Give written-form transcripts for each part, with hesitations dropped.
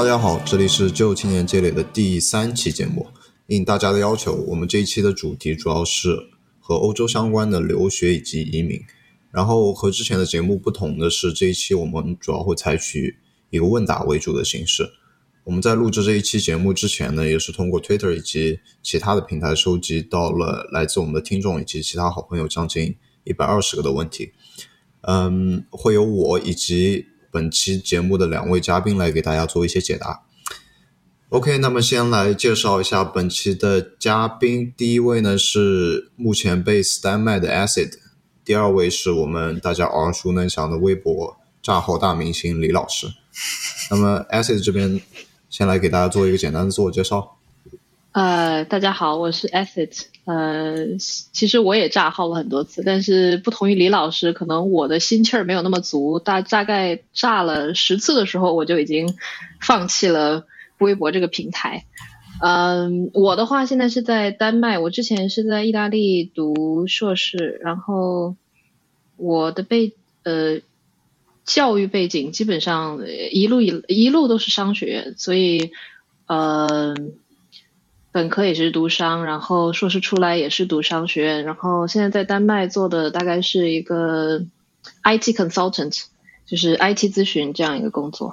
家好，这里是旧青年积累的第3期节目。应大家的要求，我们这一期的主题主要是和欧洲相关的留学以及移民。然后和之前的节目不同的是，这一期我们主要会采取一个问答为主的形式。我们在录制这一期节目之前呢，也是通过 Twitter 以及其他的平台收集到了来自我们的听众以及其他好朋友将近120个的问题。会由我以及本期节目的2位嘉宾来给大家做一些解答。OK， 那么先来介绍一下本期的嘉宾。第一位呢是目前 base 丹麦的 Acid， 第二位是我们大家耳熟能详的微博炸号大明星李老师。那么 Acid 这边先来给大家做一个简单的自我介绍。 大家好，我是 Acid。其实我也炸号了很多次，但是不同于李老师，可能我的心气儿没有那么足，大概炸了10次的时候，我就已经放弃了微博这个平台。我的话现在是在丹麦，我之前是在意大利读硕士，然后我的教育背景基本上一路都是商学院，所以本科也是读商，然后硕士出来也是读商学院，然后现在在丹麦做的大概是一个 IT consultant， 就是 IT 咨询这样一个工作。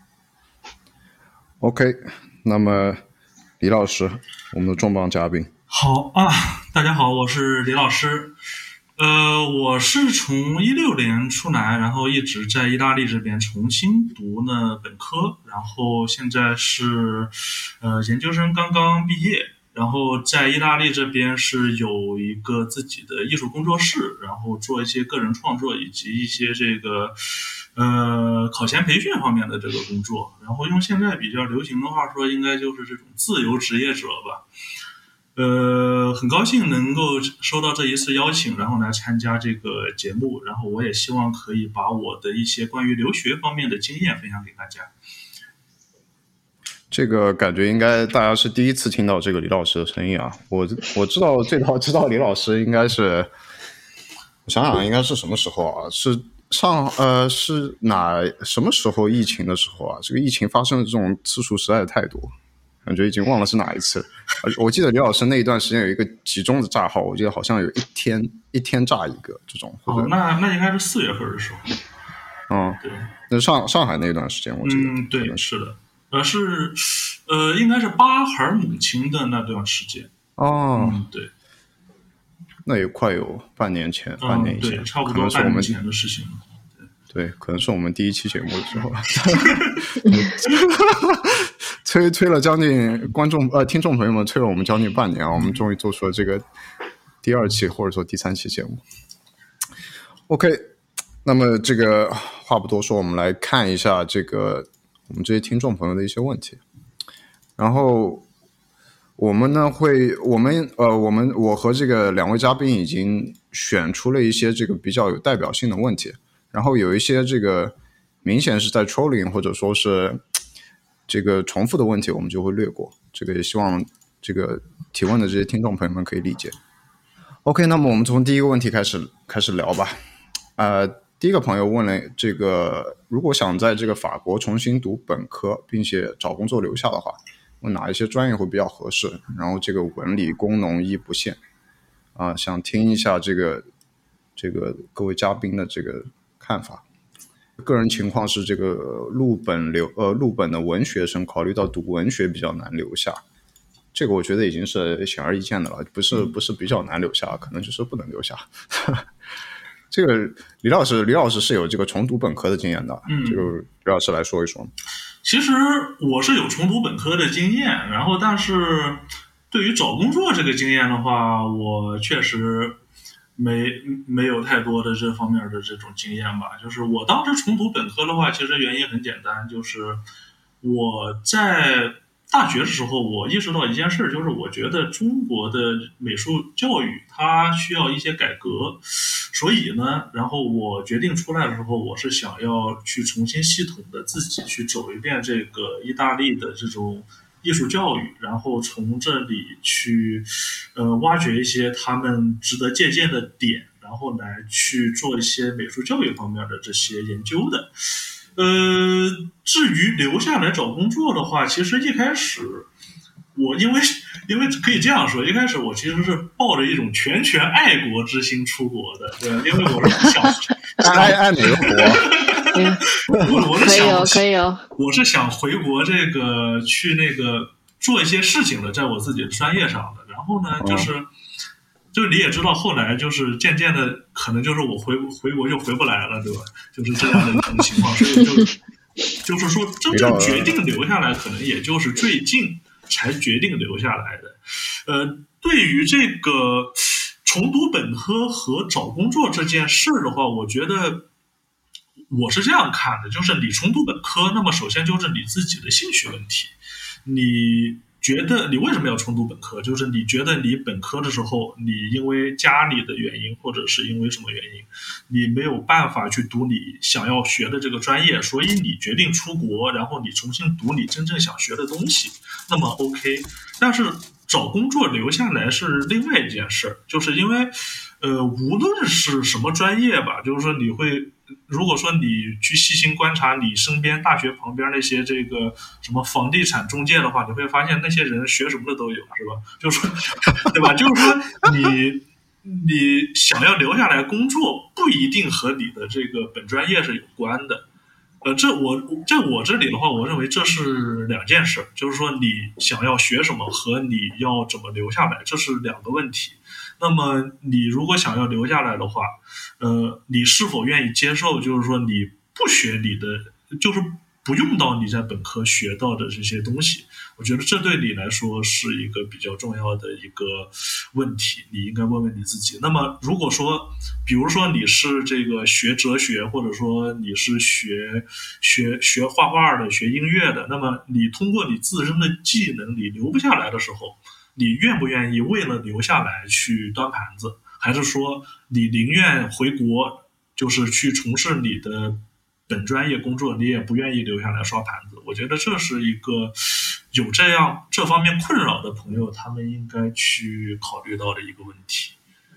OK， 那么李老师，我们的重磅嘉宾。 好啊，大家好，我是李老师。我是从16年出来，然后一直在意大利这边重新读呢本科，然后现在是研究生刚刚毕业，然后在意大利这边是有一个自己的艺术工作室，然后做一些个人创作以及一些这个考前培训方面的这个工作，然后用现在比较流行的话说，应该就是这种自由职业者吧。很高兴能够收到这一次邀请，然后来参加这个节目，然后我也希望可以把我的一些关于留学方面的经验分享给大家。 这个感觉应该大家是第一次听到这个李老师的声音啊！我知道李老师应该是，我想想应该是什么时候啊？是什么时候疫情的时候啊？这个疫情发生的这种次数实在是太多。感觉已经忘了是哪一次。我记得李老师那一段时间有一个集中的炸号，我记得好像有一天炸一个这种。 那应该是4月份的时候。对， 那上海那段时间我记得。 对，是的。应该是巴孩母亲的那段时间。对。 那也快有半年以前， 对，差不多半年前的事情了。 对，可能是我们第一期节目的时候。推了将近听众朋友们推了我们将近半年啊，我们终于做出了这个第2期或者说第3期节目。OK， 那么这个话不多说，我们来看一下这个我们这些听众朋友的一些问题。然后我们呢我和这个2位嘉宾已经选出了一些这个比较有代表性的问题，然后有一些这个明显是在 trolling 或者说是这个重复的问题我们就会略过，这个也希望这个提问的这些听众朋友们可以理解。OK， 那么我们从第一个问题开始聊吧。第一个朋友问了这个，如果想在这个法国重新读本科并且找工作留下的话，问哪一些专业会比较合适，然后这个文理工农医不限想听一下这个各位嘉宾的这个看法。个人情况是这个录本的文学生考虑到读文学比较难留下，这个我觉得已经是显而易见的了，不是比较难留下，可能就是不能留下。这个李老师是有这个重读本科的经验的，这个李老师来说一说。 其实我是有重读本科的经验，然后但是对于找工作这个经验的话，我确实没有太多的这方面的这种经验吧。就是我当时重读本科的话，其实原因很简单，就是我在大学的时候我意识到一件事，就是我觉得中国的美术教育它需要一些改革，所以呢然后我决定出来的时候，我是想要去重新系统的自己去走一遍这个意大利的这种艺术教育，然后从这里去挖掘一些他们值得借鉴的点，然后来去做一些美术教育方面的这些研究的。 至于留下来找工作的话，其实一开始我因为可以这样说，一开始我其实是抱着一种全爱国之心出国的，对，因为我是想爱哪个国？ 我是想可以哦， 我是想回国这个去那个做一些事情的，在我自己的专业上的。然后呢，就是你也知道，后来就是渐渐的，可能就是我回国就回不来了，对吧？就是这样的一种情况，所以就是说，真正决定留下来，可能也就是最近才决定留下来的。对于这个重读本科和找工作这件事的话，我觉得我是这样看的，就是你重读本科，那么首先就是你自己的兴趣问题，你觉得你为什么要重读本科？就是你觉得你本科的时候，你因为家里的原因，或者是因为什么原因，你没有办法去读你想要学的这个专业，所以你决定出国，然后你重新读你真正想学的东西，那么 OK。但是找工作留下来是另外一件事，就是因为无论是什么专业吧，就是说如果说你去细心观察你身边大学旁边那些这个什么房地产中介的话，你会发现那些人学什么的都有，是吧？就是对吧？就是说你想要留下来工作，不一定和你的这个本专业是有关的。在我这里的话，我认为这是两件事，就是说你想要学什么和你要怎么留下来，这是两个问题。那么你如果想要留下来的话，你是否愿意接受，就是说你不学你的，就是不用到你在本科学到的这些东西？我觉得这对你来说是一个比较重要的一个问题，你应该问问你自己。那么如果说比如说你是这个学哲学，或者说你是学画画的，学音乐的，那么你通过你自身的技能你留不下来的时候，你愿不愿意为了留下来去端盘子，还是说你宁愿回国就是去从事你的本专业工作，你也不愿意留下来刷盘子？我觉得这是一个有这方面困扰的朋友他们应该去考虑到的一个问题。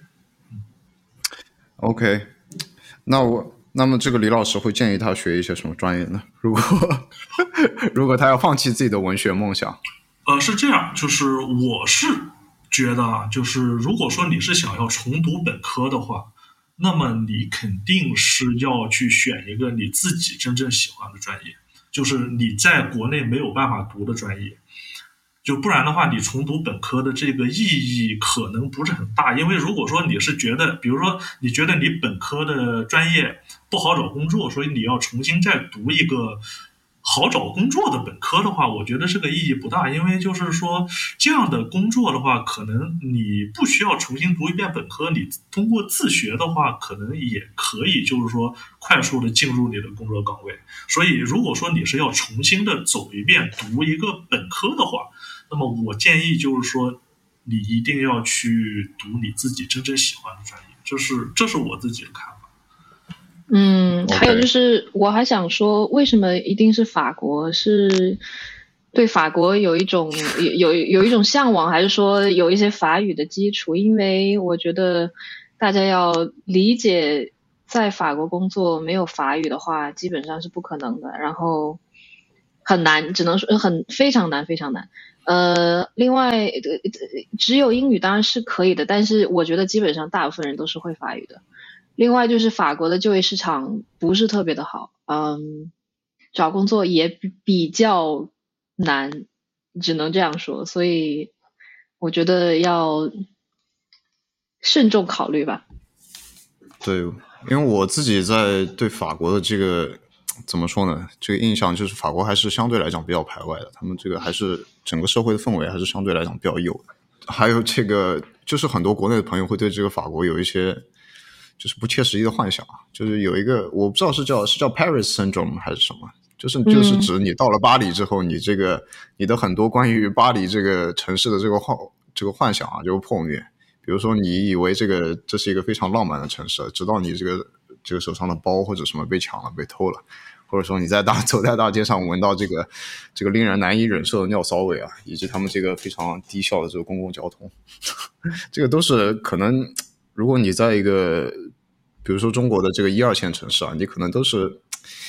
OK， 那么这个李老师会建议他学一些什么专业呢？如果他要放弃自己的文学梦想？ 是这样，就是我是觉得啊，就是如果说你是想要重读本科的话，那么你肯定是要去选一个你自己真正喜欢的专业，就是你在国内没有办法读的专业。就不然的话，你重读本科的这个意义可能不是很大。因为如果说你是觉得，比如说你觉得你本科的专业不好找工作，所以你要重新再读一个好找工作的本科的话，我觉得这个意义不大。因为就是说这样的工作的话，可能你不需要重新读一遍本科，你通过自学的话，可能也可以就是说快速的进入你的工作岗位。所以如果说你是要重新的走一遍读一个本科的话，那么我建议就是说你一定要去读你自己真正喜欢的专业，这是我自己的看法。 还有就是我还想说，为什么一定是法国？是对法国有一种向往，还是说有一些法语的基础？因为我觉得大家要理解，在法国工作没有法语的话，基本上是不可能的，然后很难，只能说非常难，非常难。另外，只有英语当然是可以的，但是我觉得基本上大部分人都是会法语的。另外就是法国的就业市场不是特别的好，找工作也比较难，只能这样说，所以我觉得要慎重考虑吧。 对，因为我自己在对法国的这个怎么说呢？这个印象就是法国还是相对来讲比较排外的，他们这个还是整个社会的氛围还是相对来讲比较右的。还有这个就是很多国内的朋友会对这个法国有一些就是不切实际的幻想，就是有一个我不知道是叫 Paris Syndrome 还是什么，就是指你到了巴黎之后，你的很多关于巴黎这个城市的这个幻想啊就会破灭。比如说你以为这是一个非常浪漫的城市，直到你这个手上的包或者什么被抢了被偷了，或者说你走在大街上闻到这个令人难以忍受的尿骚味啊，以及他们这个非常低效的这个公共交通这个都是可能如果你在一个比如说中国的这个1、2线城市啊，你可能都是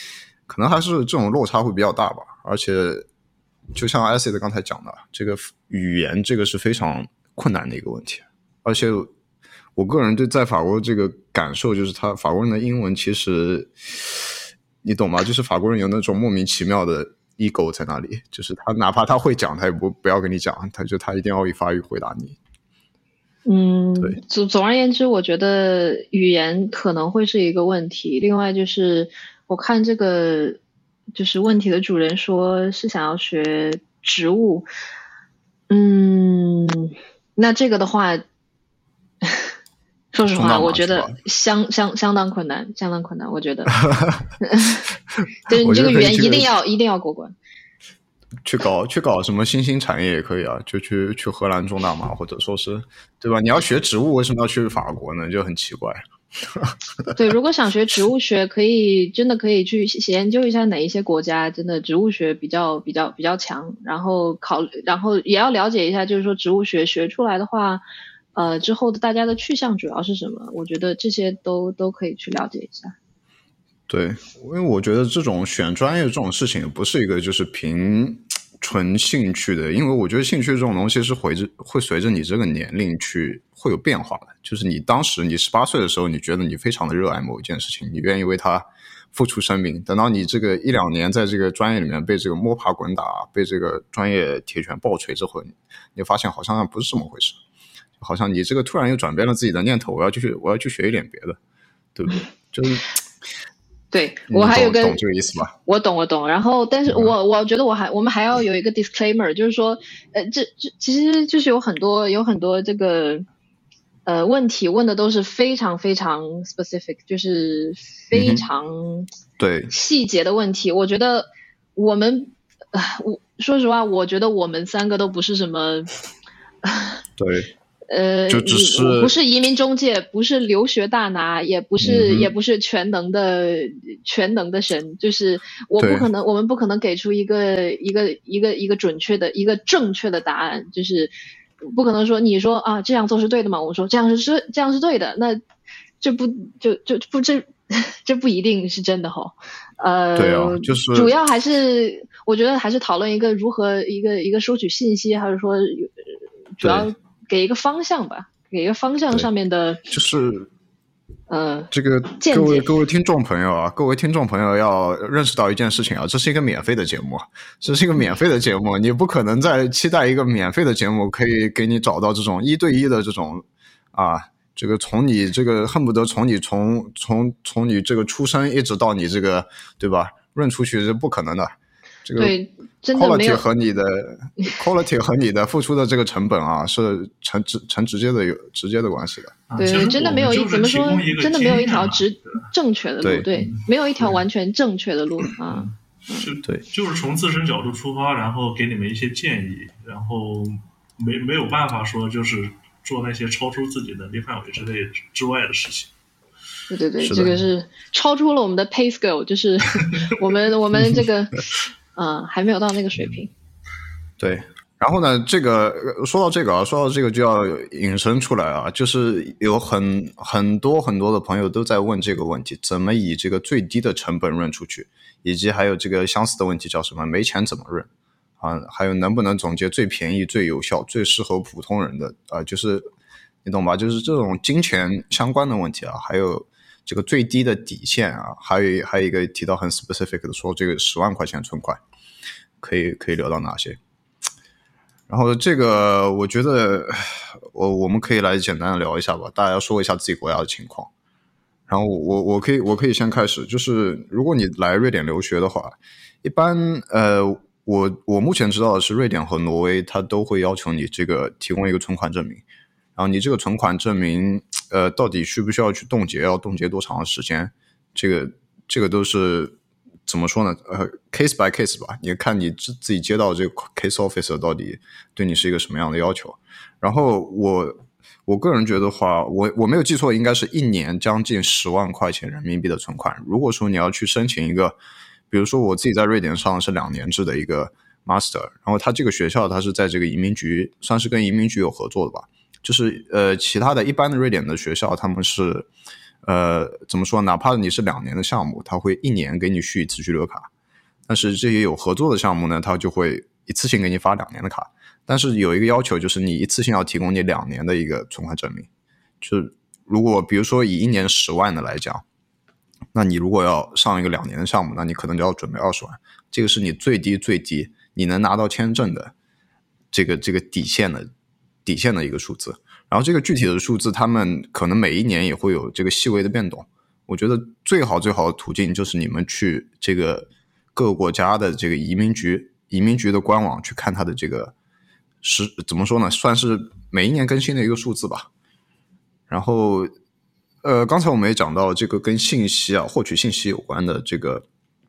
可能还是这种落差会比较大吧。而且就像 Acid 刚才讲的，这个语言这个是非常困难的一个问题。而且我个人对在法国这个感受就是法国人的英文其实你懂吗？就是法国人有那种莫名其妙的 ego 在那里，就是他哪怕他会讲他也不要跟你讲，他一定要以法语回答你。对。 总而言之，我觉得语言可能会是一个问题。另外就是我看这个就是问题的主人说是想要学植物，那这个的话说实话我觉得相当困难，相当困难，我觉得对，你这个语言一定要过关。 去搞什么新兴产业也可以啊，就去荷兰种大麻，或者说是对吧？你要学植物为什么要去法国呢？就很奇怪。 对，如果想学植物学，真的可以去研究一下哪一些国家真的植物学比较强，然后也要了解一下，就是说植物学学出来的话，之后的大家的去向主要是什么？我觉得这些都可以去了解一下。 对，因为我觉得这种选专业这种事情不是一个就是凭纯兴趣的，因为我觉得兴趣这种东西是会随着你这个年龄会有变化的。就是你当时你18岁的时候，你觉得你非常的热爱某一件事情，你愿意为它付出生命，等到你这个1-2年在这个专业里面被这个摸爬滚打，被这个专业铁拳暴锤之后，你发现好像不是这么回事，好像你这个突然又转变了自己的念头，我要去学一点别的，对不对？就是对， 我还有懂这个意思吧？ 我懂。然后，但是我觉得我们还要有一个 disclaimer， 就是说，这其实就是有很多这个问题问的都是非常非常 specific， 就是非常对细节的问题。我觉得我说实话，我觉得我们3个都不是什么对。就只是不是移民中介，不是留学大拿，也不是全能的神，就是我们不可能给出一个准确的一个正确的答案，就是不可能说你说啊这样做是对的吗？我说这样是对的，那这不一定是真的吼。 对啊，就是主要还是我觉得还是讨论一个如何一个收取信息，还是说主要给一个方向吧，给一个方向上面的， 就是这个各位听众朋友要认识到一件事情啊，这是一个免费的节目，你不可能再期待一个免费的节目可以给你找到这种1对1的这种这个从你这个恨不得从你这个出生一直到你这个对吧润出去是不可能的。这个对，真的没有 quality 和你的付出的这个成本啊，是成直接的关系的。 对，真的没有怎么说，真的没有一条正确的路，对，没有一条完全正确的路啊。 对， 就是从自身角度出发，然后给你们一些建议，然后没有办法说就是做那些超出自己能力范围之外的事情。 对，这个是超出了我们的 pay scale， 就是我们这个还没有到那个水平。 对，然后呢，这个说到这个就要引申出来啊，就是有很多的朋友都在问这个问题，怎么以这个最低的成本润出去，以及还有这个相似的问题叫什么没钱怎么润啊，还有能不能总结最便宜最有效最适合普通人的就是你懂吧，就是这种金钱相关的问题啊，还有这个最低的底线啊，还有一个提到很 specific 的说这个10万块钱存款可以聊到哪些。然后这个我觉得我们可以来简单的聊一下吧，大家说一下自己国家的情况。然后我可以先开始，就是如果你来瑞典留学的话，一般我目前知道的是瑞典和挪威它都会要求你这个提供一个存款证明，然后你这个存款证明到底需不需要去冻结，要冻结多长的时间，这个都是怎么说呢case by case 吧，你看你自己接到这个 case officer 到底对你是一个什么样的要求。然后我个人觉得话，我没有记错应该是1年将近10万块钱人民币的存款。如果说你要去申请一个，比如说我自己在瑞典上的是2年制的一个 master， 然后他这个学校他是在这个移民局，算是跟移民局有合作的吧，就是其他的一般的瑞典的学校他们是怎么说？哪怕你是2年的项目，它会1年给你续一次居留卡。但是这些有合作的项目呢，它就会一次性给你发2年的卡。但是有一个要求，就是你一次性要提供你2年的一个存款证明。就是如果比如说以1年10万的来讲，那你如果要上一个2年的项目，那你可能就要准备20万。这个是你最低你能拿到签证的这个底线的一个数字。然后这个具体的数字他们可能每1年也会有这个细微的变动。我觉得最好的途径就是你们去这个各个国家的这个移民局的官网去看它的这个怎么说呢，算是每1年更新的一个数字吧。然后刚才我们也讲到这个跟信息获取信息有关的这个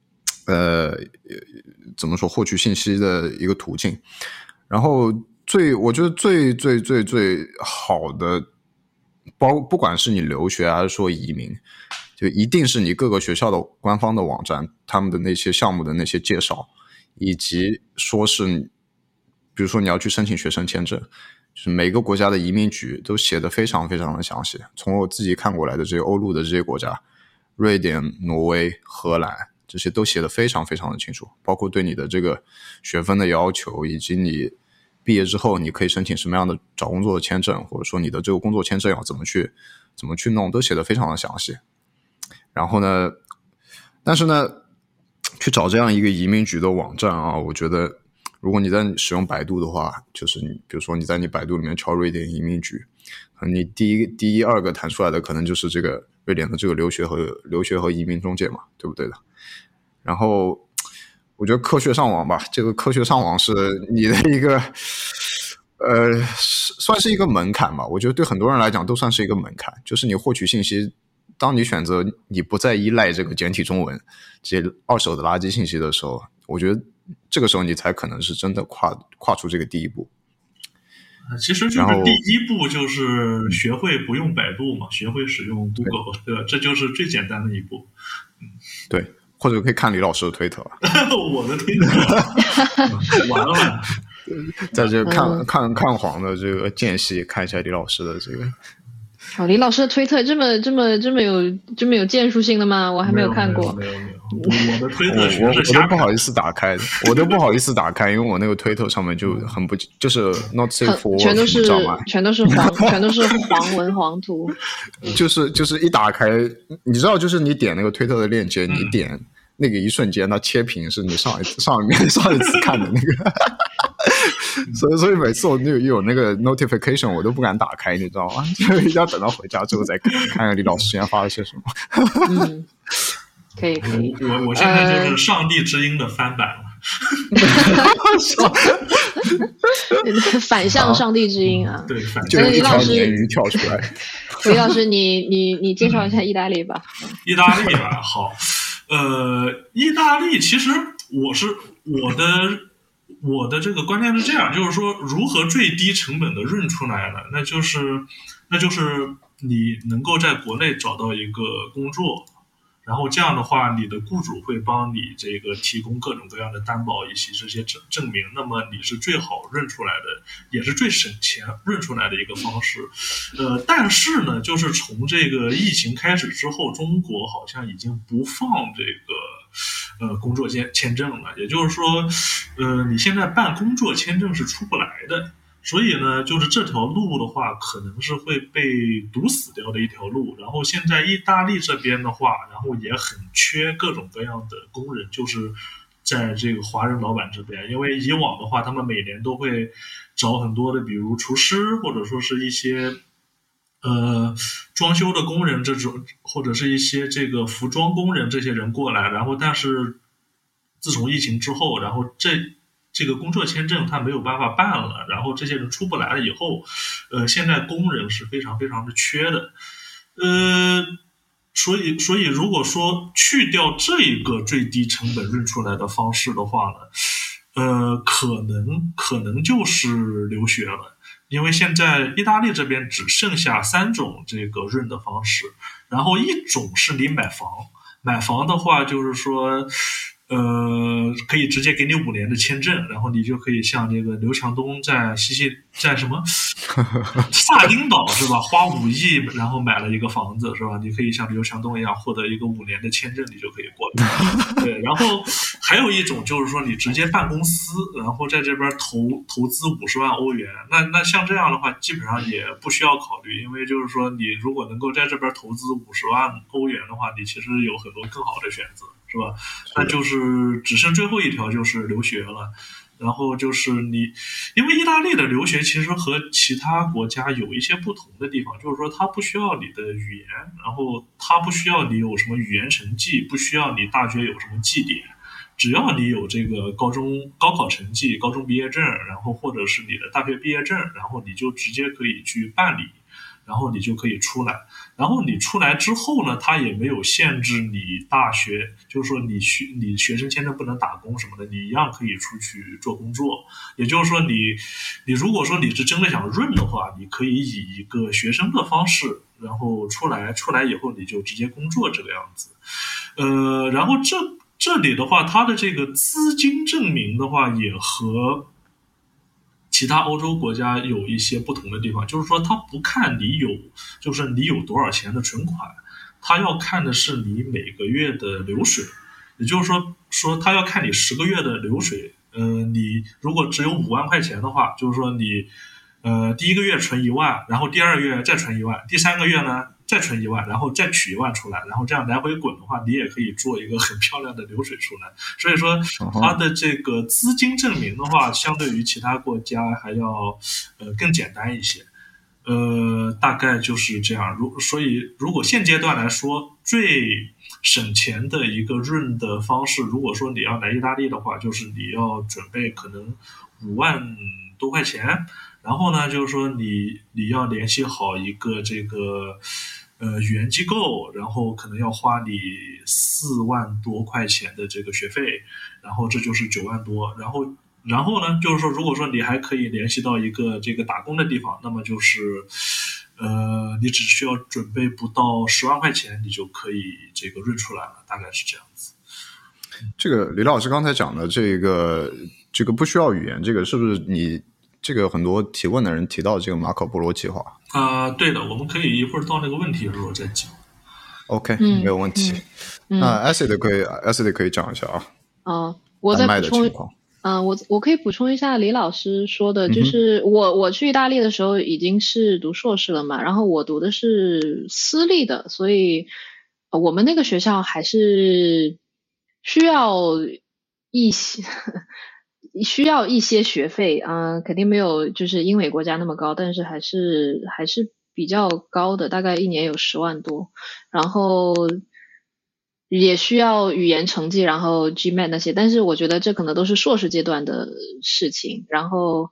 怎么说获取信息的一个途径。然后我觉得最好的，不管是你留学还是说移民，就一定是你各个学校的官方的网站，他们的那些项目的那些介绍，以及说是比如说你要去申请学生签证，就是每个国家的移民局都写得非常非常的详细。从我自己看过来的这些欧陆的这些国家，瑞典、挪威、荷兰，这些都写得非常非常的清楚，包括对你的这个学分的要求，以及你毕业之后你可以申请什么样的找工作的签证，或者说你的这个工作签证要怎么去弄，都写得非常的详细。然后呢，但是呢，去找这样一个移民局的网站我觉得如果你在使用百度的话，就是比如说你在你百度里面敲瑞典移民局，你第一二个弹出来的可能就是这个瑞典的这个留学和移民中介嘛，对不对的？然后我觉得科学上网吧，这个科学上网是你的一个算是一个门槛吧。我觉得对很多人来讲都算是一个门槛，就是你获取信息，当你选择你不再依赖这个简体中文这些二手的垃圾信息的时候，我觉得这个时候你才可能是真的跨出这个第一步。 其实就是第一步就是学会不用百度嘛，学会使用 Google， 对吧？这就是最简单的一步。 对，或者可以看李老师的推特。 我的推特完了。 在这看黄的这个间隙看一下李老师的这个。 李老师的推特这么有建树性的吗？我还没有看过。 没有，我的推特我都不好意思打开，因为我那个推特上面就很不就是 not safe for work， 全都是黄文黄图。 就是一打开，你知道，就是你点那个推特的链接，你点那个一瞬间，它切屏是你上一次看的那个。所以每次我有那个 notification 我都不敢打开，你知道吗？就一定要等到回家之后再看看李老师现在发了些什么。 可以。 我现在就是上帝之音的翻版了。 反向上帝之音啊！ 对， 就有一条鲶鱼跳出来。 李老师，你介绍一下意大利吧。 意大利吧，好。意大利其实我的这个观念是这样，就是说如何最低成本的润出来呢？那就是你能够在国内找到一个工作，然后这样的话你的雇主会帮你这个提供各种各样的担保以及这些证明，那么你是最好润出来的，也是最省钱润出来的一个方式。但是呢，就是从这个疫情开始之后，中国好像已经不放这个工作签证了，也就是说你现在办工作签证是出不来的，所以呢就是这条路的话可能是会被堵死掉的一条路。然后现在意大利这边的话，然后也很缺各种各样的工人，就是在这个华人老板这边，因为以往的话他们每年都会找很多的比如厨师或者说是一些装修的工人这种，或者是一些这个服装工人这些人过来，然后但是自从疫情之后，然后这个工作签证他没有办法办了，然后这些人出不来了以后，现在工人是非常非常的缺的，所以如果说去掉这个最低成本润出来的方式的话呢，可能就是留学了。因为现在意大利这边只剩下3种这个润的方式，然后一种是你买房的话，就是说可以直接给你5年的签证，然后你就可以像这个刘强东在在什么萨丁岛是吧，花5亿然后买了一个房子是吧？你可以像刘强东一样获得一个5年的签证，你就可以过来。对，然后还有一种就是说你直接办公司，然后在这边投资50万欧元，那像这样的话基本上也不需要考虑，因为就是说你如果能够在这边投资50万欧元的话，你其实有很多更好的选择。是吧？那就是只剩最后一条就是留学了，然后就是因为意大利的留学其实和其他国家有一些不同的地方，就是说它不需要你的语言，然后它不需要你有什么语言成绩，不需要你大学有什么绩点，只要你有这个高考成绩、高中毕业证，然后或者是你的大学毕业证，然后你就直接可以去办理。然后你就可以出来，然后你出来之后呢，他也没有限制你大学，就是说你学生签证不能打工什么的，你一样可以出去做工作。也就是说你如果说你是真的想润的话，你可以以一个学生的方式，然后出来以后你就直接工作这个样子。然后这里的话，它的这个资金证明的话，也和其他欧洲国家有一些不同的地方，就是说他不看你有多少钱的存款，他要看的是你每个月的流水，也就是说他要看你10个月的流水。你如果只有5万块钱的话，就是说你第1个月存1万，然后第2个月再存1万，第3个月呢再存1万，然后再取1万出来，然后这样来回滚的话，你也可以做一个很漂亮的流水出来。所以说它的这个资金证明的话，相对于其他国家还要更简单一些。大概就是这样。所以如果现阶段来说，最省钱的一个润的方式，如果说你要来意大利的话，就是你要准备可能5万多块钱，然后呢，就是说你要联系好一个这个语言机构，然后可能要花你4万多块钱的这个学费，然后这就是9万多，然后呢，就是说如果说你还可以联系到一个这个打工的地方，那么就是你只需要准备不到10万块钱，你就可以这个润出来了，大概是这样子。 这个李老师刚才讲的这个不需要语言，这个是不是你这个很多提问的人提到这个马可波罗计划？对的，我们可以一会儿到那个问题的时候再讲。 OK，没有问题。那 Acid 可以讲一下啊。 我再补充。我可以补充一下李老师说的，就是我去意大利的时候已经是读硕士了嘛，然后我读的是私立的，所以我们那个学校还是需要一些学费肯定没有就是英美国家那么高，但是还是比较高的，大概1年有10万多，然后也需要语言成绩，然后 GMAT 那些，但是我觉得这可能都是硕士阶段的事情。然后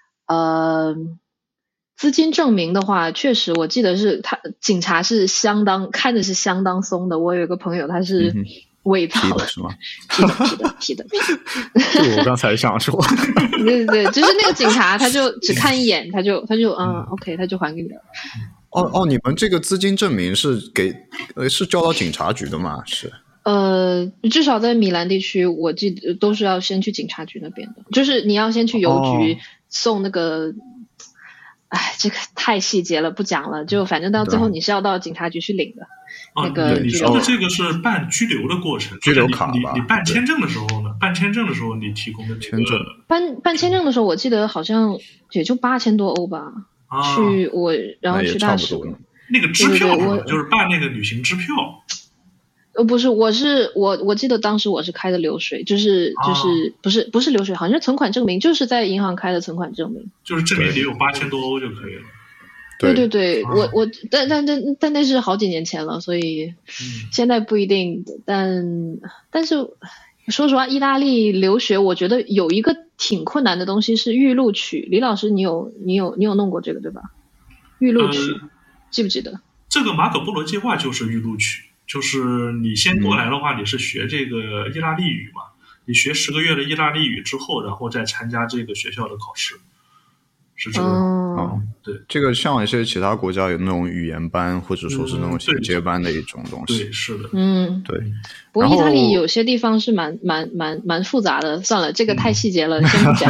资金证明的话，确实我记得是警察是看着是相当松的。我有一个朋友他是伪造的是吗？ 批的这个我刚才想说对，就是那个警察他就只看一眼，他就OK 他就还给你了。 你们这个资金证明是是交到警察局的吗？是至少在米兰地区，我记得都是要先去警察局那边的，就是你要先去邮局送那个。这个太细节了，不讲了。就反正到最后你是要到警察局去领的。那个你说的这个是办居留的过程， 居留卡吧？ 你办签证的时候呢？办签证的时候你提供的签证， 办签证的时候，我记得好像也就8000多欧吧。然后去大使那个支票就是办那个旅行支票。 不是，我记得当时我是开的流水，就是不是流水，好像是存款证明，就是在银行开的存款证明， 就是证明你有8000多欧就可以了。 对，但那是好几年前了，所以现在不一定。但是说实话，意大利留学我觉得有一个挺困难的东西是预录取。李老师，你有弄过这个对吧？预录取记不记得？ 这个马可波罗计划就是预录取。就是你先过来的话，你是学这个意大利语嘛？你学10个月的意大利语之后，然后再参加这个学校的考试，是这个。 对， 这个像一些其他国家有那种语言班，或者说是那种衔接班的一种东西。 对，是的， 对。 不过意大利有些地方是蛮复杂的，算了，这个太细节了，先不讲。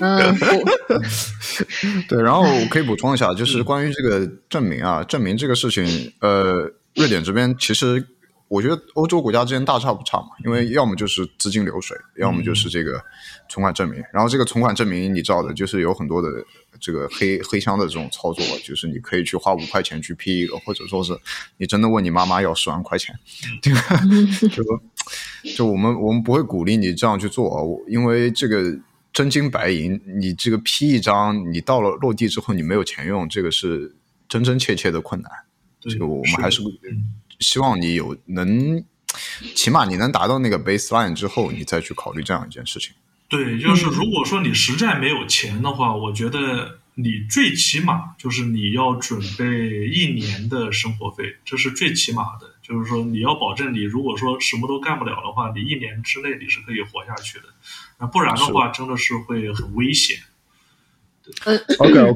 对，然后我可以补充一下，就是关于这个证明这个事情，瑞典这边其实我觉得欧洲国家之间大差不差嘛，因为要么就是资金流水，要么就是这个存款证明。然后这个存款证明你知道的，就是有很多的这个黑箱的这种操作，就是你可以去花5块钱去批一个，或者说是你真的问你妈妈要10万块钱，这个就我们不会鼓励你这样去做，因为这个真金白银，你这个批一张，你到了落地之后你没有钱用，这个是真真切切的困难。这个我们还是希望你起码你能达到那个 baseline 之后，你再去考虑这样一件事情。 对，就是如果说你实在没有钱的话，我觉得你最起码就是你要准备1年的生活费，这是最起码的。就是说你要保证你如果说什么都干不了的话，你1年之内你是可以活下去的。那不然的话，真的是会很危险。 OK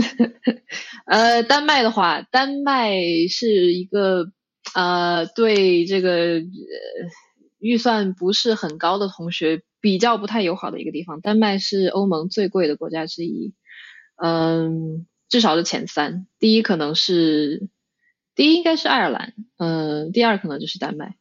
丹麦的话，丹麦是一个对这个预算不是很高的同学比较不太友好的一个地方。丹麦是欧盟最贵的国家之一，至少是前3，第一应该是爱尔兰，第2可能就是丹麦。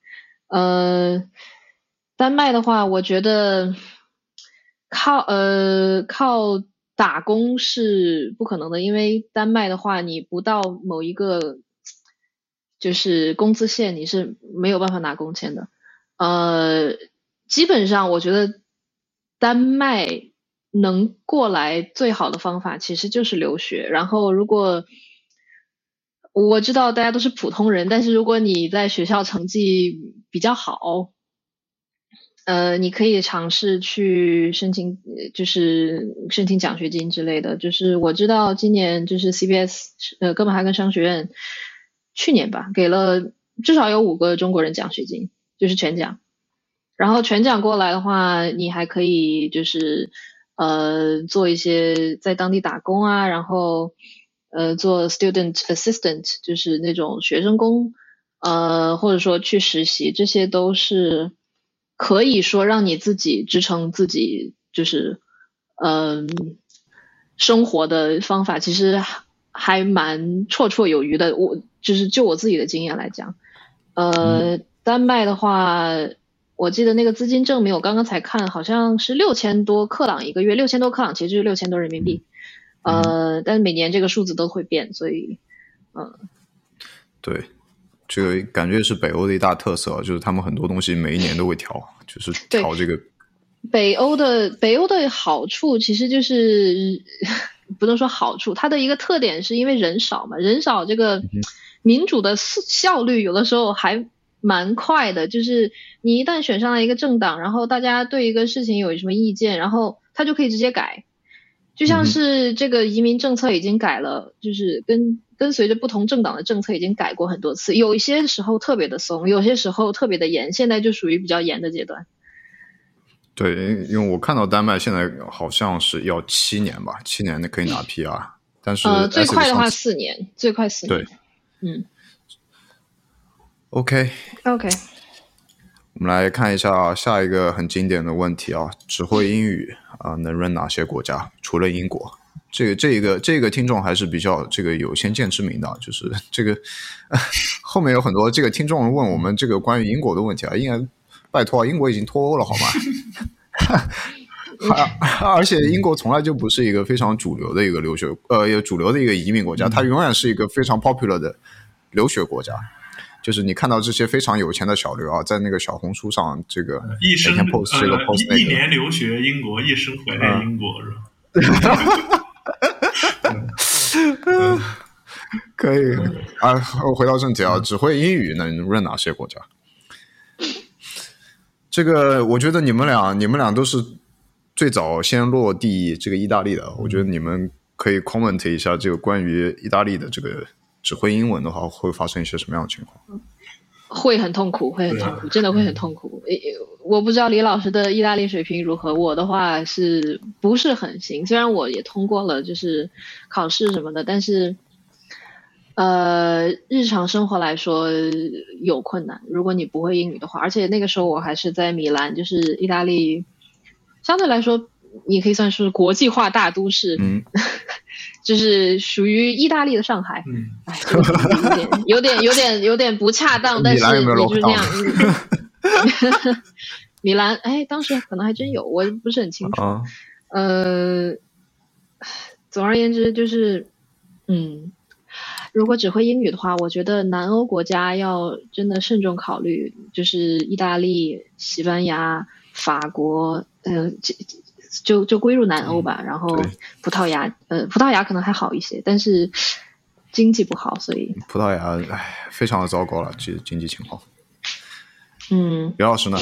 丹麦的话，我觉得靠打工是不可能的，因为丹麦的话，你不到某一个就是工资线，你是没有办法拿工签的。基本上我觉得丹麦能过来最好的方法其实就是留学。然后如果我知道大家都是普通人，但是如果你在学校成绩比较好，你可以尝试去申请，就是申请奖学金之类的。就是我知道今年就是 CBS 哥本哈根商学院去年吧，给了至少有5个中国人奖学金，就是全奖。然后全奖过来的话，你还可以就是做一些在当地打工啊，然后做 student assistant， 就是那种学生工，或者说去实习，这些都是可以说让你自己支撑自己，就是生活的方法，其实还蛮绰绰有余的。就我自己的经验来讲，丹麦的话，我记得那个资金证明我刚刚才看，好像是6000多克朗一个月，6000多克朗其实就是6000多人民币。但是每年这个数字都会变，所以对，这个感觉是北欧的一大特色，就是他们很多东西每一年都会调，就是调这个。 北欧的好处其实就是不能说好处，它的一个特点是因为人少嘛，人少这个民主的效率有的时候还蛮快的，就是你一旦选上了一个政党，然后大家对一个事情有什么意见，然后他就可以直接改。就像是这个移民政策已经改了，就是跟随着不同政党的政策已经改过很多次，有一些时候特别的松，有些时候特别的严，现在就属于比较严的阶段。 对，因为我看到丹麦现在好像是要7年吧，7年可以拿 PR，但是最快的话4年，最快4年。 对，OK，我们来看一下下一个很经典的问题啊，只会英语能润哪些国家？除了英国，这个听众还是比较这个有先见之明的，就是这个后面有很多这个听众问我们这个关于英国的问题啊，应该拜托英国已经脱欧了好吗？而且英国从来就不是一个非常主流的一个主流的一个移民国家，它永远是一个非常 popular 的留学国家。就是你看到这些非常有钱的小刘啊，在那个小红书上这个一生每天 post 这个 post 那个 1年留学英国，一生怀念英国是吧？ 可以啊，回到正题啊，只会英语能润哪些国家？这个我觉得你们俩都是最早先落地这个意大利的，我觉得你们可以 comment 一下这个关于意大利的这个只会英文的话会发生一些什么样的情况？ 会很痛苦，会很痛苦，真的会很痛苦。我不知道李老师的意大利水平如何，我的话是不是很行？虽然我也通过了就是考试什么的，但是日常生活来说有困难。如果你不会英语的话，而且那个时候我还是在米兰，就是意大利相对来说你可以算是国际化大都市，就是属于意大利的上海。这个有点不恰当，但是你就是那样。米兰，当时可能还真有，我不是很清楚。总而言之就是，如果只会英语的话，我觉得南欧国家要真的慎重考虑，就是意大利、西班牙、法国，就归入南欧吧。然后葡萄牙可能还好一些，但是经济不好，所以葡萄牙非常的糟糕了，经济情况。刘老师呢？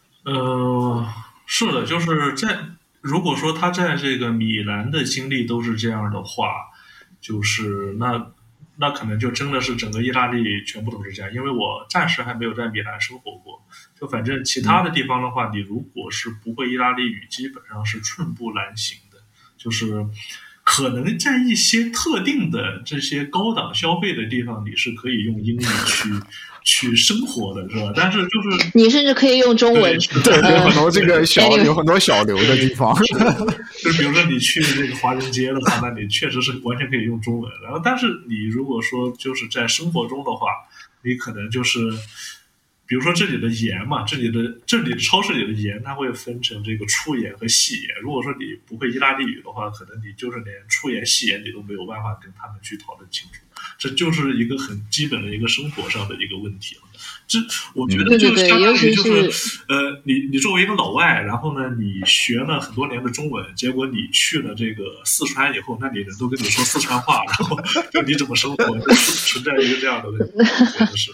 是的，就是如果说他在这个米兰的经历都是这样的话，就是那可能就真的是整个意大利全部都是这样。因为我暂时还没有在米兰生活过，就反正其他的地方的话，你如果是不会意大利语，基本上是寸步难行的。就是可能在一些特定的这些高档消费的地方，你是可以用英语去生活的，是吧？但是就是你甚至可以用中文， 对，有很多这个有很多小流的地方。 就是比如说你去这个华人街的话，那你确实是完全可以用中文。然后，但是你如果说就是在生活中的话，你可能就是。比如说这里的盐嘛，这里的超市里的盐，它会分成这个粗盐和细盐。如果说你不会意大利语的话，可能你就是连粗盐细盐你都没有办法跟他们去讨论清楚。这就是一个很基本的一个生活上的一个问题了。我觉得就相当于就是你作为一个老外，然后呢你学了很多年的中文，结果你去了这个四川以后，那里人都跟你说四川话，然后你怎么生活，存在一个这样的问题，我觉得是。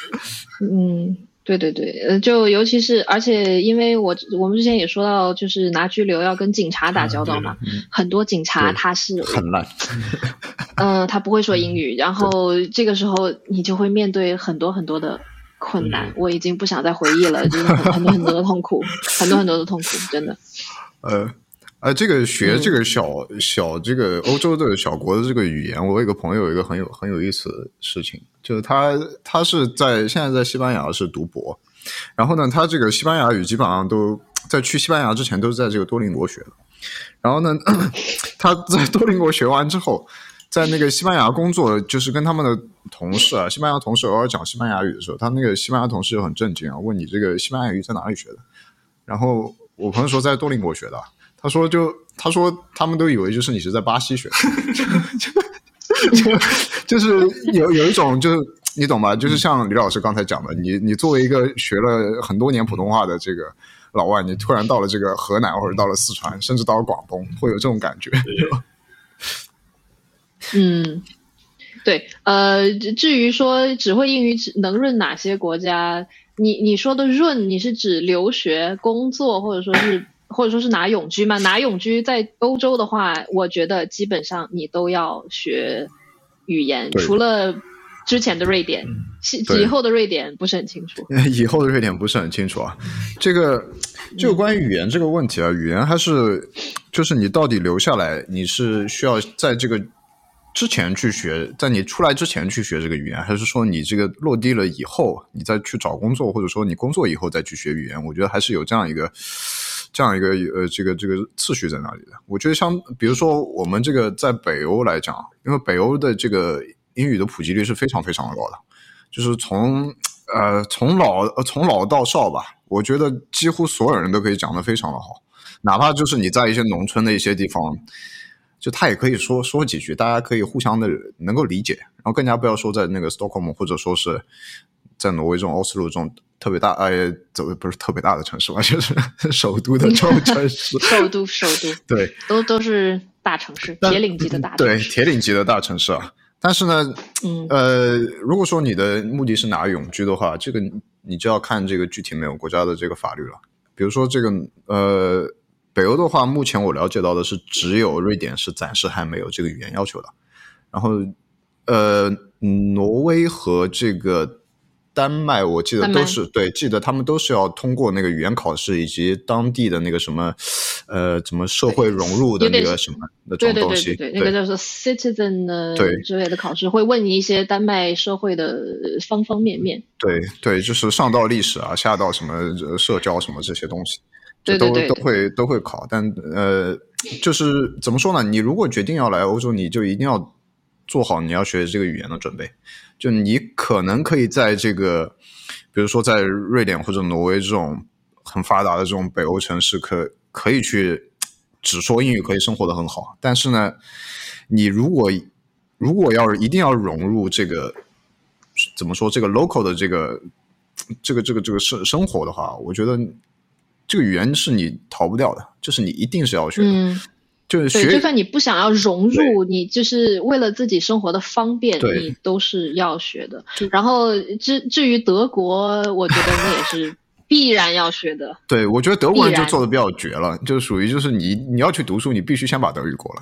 对，就尤其是，而且因为我们之前也说到，就是拿拘留要跟警察打交道嘛，很多警察他是很烂， 他不会说英语，然后这个时候你就会面对很多很多的困难，我已经不想再回忆了，就是很多很多的痛苦，很多很多的痛苦，真的。 这个学这个小这个欧洲的小国的这个语言，我有一个朋友有一个很有意思的事情，就是他是现在在西班牙是读博，然后呢，他这个西班牙语基本上都在去西班牙之前都是在这个多邻国学的，然后呢，他在多邻国学完之后，在那个西班牙工作，就是跟他们的同事西班牙同事偶尔讲西班牙语的时候，他那个西班牙同事就很震惊问你这个西班牙语在哪里学的？然后我朋友说在多邻国学的。他说他们都以为就是你是在巴西学的，就是有一种就是你懂吧？就是像李老师刚才讲的，你作为一个学了很多年普通话的这个老外，你突然到了这个河南或者到了四川，甚至到了广东，会有这种感觉。 对，至于说只会英语能润哪些国家，你说的润，你是指留学、工作，或者说是拿永居吗？拿永居在欧洲的话，我觉得基本上你都要学语言，除了之前的瑞典，以后的瑞典不是很清楚。 以后的瑞典不是很清楚啊。这个关于语言这个问题啊，语言还是就是你到底留下来，你是需要在这个之前去学，在你出来之前去学这个语言，还是说你这个落地了以后，你再去找工作，或者说你工作以后再去学语言？我觉得还是有这样一个这个次序在那里的。我觉得比如说我们这个在北欧来讲，因为北欧的这个英语的普及率是非常非常的高的，就是从老到少吧，我觉得几乎所有人都可以讲得非常的好，哪怕就是你在一些农村的一些地方，就他也可以说几句，大家可以互相的能够理解，然后更加不要说在那个 Stockholm 或者说是在挪威这种奥斯陆这种特别大不是特别大的城市吧，就是首都的这种城市首都对， 都是大城市，铁岭级的大城市， 对，铁岭级的大城市啊。但是呢如果说你的目的是拿永居的话，这个你就要看这个具体每个国家的这个法律了。比如说这个北欧的话，目前我了解到的是只有瑞典是暂时还没有这个语言要求的，然后挪威和这个丹麦我记得都是对，记得他们都是要通过那个语言考试以及当地的那个什么怎么社会融入的那个什么那种东西， 对，那个叫做 citizen 之类的考试，会问你一些丹麦社会的方方面面。 对，就是上到历史啊，下到什么社交什么这些东西， 对， 都会考。但就是怎么说呢？你如果决定要来欧洲，你就一定要做好你要学这个语言的准备。就你可能可以在这个，比如说在瑞典或者挪威这种很发达的这种北欧城市，可以去只说英语，可以生活得很好。但是呢，你如果一定要融入这个怎么说这个 local 的这个生活的话，我觉得这个语言是你逃不掉的，就是你一定是要学的。就是对，就算你不想要融入，你就是为了自己生活的方便，你都是要学的。然后至于德国，我觉得那也是必然要学的。 对，我觉得德国人就做的比较绝了，就属于就是你要去读书，你必须先把德语过了。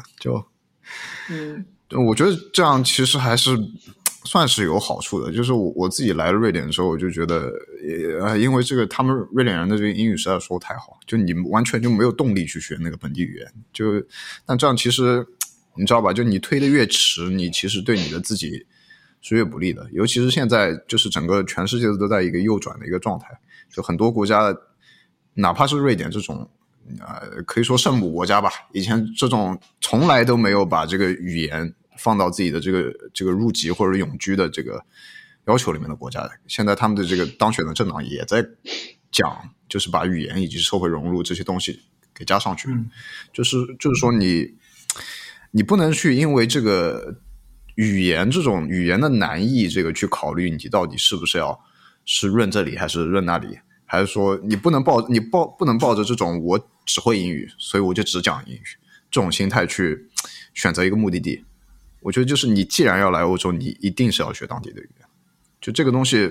我觉得这样其实还是算是有好处的。就是我自己来了瑞典的时候，我就觉得因为这个他们瑞典人的这个英语实在说太好，就你完全就没有动力去学那个本地语言。但这样其实你知道吧，就你推的越迟，你其实对你的自己是越不利的。尤其是现在就是整个全世界都在一个右转的一个状态，就很多国家哪怕是瑞典这种可以说圣母国家吧，以前这种从来都没有把这个语言放到自己的这个入籍或者永居的这个要求里面的国家，现在他们的这个当选的政党也在讲，就是把语言以及社会融入这些东西给加上去。就是说你不能去因为这个这种语言的难易这个去考虑你到底是不是要是润这里还是润那里，还是说你不能抱着这种我只会英语所以我就只讲英语这种心态去选择一个目的地。我觉得就是你既然要来欧洲，你一定是要学当地的语言。就这个东西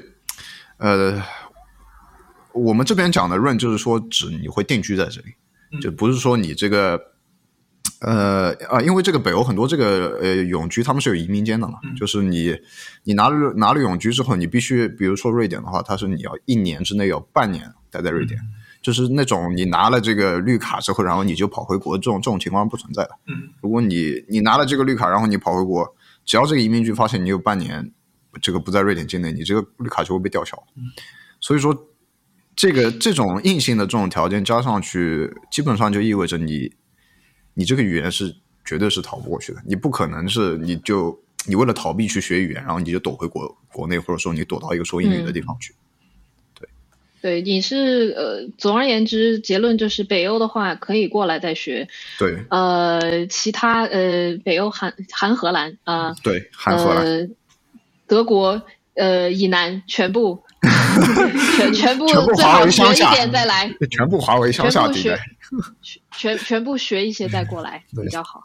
我们这边讲的润就是说指你会定居在这里，就不是说你这个因为这个北欧很多这个永居他们是有移民监的嘛，就是你拿了永居之后，你必须比如说瑞典的话，它是你要1年之内要半年待在瑞典，就是那种你拿了这个绿卡之后然后你就跑回国这种情况不存在的。如果你拿了这个绿卡然后你跑回国，只要这个移民局发现你有半年这个不在瑞典境内，你这个绿卡就会被吊销。所以说这种硬性的这种条件加上去，基本上就意味着你这个语言是绝对是逃不过去的。你不可能是你为了逃避去学语言，然后你就躲回国内，或者说你躲到一个说英语的地方去。 对，你是总而言之，结论就是北欧的话可以过来再学。 对， 其他北欧韩荷兰对，韩荷兰， 德国以南全部全部最华好学一为乡下点再来， 全部华为乡下地带， 全部学一些再过来比较好。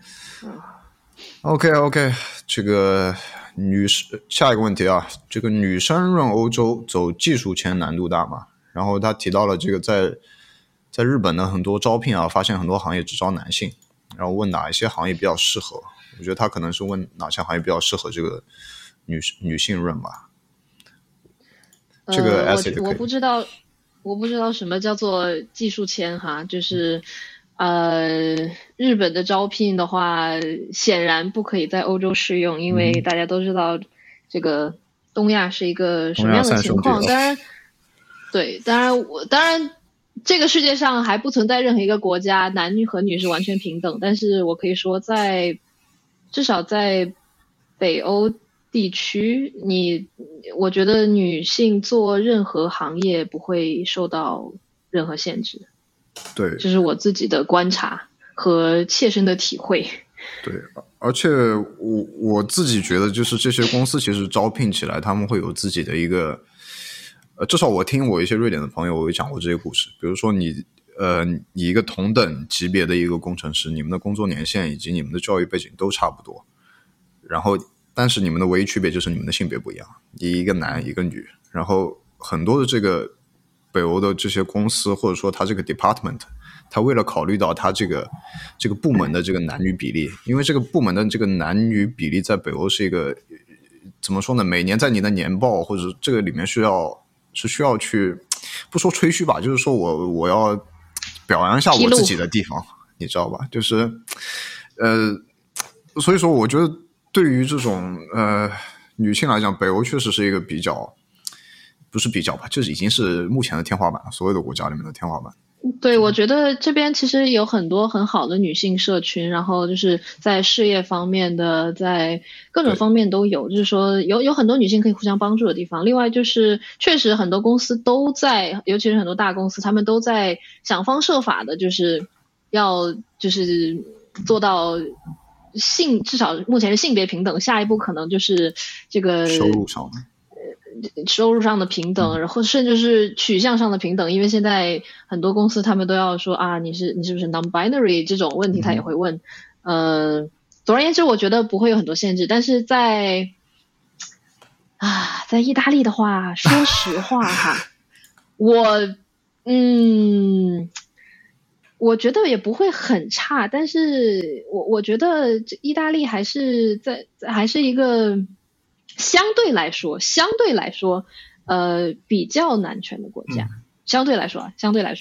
OK， 这个下一个问题啊，这个女生润欧洲走技术签难度大吗？然后他提到了这个在日本的很多招聘啊，发现很多行业只招男性，然后问哪一些行业比较适合。我觉得他可能是问哪些行业比较适合这个女性润吧。这个我不知道什么叫做技术签哈，就是日本的招聘的话显然不可以在欧洲适用，因为大家都知道这个东亚是一个什么样的情况。当然这个世界上还不存在任何一个国家男女和女是完全平等，但是我可以说至少在北欧地区，我觉得女性做任何行业不会受到任何限制。 对， 这是我自己的观察和切身的体会。 对，而且我自己觉得就是这些公司其实招聘起来他们会有自己的一个至少我听我一些瑞典的朋友我有讲过这些故事。比如说你一个同等级别的一个工程师，你们的工作年限以及你们的教育背景都差不多，然后但是你们的唯一区别就是你们的性别不一样，一个男一个女。然后很多的这个北欧的这些公司或者说他这个 department， 他为了考虑到他这个部门的这个男女比例，因为这个部门的这个男女比例在北欧是一个怎么说呢？每年在你的年报或者这个里面需要去，不说吹嘘吧，就是说我要表扬一下我自己的地方，你知道吧？就是所以说我觉得对于这种女性来讲，北欧确实是一个比较，不是比较吧，就是已经是目前的天花板了，所有的国家里面的天花板。 对，我觉得这边其实有很多很好的女性社群，然后就是在事业方面的，在各种方面都有，就是说有很多女性可以互相帮助的地方。另外就是确实很多公司都在，尤其是很多大公司，他们都在想方设法的，就是要就是做到至少目前是性别平等，下一步可能就是这个收入上的平等，然后甚至是取向上的平等，因为现在很多公司他们都要说啊，你是不是 non-binary 这种问题他也会问。总而言之，我觉得不会有很多限制，但是在意大利的话，说实话哈，我觉得也不会很差，但是我觉得意大利还是一个相对来说比较男权的国家。相对来说，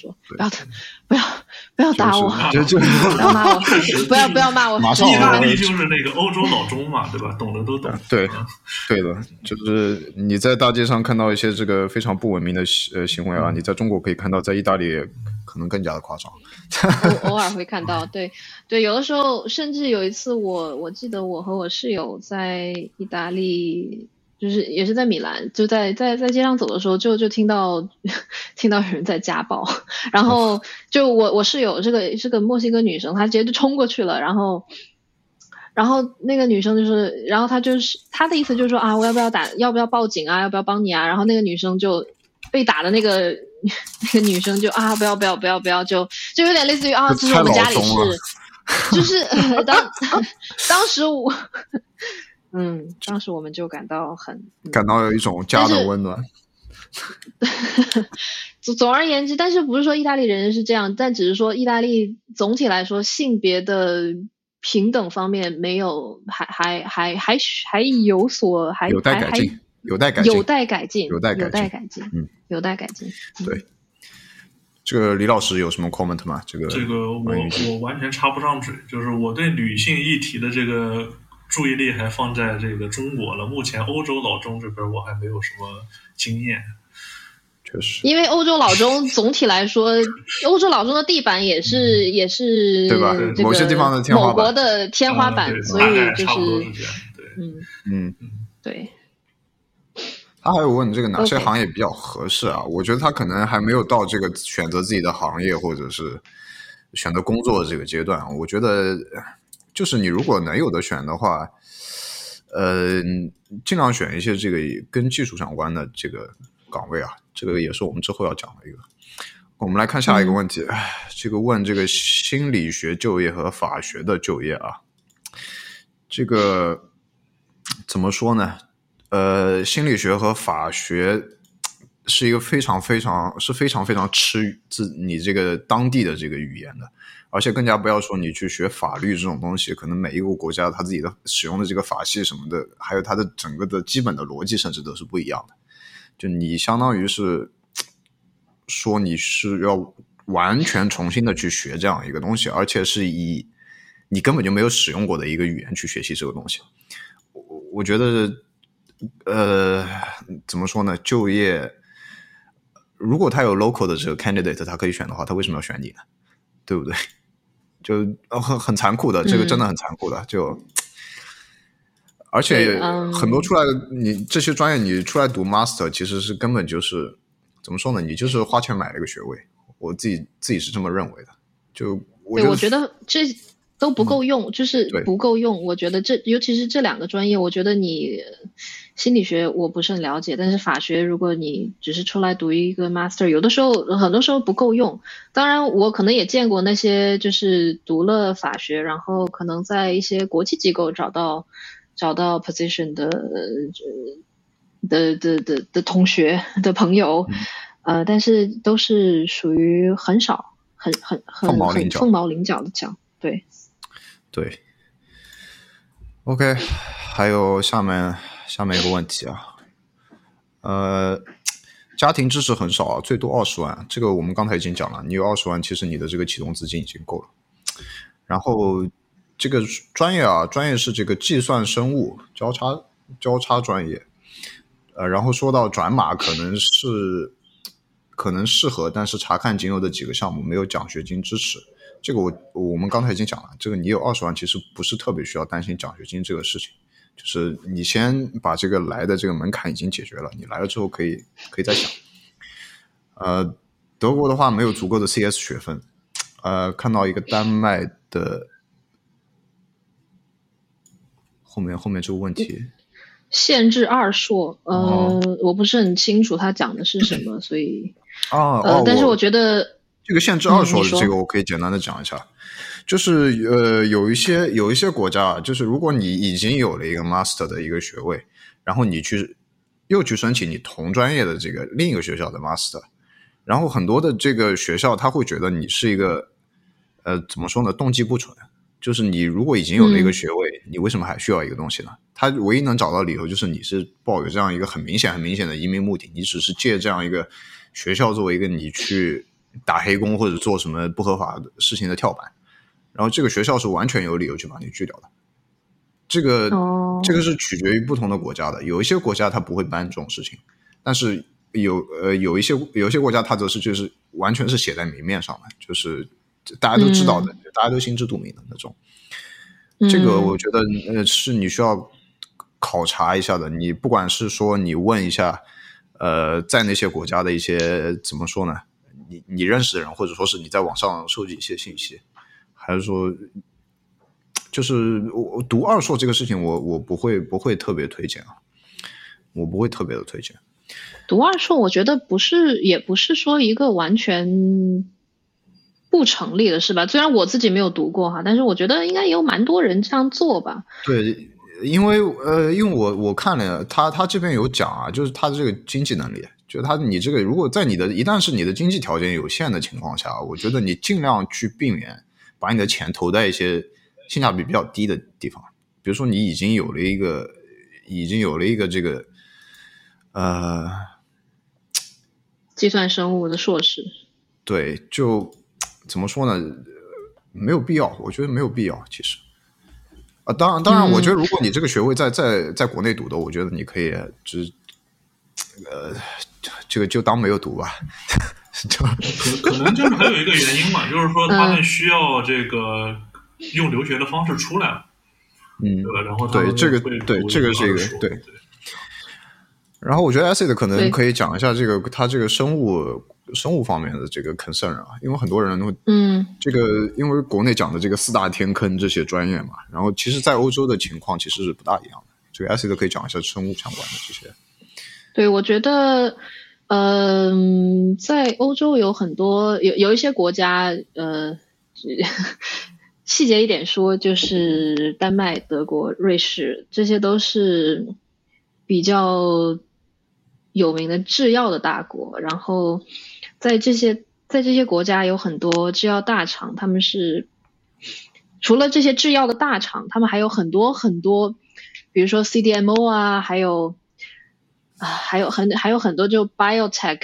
不要打我，不要骂我，不要骂我。 意大利就是那个欧洲老中嘛，对吧？懂的都懂。 对的，就是你在大街上看到一些这个非常不文明的行为啊，你在中国可以看到，在意大利可能更加的夸张。 偶尔会看到，对，有的时候甚至有一次我记得我和我室友在意大利。就是也是在米兰，就在街上走的时候，就听到有人在家暴，然后就我室友这个墨西哥女生，她直接就冲过去了，然后那个女生就是，然后她的意思就是说啊，我要不要报警啊，要不要帮你啊？然后那个女生就被打的那个女生就啊不要，就有点类似于啊，这是我们家里事，就是当时我。当时我们就感到有一种家的温暖。 总而言之，但是不是说意大利人是这样，但只是说意大利总体来说性别的平等方面没有，还有待改进。 对，这个李老师有什么 comment 吗？这个我完全插不上嘴，就是我对女性议题的这个注意力还放在这个中国了，目前欧洲老中这边我还没有什么经验。 确实， 因为欧洲老中总体来说，欧洲老中的地板也是对吧？某些地方的天花板， 某国的天花板，所以就是对。 他还有问这个哪些行业比较合适啊？我觉得他可能还没有到这个选择自己的行业或者是选择工作的这个阶段。我觉得就是你如果能有的选的话，尽量选一些这个跟技术相关的这个岗位啊，这个也是我们之后要讲的一个。我们来看下一个问题，这个问这个心理学就业和法学的就业啊，这个怎么说呢？心理学和法学是一个非常非常吃你这个当地的这个语言的。而且更加不要说你去学法律这种东西，可能每一个国家它自己的使用的这个法系什么的，还有它的整个的基本的逻辑甚至都是不一样的。就你相当于是说你是要完全重新的去学这样一个东西，而且是以你根本就没有使用过的一个语言去学习这个东西。我觉得怎么说呢，就业如果他有 local 的这个 candidate 他可以选的话，他为什么要选你呢？对不对？就很残酷的，这个真的很残酷的。就而且很多出来的你这些专业你出来读 master 其实是根本就是怎么说呢，你就是花钱买了一个学位，我自己是这么认为的。就我觉得这都不够用，就是不够用。我觉得尤其是这两个专业，我觉得你心理学我不是很了解，但是法学如果你只是出来读一个 master， 很多时候不够用。当然我可能也见过那些就是读了法学，然后可能在一些国际机构找到 position 的同学的朋友，但是都是属于很少，很凤毛麟角的讲。对 OK， 还有下面下面一个问题啊，家庭支持很少啊，最多20万，这个我们刚才已经讲了，你有20万，其实你的这个启动资金已经够了。然后这个专业是这个计算生物交叉专业，然后说到转码可能适合，但是查看仅有的几个项目没有奖学金支持。这个我们刚才已经讲了，这个你有20万其实不是特别需要担心奖学金这个事情，就是你先把这个来的这个门槛已经解决了，你来了之后可以再想。德国的话没有足够的 CS 学分，看到一个丹麦的后面这个问题。 限制2硕，我不是很清楚他讲的是什么，所以但是我觉得这个限制2硕的这个我可以简单的讲一下，就是有一些国家，就是如果你已经有了一个 master 的一个学位，然后你又去申请你同专业的这个另一个学校的 master， 然后很多的这个学校他会觉得你是一个怎么说呢，动机不纯，就是你如果已经有了一个学位，你为什么还需要一个东西呢？他唯一能找到理由就是你是抱有这样一个很明显的移民目的，你只是借这样一个学校作为一个你去打黑工或者做什么不合法的事情的跳板，然后这个学校是完全有理由去把你拒掉的。这个是取决于不同的国家的，有一些国家它不会办这种事情，但是有一些国家它则是就是完全是写在明面上的，就是大家都知道的，大家都心知肚明的那种。这个我觉得是你需要考察一下的。你不管是说你问一下在那些国家的一些怎么说呢，你认识的人，或者说是你在网上收集一些信息，还是说就是我读2硕这个事情我不会特别推荐啊，我不会特别的推荐。 读2硕我觉得也不是说一个完全不成立的是吧？虽然我自己没有读过哈，但是我觉得应该也有蛮多人这样做吧。 对，因为我看了他这边有讲啊，就是他的这个经济能力，就是你这个如果在一旦是你的经济条件有限的情况下，我觉得你尽量去避免把你的钱投在一些性价比比较低的地方，比如说你已经有了一个这个计算生物的硕士。 对，就怎么说呢，没有必要，我觉得没有必要其实。当然我觉得如果你这个学位在国内读的，我觉得你可以这个就当没有读吧。 可能就是还有一个原因嘛，就是说他们需要这个用留学的方式出来了，对吧？然后对这个是一个对。然后我觉得 Acid 可能可以讲一下他这个生物方面的这个 concern 啊，因为很多人会这个因为国内讲的这个4大天坑这些专业嘛，然后其实在欧洲的情况其实是不大一样的，这个 Acid 可以讲一下生物相关的这些。 对，我觉得在欧洲有很多有一些国家细节一点说就是丹麦、德国、瑞士，这些都是比较有名的制药的大国，然后在这些国家有很多制药大厂，他们是除了这些制药的大厂，他们还有很多很多，比如说 CDMO 啊，还有很多就 biotech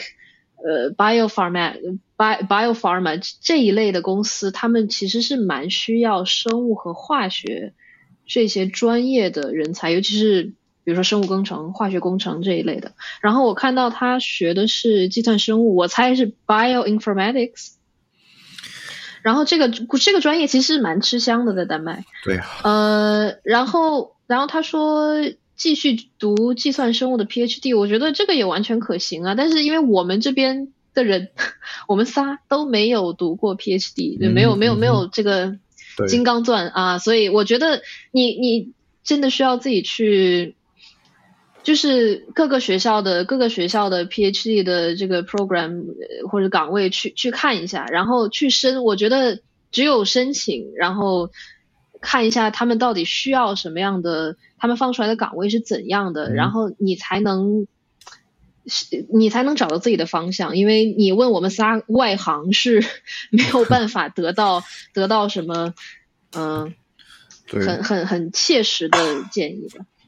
biopharma 这一类的公司，他们其实是蛮需要生物和化学这些专业的人才，尤其是比如说生物工程、化学工程这一类的。然后我看到他学的是计算生物，我猜是 bioinformatics。然后这个专业其实蛮吃香的，在丹麦。 对啊。 然后他说继续读计算生物的 PhD， 我觉得这个也完全可行啊。但是因为我们这边的人，我们仨都没有读过 PhD，没有这个金刚钻啊，所以我觉得你真的需要自己去。就是各个学校的 PhD 的这个 program 或者岗位去看一下，然后去我觉得只有申请，然后看一下他们到底需要什么样的，他们放出来的岗位是怎样的，然后你才能找到自己的方向。因为你问我们仨外行是没有办法得到什么很切实的建议的。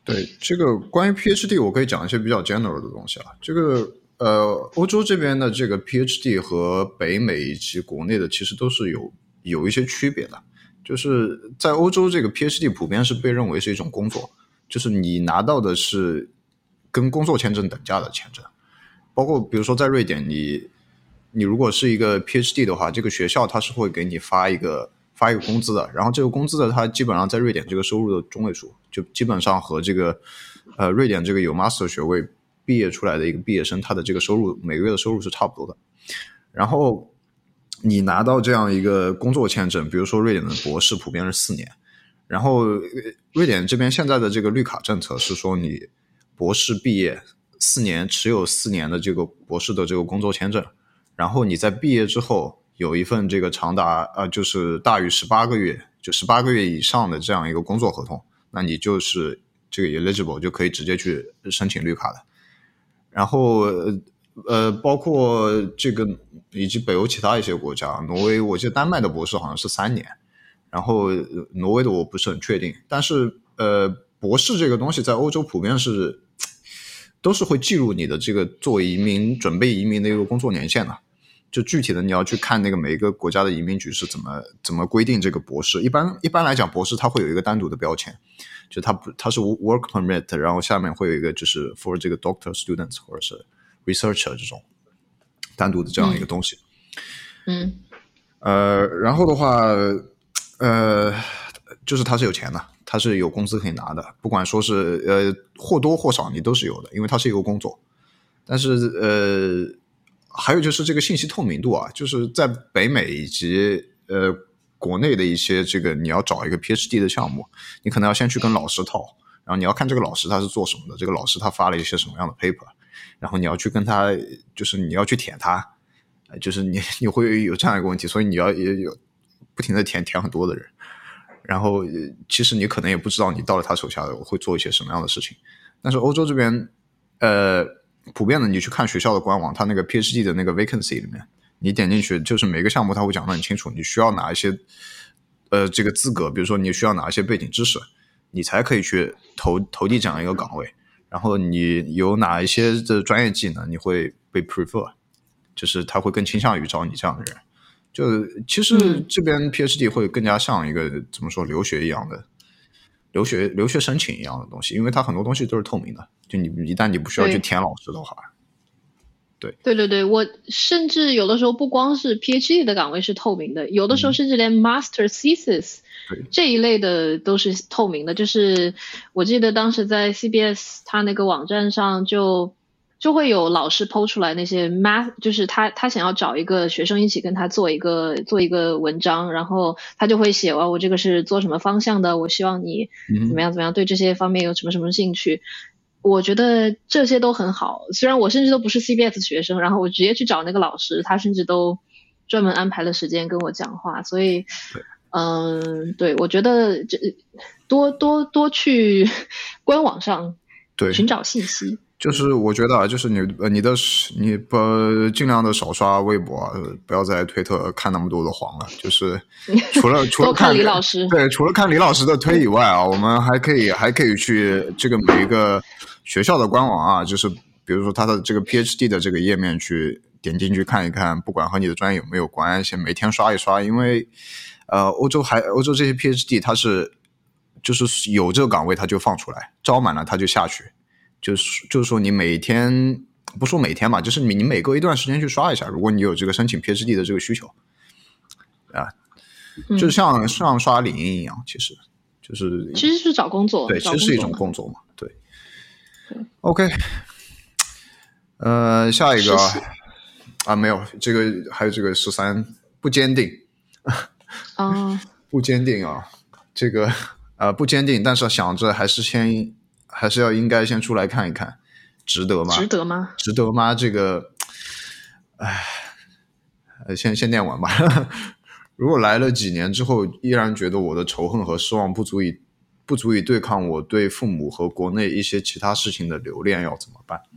对，这个关于 PhD 我可以讲一些比较 general 的东西啊。这个欧洲这边的这个 PhD 和北美以及国内的其实都是有一些区别的。就是在欧洲这个 PhD 普遍是被认为是一种工作，就是你拿到的是跟工作签证等价的签证。包括比如说在瑞典，你如果是一个 PhD 的话，这个学校它是会给你发一个工资的，然后这个工资的它基本上在瑞典这个收入的中位数，就基本上和这个瑞典这个有 Master 学位毕业出来的一个毕业生，他的这个收入每个月的收入是差不多的。然后你拿到这样一个工作签证，比如说瑞典的博士普遍是4年，然后瑞典这边现在的这个绿卡政策是说你博士毕业4年，持有4年的这个博士的这个工作签证，然后你在毕业之后有一份这个长达就是大于18个月，就18个月以上的这样一个工作合同，那你就是这个 eligible 就可以直接去申请绿卡的。然后包括这个以及北欧其他一些国家，挪威我记得丹麦的博士好像是3年，然后挪威的我不是很确定，但是博士这个东西在欧洲普遍是都是会记录你的这个作为移民准备移民的一个工作年限的。就具体的你要去看那个每一个国家的移民局是怎么规定这个博士。一般来讲，博士它会有一个单独的标签，就它是 work permit， 然后下面会有一个就是 for 这个 doctor students 或者是 researcher 这种单独的这样一个东西。然后的话就是它是有钱的，它是有工资可以拿的，不管说是或多或少你都是有的，因为它是一个工作。但是还有就是这个信息透明度啊，就是在北美以及国内的一些这个你要找一个 PhD 的项目，你可能要先去跟老师套，然后你要看这个老师他是做什么的，这个老师他发了一些什么样的 paper， 然后你要去跟他，就是你要去舔他，就是你会有这样一个问题，所以你要也有不停的舔很多的人，然后其实你可能也不知道你到了他手下会做一些什么样的事情。但是欧洲这边普遍的你去看学校的官网，它那个 PhD 的那个 vacancy 里面，你点进去就是每个项目它会讲得很清楚，你需要哪一些这个资格，比如说你需要哪一些背景知识，你才可以去投递这样一个岗位，然后你有哪一些的专业技能你会被 prefer， 就是他会更倾向于找你这样的人。就其实这边 PhD 会更加像一个怎么说留学一样的留学申请一样的东西，因为它很多东西都是透明的，就你一旦你不需要去填老师的话。 对，我甚至有的时候不光是 PhD 的岗位是透明的，有的时候甚至连 Master Thesis 这一类的都是透明的。就是我记得当时在 CBS 他那个网站上就会有老师 po 出来那些 math， 就是他想要找一个学生一起跟他做一个文章，然后他就会写我这个是做什么方向的，我希望你怎么样对这些方面有什么兴趣。我觉得这些都很好，虽然我甚至都不是 CBS 学生，然后我直接去找那个老师，他甚至都专门安排了时间跟我讲话，所以对，我觉得多去官网上寻找信息。 就是我觉得就是你不尽量的少刷微博，不要在推特看那么多的黄了。就是除了看李老师， 对，除了看李老师的推以外啊，我们还可以去这个每一个学校的官网啊，就是比如说他的这个 PhD 的这个页面去点进去看一看，不管和你的专业有没有关系，每天刷一刷，因为欧洲这些 PhD 它是就是有这个岗位它就放出来，招满了它就下去。就是说你每天不说每天吧，就是你每隔一段时间去刷一下，如果你有这个申请 PhD 的这个需求啊，就像刷领英一样，其实是找工作， 对，其实是一种工作嘛，对。OK， 下一个没有，这个还有这个13不坚定不坚定啊，这个不坚定，但是想着还是应该先出来看一看，值得吗？值得吗？这个，先念完吧。如果来了几年之后，依然觉得我的仇恨和失望不足以对抗我对父母和国内一些其他事情的留恋，要怎么办？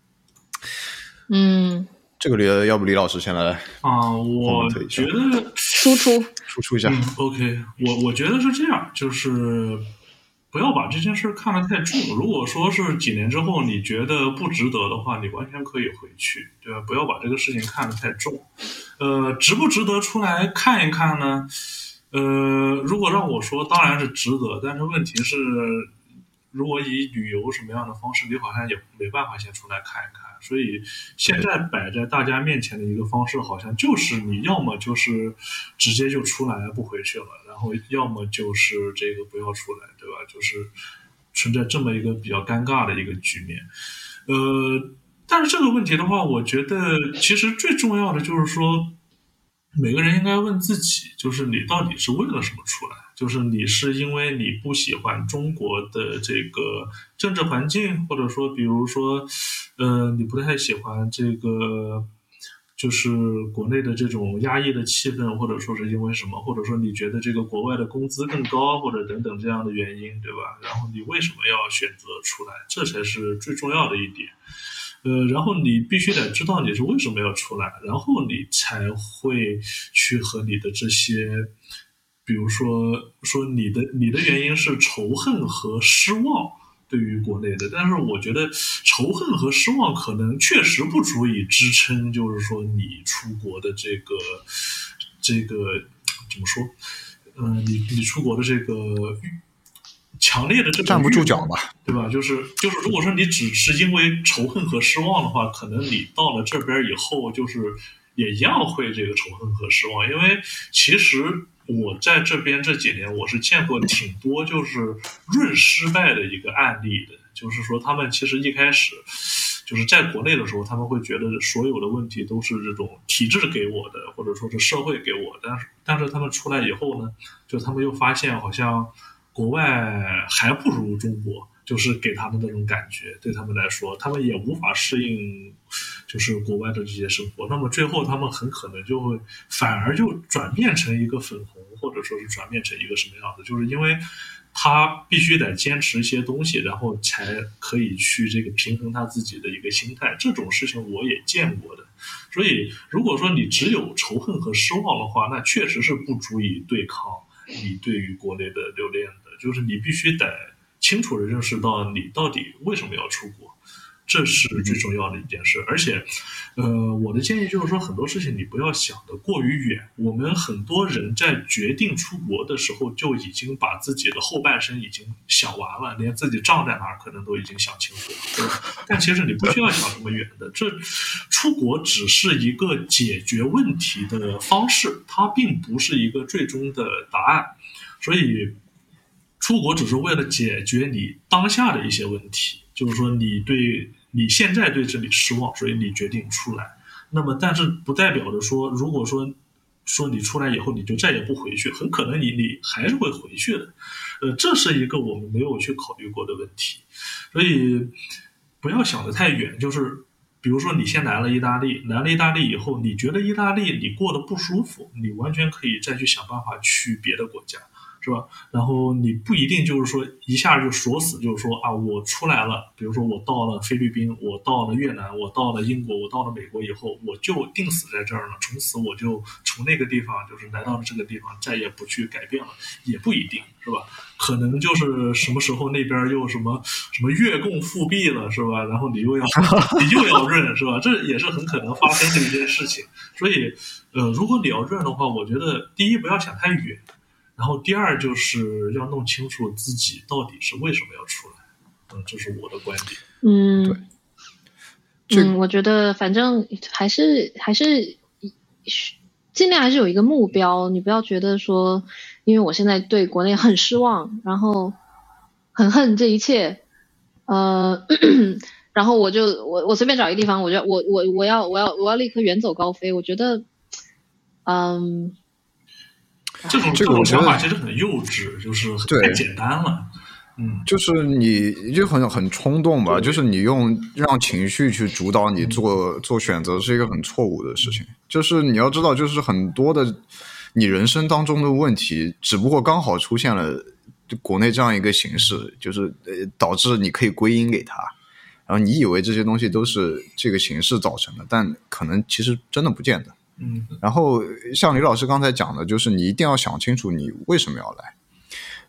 这个要不李老师先来我觉得输出一下。 OK， 我觉得是这样，就是不要把这件事看得太重。如果说是几年之后你觉得不值得的话，你完全可以回去，对吧？不要把这个事情看得太重。值不值得出来看一看呢？如果让我说，当然是值得，但是问题是，如果以旅游什么样的方式，你好像也没办法先出来看一看。所以现在摆在大家面前的一个方式，好像就是你要么就是直接就出来不回去了，然后要么就是这个不要出来，对吧？就是存在这么一个比较尴尬的一个局面。但是这个问题的话，我觉得其实最重要的就是说，每个人应该问自己，就是你到底是为了什么出来？就是你是因为你不喜欢中国的这个政治环境，或者说比如说你不太喜欢这个就是国内的这种压抑的气氛，或者说是因为什么，或者说你觉得这个国外的工资更高，或者等等这样的原因，对吧？然后你为什么要选择出来？这才是最重要的一点。然后你必须得知道你是为什么要出来，然后你才会去和你的这些，比如说你的原因是仇恨和失望对于国内的，但是我觉得仇恨和失望可能确实不足以支撑，就是说你出国的这个怎么说？你出国的这个强烈的这种站不住脚吧， 对吧？就是，如果说你只是因为仇恨和失望的话，可能你到了这边以后，就是也一样会这个仇恨和失望。因为其实我在这边这几年，我是见过挺多就是润失败的一个案例的。就是说，他们其实一开始就是在国内的时候，他们会觉得所有的问题都是这种体制给我的，或者说是社会给我的。但是他们出来以后呢，就他们又发现好像国外还不如中国，就是给他们那种感觉，对他们来说，他们也无法适应就是国外的这些生活。那么最后他们很可能就会反而就转变成一个粉红，或者说是转变成一个什么样子，就是因为他必须得坚持一些东西，然后才可以去这个平衡他自己的一个心态。这种事情我也见过的。所以如果说你只有仇恨和失望的话，那确实是不足以对抗你对于国内的留恋的。就是你必须得清楚地认识到你到底为什么要出国，这是最重要的一件事。而且我的建议就是说，很多事情你不要想得过于远。我们很多人在决定出国的时候，就已经把自己的后半生已经想完了，连自己葬在哪儿可能都已经想清楚了，对吧？但其实你不需要想这么远的，这出国只是一个解决问题的方式，它并不是一个最终的答案。所以出国只是为了解决你当下的一些问题，就是说你现在对这里失望，所以你决定出来。那么但是不代表着说，如果说你出来以后你就再也不回去，很可能你还是会回去的。这是一个我们没有去考虑过的问题。所以不要想得太远，就是比如说你先来了意大利以后，你觉得意大利你过得不舒服，你完全可以再去想办法去别的国家，是吧？然后你不一定就是说一下就锁死，就是说啊，我出来了，比如说我到了菲律宾，我到了越南，我到了英国，我到了美国以后，我就定死在这儿了，从此我就从那个地方就是来到了这个地方，再也不去改变了，也不一定，是吧？可能就是什么时候那边又什么越共复辟了，是吧？然后你又要润，是吧？这也是很可能发生的一件事情。所以如果你要润的话，我觉得第一不要想太远，然后第二就是要弄清楚自己到底是为什么要出来。这是我的观点。 对。 我觉得反正还是尽量还是有一个目标，你不要觉得说，因为我现在对国内很失望，然后很恨这一切，然后我随便找一个地方，我觉得我要立刻远走高飞。我觉得， 这种想法其实很幼稚，就是太简单了。 就是你就很冲动吧，就是你让情绪去主导你做选择是一个很错误的事情。就是你要知道，就是很多的你人生当中的问题，只不过刚好出现了国内这样一个形式，就是导致你可以归因给它，然后你以为这些东西都是这个形式造成的，但可能其实真的不见得。然后像李老师刚才讲的，就是你一定要想清楚你为什么要来。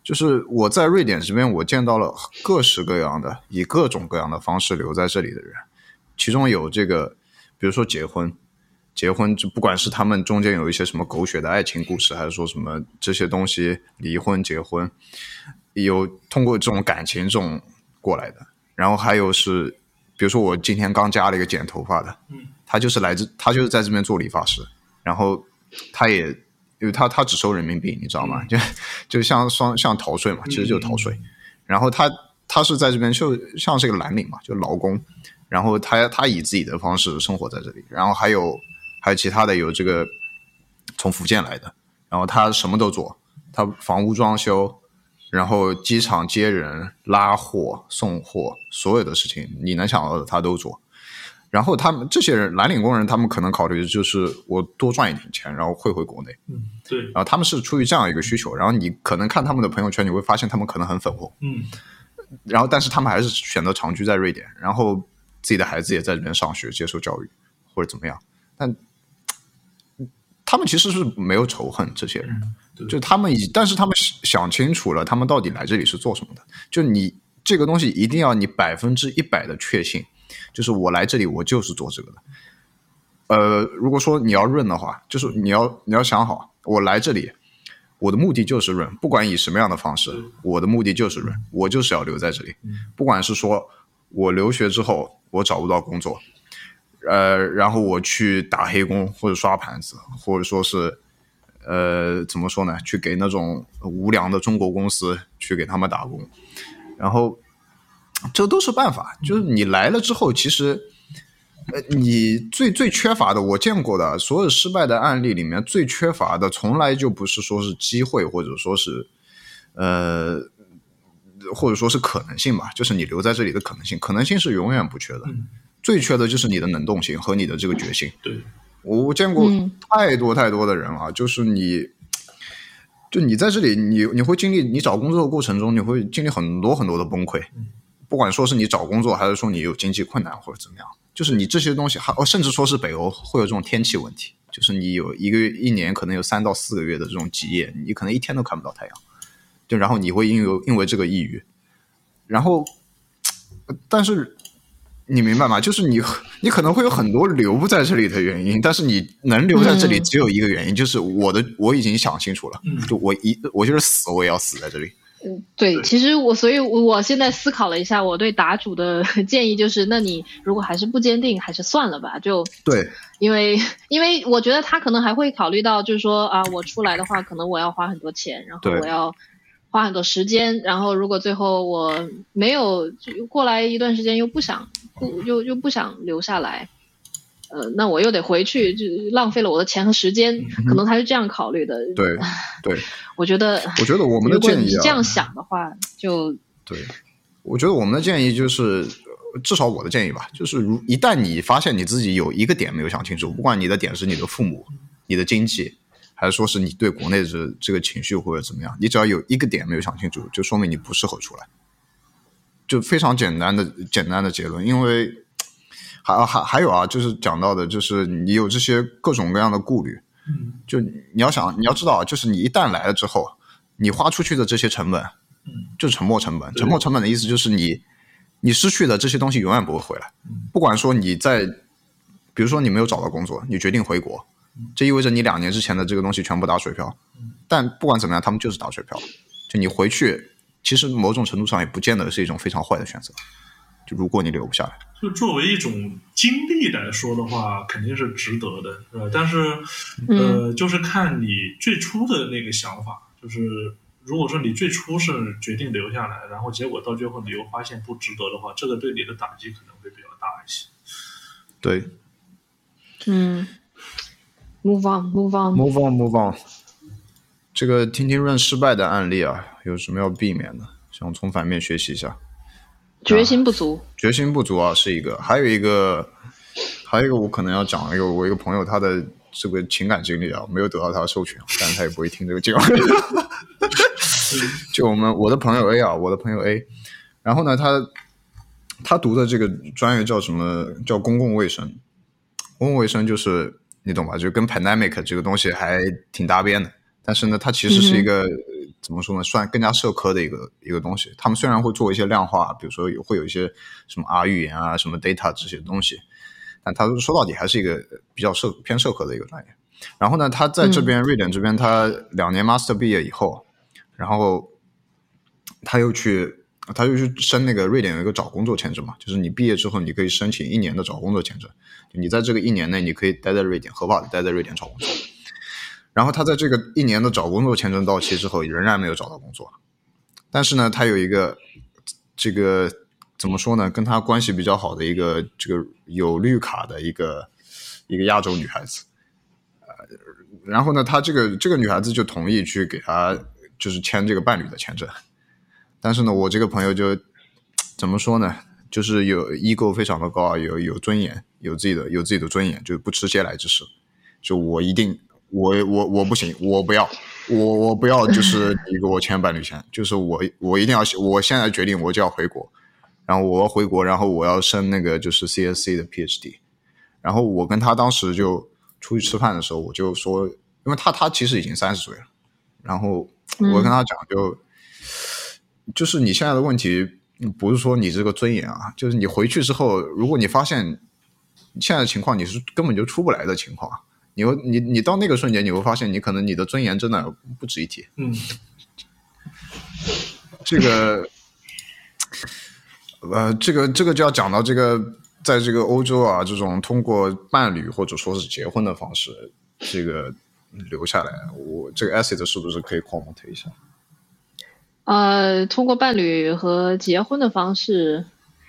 就是我在瑞典这边，我见到了各式各样的以各种各样的方式留在这里的人，其中有这个，比如说结婚就不管是他们中间有一些什么狗血的爱情故事，还是说什么这些东西，离婚结婚，有通过这种感情这种过来的，然后还有是比如说我今天刚加了一个剪头发的，他就是在这边做理发师，然后他也因为他只收人民币，你知道吗？就像逃税嘛，其实就是逃税。然后他是在这边就像是一个蓝领嘛，就劳工。然后他以自己的方式生活在这里。然后还有其他的，有这个从福建来的，然后他什么都做，他房屋装修，然后机场接人、拉货、送货，所有的事情你能想到的他都做。然后他们这些人蓝领工人，他们可能考虑的就是我多赚一点钱，然后汇回国内。 对。 然后他们是出于这样一个需求，然后你可能看他们的朋友圈，你会发现他们可能很粉红。然后但是他们还是选择长居在瑞典，然后自己的孩子也在这边上学接受教育或者怎么样。但他们其实是没有仇恨这些人，就但是他们想清楚了，他们到底来这里是做什么的。就你这个东西一定要你100%的确信。就是我来这里我就是做这个的。如果说你要润的话，就是你要想好，我来这里我的目的就是润，不管以什么样的方式，我的目的就是润，我就是要留在这里。不管是说我留学之后我找不到工作，然后我去打黑工或者刷盘子，或者说是怎么说呢，去给那种无良的中国公司去给他们打工，然后这都是办法。就是你来了之后，其实你最缺乏的，我见过的所有失败的案例里面最缺乏的，从来就不是说是机会，或者说是可能性吧，就是你留在这里的可能性是永远不缺的。最缺的就是你的能动性和你的这个决心。 对， 我见过太多的人啊，就是你在这里，你会经历，你找工作的过程中，你会经历很多的崩溃。不管说是你找工作，还是说你有经济困难或者怎么样，就是你这些东西，甚至说是北欧会有这种天气问题，就是你有一年可能有3到4个月的这种极夜，你可能一天都看不到太阳，就然后你会因为这个抑郁。然后但是你明白吗？就是你可能会有很多留不在这里的原因，但是你能留在这里只有一个原因，就是我已经想清楚了，就我就是死我也要死在这里。 对，其实所以我现在思考了一下，我对答主的建议就是，那你如果还是不坚定，还是算了吧。就对， 因为我觉得他可能还会考虑到，就是说啊，我出来的话，可能我要花很多钱，然后我要花很多时间，然后如果最后我没有就过来一段时间又不想留下来，那我又得回去，就浪费了我的钱和时间，可能他是这样考虑的。对，我觉得我们的建议，如果你这样想的话，就对，我觉得我们的建议就是，至少我的建议吧，就是一旦你发现你自己有一个点没有想清楚，不管你的点是你的父母、你的经济，还是说是你对国内的这个情绪或者怎么样，你只要有一个点没有想清楚，就说明你不适合出来。就非常简单的结论。因为还有啊，就是讲到的就是你有这些各种各样的顾虑，就你要知道，就是你一旦来了之后，你花出去的这些成本，就是沉没成本。沉没成本的意思就是你失去的这些东西永远不会回来。不管说比如说你没有找到工作，你决定回国，这意味着你2年之前的这个东西全部打水漂。但不管怎么样，他们就是打水漂。就你回去，其实某种程度上也不见得是一种非常坏的选择。就如果你留不下来， 就作为一种经历来说的话，肯定是值得的，是吧？但是就是看你最初的那个想法，就是如果说你最初是决定留下来，然后结果到最后你又发现不值得的话，这个对你的打击可能会比较大一些。 对， move on。 这个听听润失败的案例啊，有什么要避免的？想从反面学习一下。 决心不足啊，是一个。还有一个我可能要讲我一个朋友，他的这个情感经历啊，没有得到他的授权，但他也不会听这个节目。就我的朋友 A，然后呢，他读的这个专业叫什么？叫公共卫生。公共卫生就是你懂吧？就跟 pandemic 这个东西还挺搭边的。但是呢，它其实是一个怎么说呢，算更加社科的一个东西。他们虽然会做一些量化，比如说会有一些什么 R 语言啊、什么 data 这些东西，但他说到底还是一个比较偏社科的一个专业。然后呢，他在这边瑞典这边，他2年 master 毕业以后，然后他又去申那个瑞典有一个找工作签证嘛，就是你毕业之后你可以申请1年的找工作签证，你在这个1年内你可以待在瑞典，合法的待在瑞典找工作。然后他在这个1年的找工作签证到期之后仍然没有找到工作，但是呢他有一个这个怎么说呢，跟他关系比较好的一个这个有绿卡的一个亚洲女孩子，然后呢他这个女孩子就同意去给他就是签这个伴侣的签证。但是呢我这个朋友就怎么说呢，就是有 ego 非常的高啊，有尊严，有自己的尊严，就不吃嗟来之食，就我一定我不行，我不要就是你给我签伴侣签，就是我一定要，我现在决定我就要回国，然后我要回国，然后我要升那个就是 CSC 的 PhD。 然后我跟他当时就出去吃饭的时候，我就说，因为他其实已经30岁了，然后我跟他讲就是你现在的问题不是说你这个尊严啊，就是你回去之后，如果你发现现在的情况你是根本就出不来的情况，你到那个瞬间你会发现你可能你的尊严真的不值一提。这个就要讲到这个，在这个欧洲啊，这种通过伴侣或者说是结婚的方式这个留下来，我这个 Acid 是不是可以 comment 一下？ 通过伴侣和结婚的方式，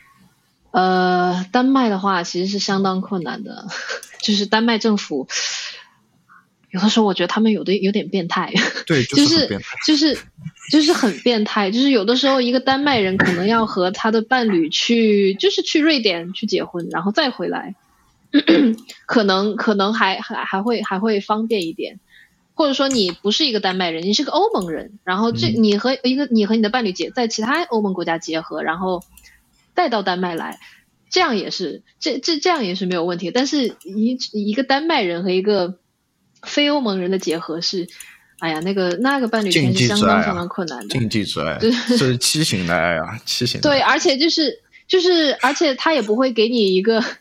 丹麦的话其实是相当困难的，就是丹麦政府有的时候我觉得他们有点变态， 对，就是很变态， 就是很变态，就是有的时候一个丹麦人可能要和他的伴侣去瑞典去结婚，然后再回来，可能还会方便一点。或者说你不是一个丹麦人，你是个欧盟人，然后你和你的伴侣在其他欧盟国家结合，然后带到丹麦来，这样也是这样也是没有问题。但是一个丹麦人和一个非欧盟人的结合是，哎呀，那个伴侣签是相当困难的， 禁忌之爱，这是畸形的爱啊，畸形的爱。 对，而且而且他也不会给你一个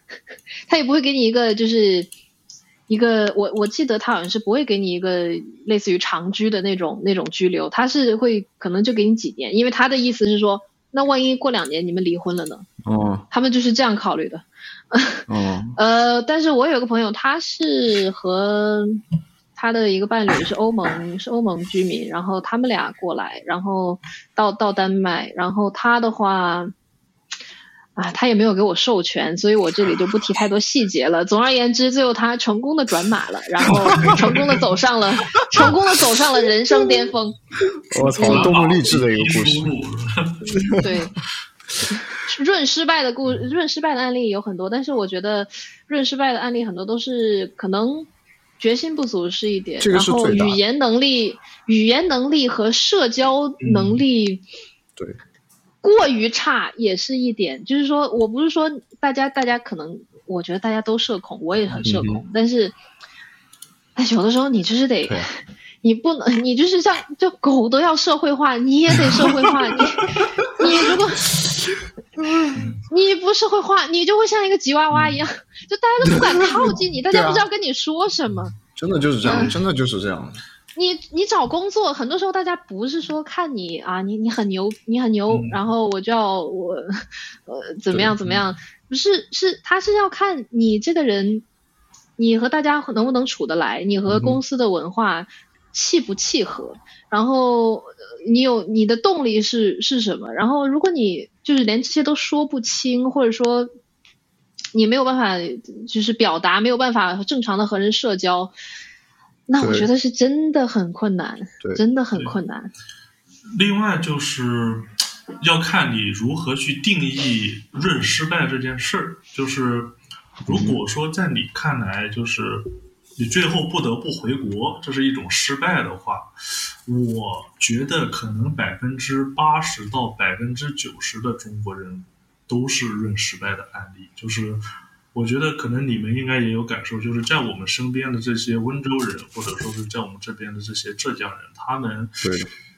就是一个我记得他好像是不会给你一个类似于长居的那种居留，他是会可能就给你几年，因为他的意思是说，那万一过2年你们离婚了呢？他们就是这样考虑的。但是我有个朋友，他是和他的一个伴侣是欧盟居民，然后他们俩过来，然后到丹麦，然后他的话他也没有给我授权，所以我这里就不提太多细节了。总而言之，最后他成功的转码了，然后成功的走上了人生巅峰。 我操，多么励志的一个故事！ 对，润失败的案例有很多，但是我觉得润失败的案例很多都是可能决心不足是一点，然后语言能力和社交能力， 对。 过于差也是一点，就是说我不是说大家可能，我觉得大家都社恐，我也很社恐，但是有的时候你就是得，你不能，你就是就狗都要社会化，你也得社会化，你如果你不社会化，你就会像一个吉娃娃一样，就大家都不敢靠近你，大家不知道跟你说什么， 真的就是这样，真的就是这样。 你找工作，很多时候大家不是说看你啊，你很牛，然后我就要怎么样，不是他是要看你这个人，你和大家能不能处得来，你和公司的文化契不契合，然后你的动力是什么，然后如果你就是连这些都说不清，或者说你没有办法就是表达，没有办法正常的和人社交，那我觉得是真的很困难，真的很困难。 另外就是要看你如何去定义润失败这件事儿。就是如果说在你看来，就是你最后不得不回国，这是一种失败的话，我觉得可能80%到90%的中国人都是润失败的案例。就是我觉得可能你们应该也有感受，就是在我们身边的这些温州人，或者说是在我们这边的这些浙江人，他们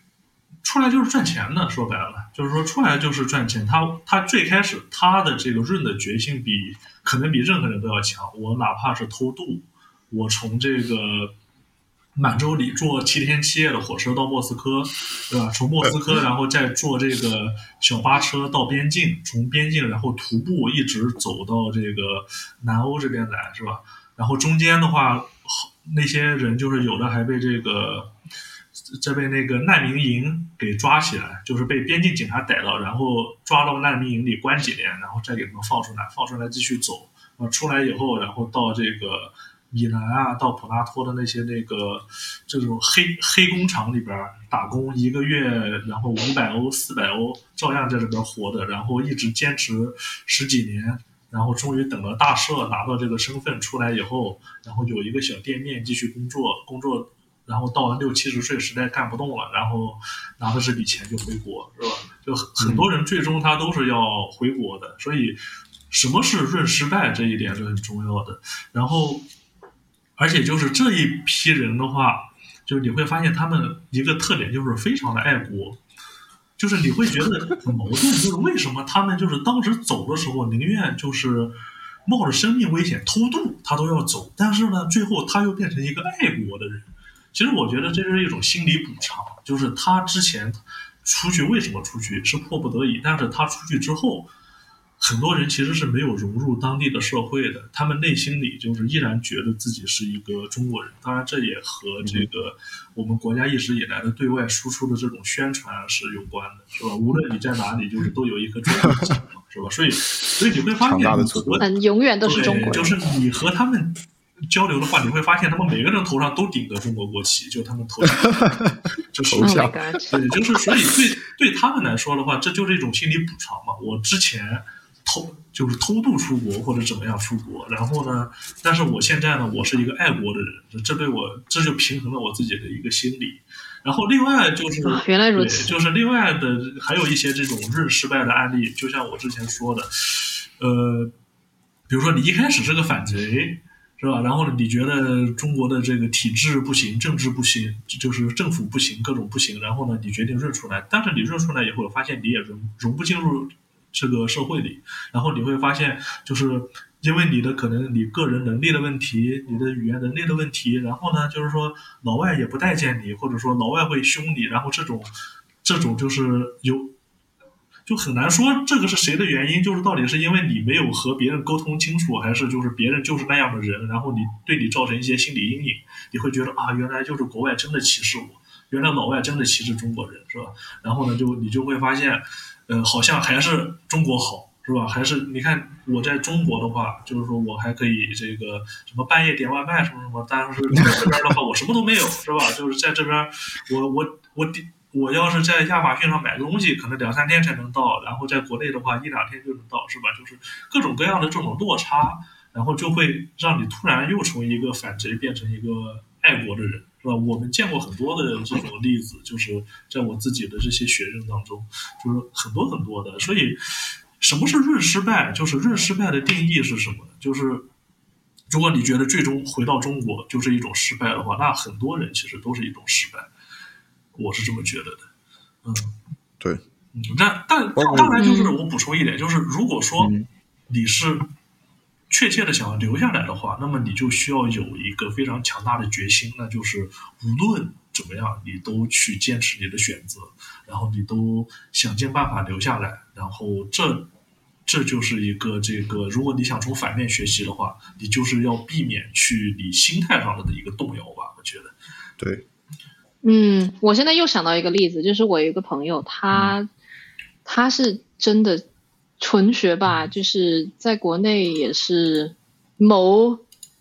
出来就是赚钱的，说白了就是说出来就是赚钱。他最开始他的这个润的决心可能比任何人都要强。我哪怕是偷渡，我从这个满洲里坐7天7夜的火车到莫斯科，对吧？从莫斯科然后再坐这个小巴车到边境，从边境然后徒步一直走到这个南欧这边来，是吧？然后中间的话，那些人就是有的还被被那个难民营给抓起来，就是被边境警察逮到，然后抓到难民营里关几年，然后再给他们放出来继续走。出来以后，然后到这个米兰啊，到普拉托的这种黑工厂里边打工1个月，然后500欧400欧，照样在这边活的，然后一直坚持10几年，然后终于等了大赦，拿到这个身份出来以后，然后有一个小店面继续工作，然后到了60-70岁实在干不动了，然后拿着这笔钱就回国，是吧？就很多人最终他都是要回国的，所以什么是润失败这一点是很重要的。然后而且就是这一批人的话，就是你会发现他们一个特点就是非常的爱国，就是你会觉得很矛盾，就是为什么他们就是当时走的时候宁愿就是冒着生命危险偷渡他都要走，但是呢最后他又变成一个爱国的人。其实我觉得这是一种心理补偿，就是他之前出去为什么出去是迫不得已，但是他出去之后很多人其实是没有融入当地的社会的，他们内心里就是依然觉得自己是一个中国人。当然这也和这个我们国家一直以来的对外输出的这种宣传是有关的，是吧？无论你在哪里就是都有一颗中国心，是吧？所以你会发现永远都是中国人， 就是你和他们交流的话，你会发现他们每个人头上都顶着中国国旗，就他们头上就是对，就是所以对他们来说的话，这就是一种心理补偿嘛。我之前偷渡出国或者怎么样出国，然后呢，但是我现在呢，我是一个爱国的人，这就平衡了我自己的一个心理。然后另外就是原来如此， 就是另外的还有一些这种润失败的案例，就像我之前说的，比如说你一开始是个反贼，是吧？然后呢，你觉得中国的这个体制不行，政治不行，就是政府不行，各种不行，然后呢，你决定润出来，但是你润出来以后，发现你也融不进入这个社会里，然后你会发现，就是因为可能你个人能力的问题，你的语言能力的问题，然后呢，就是说老外也不待见你，或者说老外会凶你，然后这种就是就很难说这个是谁的原因，就是到底是因为你没有和别人沟通清楚，还是就是别人就是那样的人，然后对你造成一些心理阴影，你会觉得啊，原来就是国外真的歧视我，原来老外真的歧视中国人，是吧？然后呢，你就会发现，好像还是中国好，是吧？还是你看我在中国的话，就是说我还可以这个什么半夜点外卖什么什么，但是在这边的话我什么都没有，是吧？就是在这边我要是在亚马逊上买个东西，可能2-3天才能到，然后在国内的话1-2天就能到，是吧？就是各种各样的这种落差，然后就会让你突然又从一个反贼变成一个爱国的人，是吧？我们见过很多的这种例子，就是在我自己的这些学生当中，就是很多很多的。所以什么是润失败？就是润失败的定义是什么呢？就是如果你觉得最终回到中国就是一种失败的话，那很多人其实都是一种失败。我是这么觉得的， 对， 但当然就是我补充一点，就是如果说你是确切的想要留下来的话，那么你就需要有一个非常强大的决心，那就是无论怎么样，你都去坚持你的选择，然后你都想尽办法留下来，然后这就是一个如果你想从反面学习的话，你就是要避免去你心态上的一个动摇吧，我觉得， 对。 我现在又想到一个例子，就是我有一个朋友，他是真的纯学霸，就是在国内也是某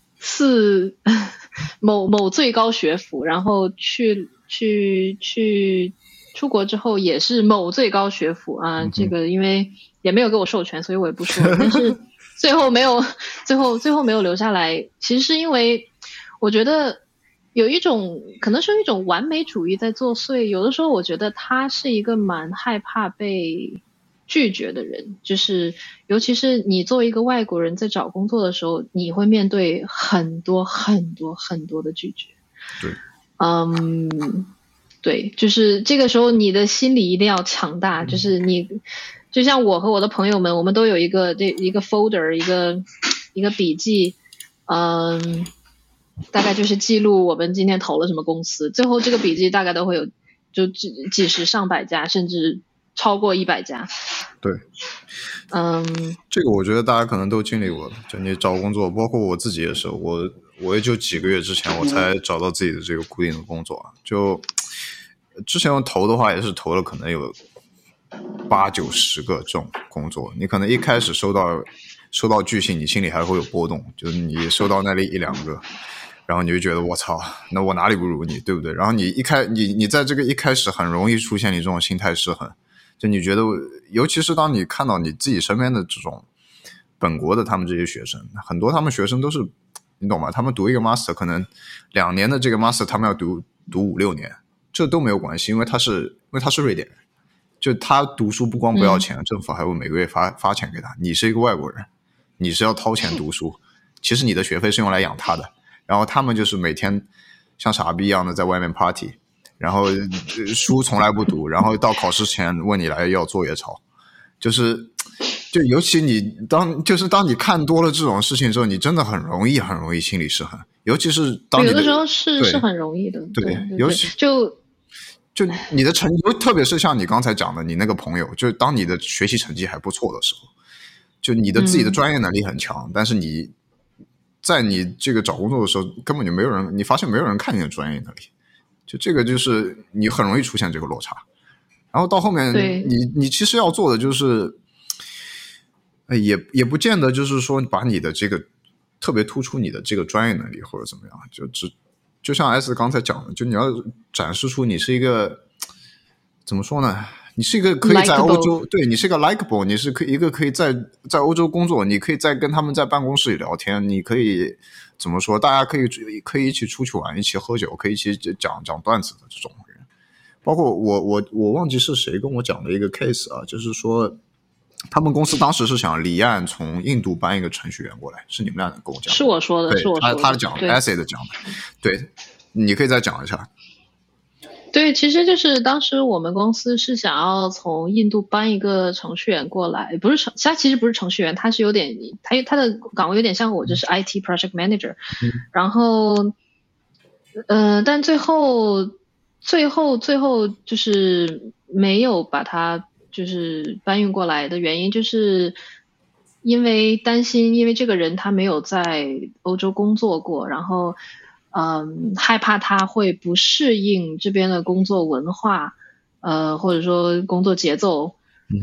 最高学府，然后去出国之后也是某最高学府啊，这个因为也没有给我授权，所以我也不说，但是最后没有留下来，其实是因为我觉得有一种可能是一种完美主义在作祟，有的时候我觉得他是一个蛮害怕被拒绝的人，就是尤其是你作为一个外国人在找工作的时候，你会面对很多很多很多的拒绝。 对， 对，就是这个时候你的心理一定要强大，就是你就像我和我的朋友们，我们都有一个 folder， 一个笔记，大概就是记录我们今天投了什么公司，最后这个笔记大概都会有就几十上百家，甚至超过100家。 对，这个我觉得大家可能都经历过的，就你找工作，包括我自己也是，我也就几个月之前我才找到自己的这个固定的工作啊，就之前我投的话也是投了可能有8、9、10个这种工作，你可能一开始收到拒信，你心里还会有波动，就是你收到那里1、2个，然后你就觉得我操，那我哪里不如你，对不对？然后你在这个一开始很容易出现你这种心态失衡，就你觉得，尤其是当你看到你自己身边的这种本国的他们这些学生，很多他们学生都是，你懂吗？他们读一个 master 可能2年的这个 master 他们要读5、6年，这都没有关系，因为他是瑞典人，就他读书不光不要钱，政府还会每个月发钱给他。你是一个外国人，你是要掏钱读书，其实你的学费是用来养他的。然后他们就是每天像傻逼一样的在外面 party， 然后书从来不读，然后到考试前问你来要作业抄，就尤其当你看多了这种事情之后，你真的很容易心理失衡，尤其是当你有的时候是很容易的，对， 尤其就你的成绩，特别是像你刚才讲的，你那个朋友，就当你的学习成绩还不错的时候，就你的自己的专业能力很强，但是你在你这个找工作的时候，根本就没有人，你发现没有人看你的专业能力，就这个就是你很容易出现这个落差。然后到后面，你其实要做的就是，也不见得就是说把你的这个特别突出你的这个专业能力或者怎么样，就像 S 刚才讲的，就你要展示出你是一个怎么说呢？你是一个可以在欧洲，对，你是一个 likable， 你是可以在欧洲工作，你可以跟他们在办公室里聊天，你可以怎么说？大家可以一起出去玩，一起喝酒，可以一起讲段子的这种人。包括我忘记是谁跟我讲的一个 case 啊，就是说他们公司当时是想离岸从印度搬一个程序员过来，是你们俩跟我讲的？ 是我说的，是我说的， 他讲的 ，essay 的讲的，对，你可以再讲一下。 对，其实就是当时我们公司是想要从印度搬一个程序员过来，他其实不是程序员，他是他的岗位有点像我，就是 IT project manager，然后但最后就是没有把他就是搬运过来的原因，就是因为担心，因为这个人他没有在欧洲工作过，然后害怕他会不适应这边的工作文化，或者说工作节奏，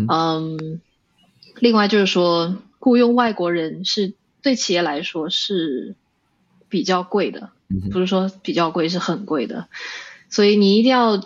另外就是说雇佣外国人是对企业来说是比较贵的，不是说比较贵，是很贵的，所以你一定要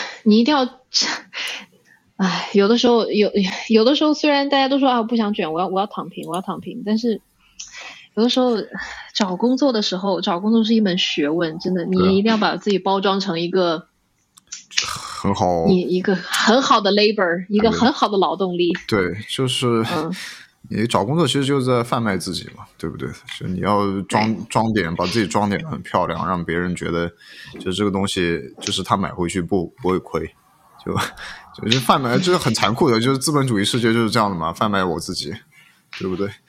有的时候虽然大家都说我不想卷，我要躺平，但是有的时候找工作是一门学问，真的，你一定要把自己包装成一个很好， 一个很好的 labor， 一个很好的劳动力。 对，就是你找工作其实就是在贩卖自己嘛，对不对？就你要装点，把自己装点得很漂亮，让别人觉得就这个东西就是他买回去不会亏，就是贩卖，就是很残酷的，就是资本主义世界就是这样的嘛，贩卖我自己，对不对？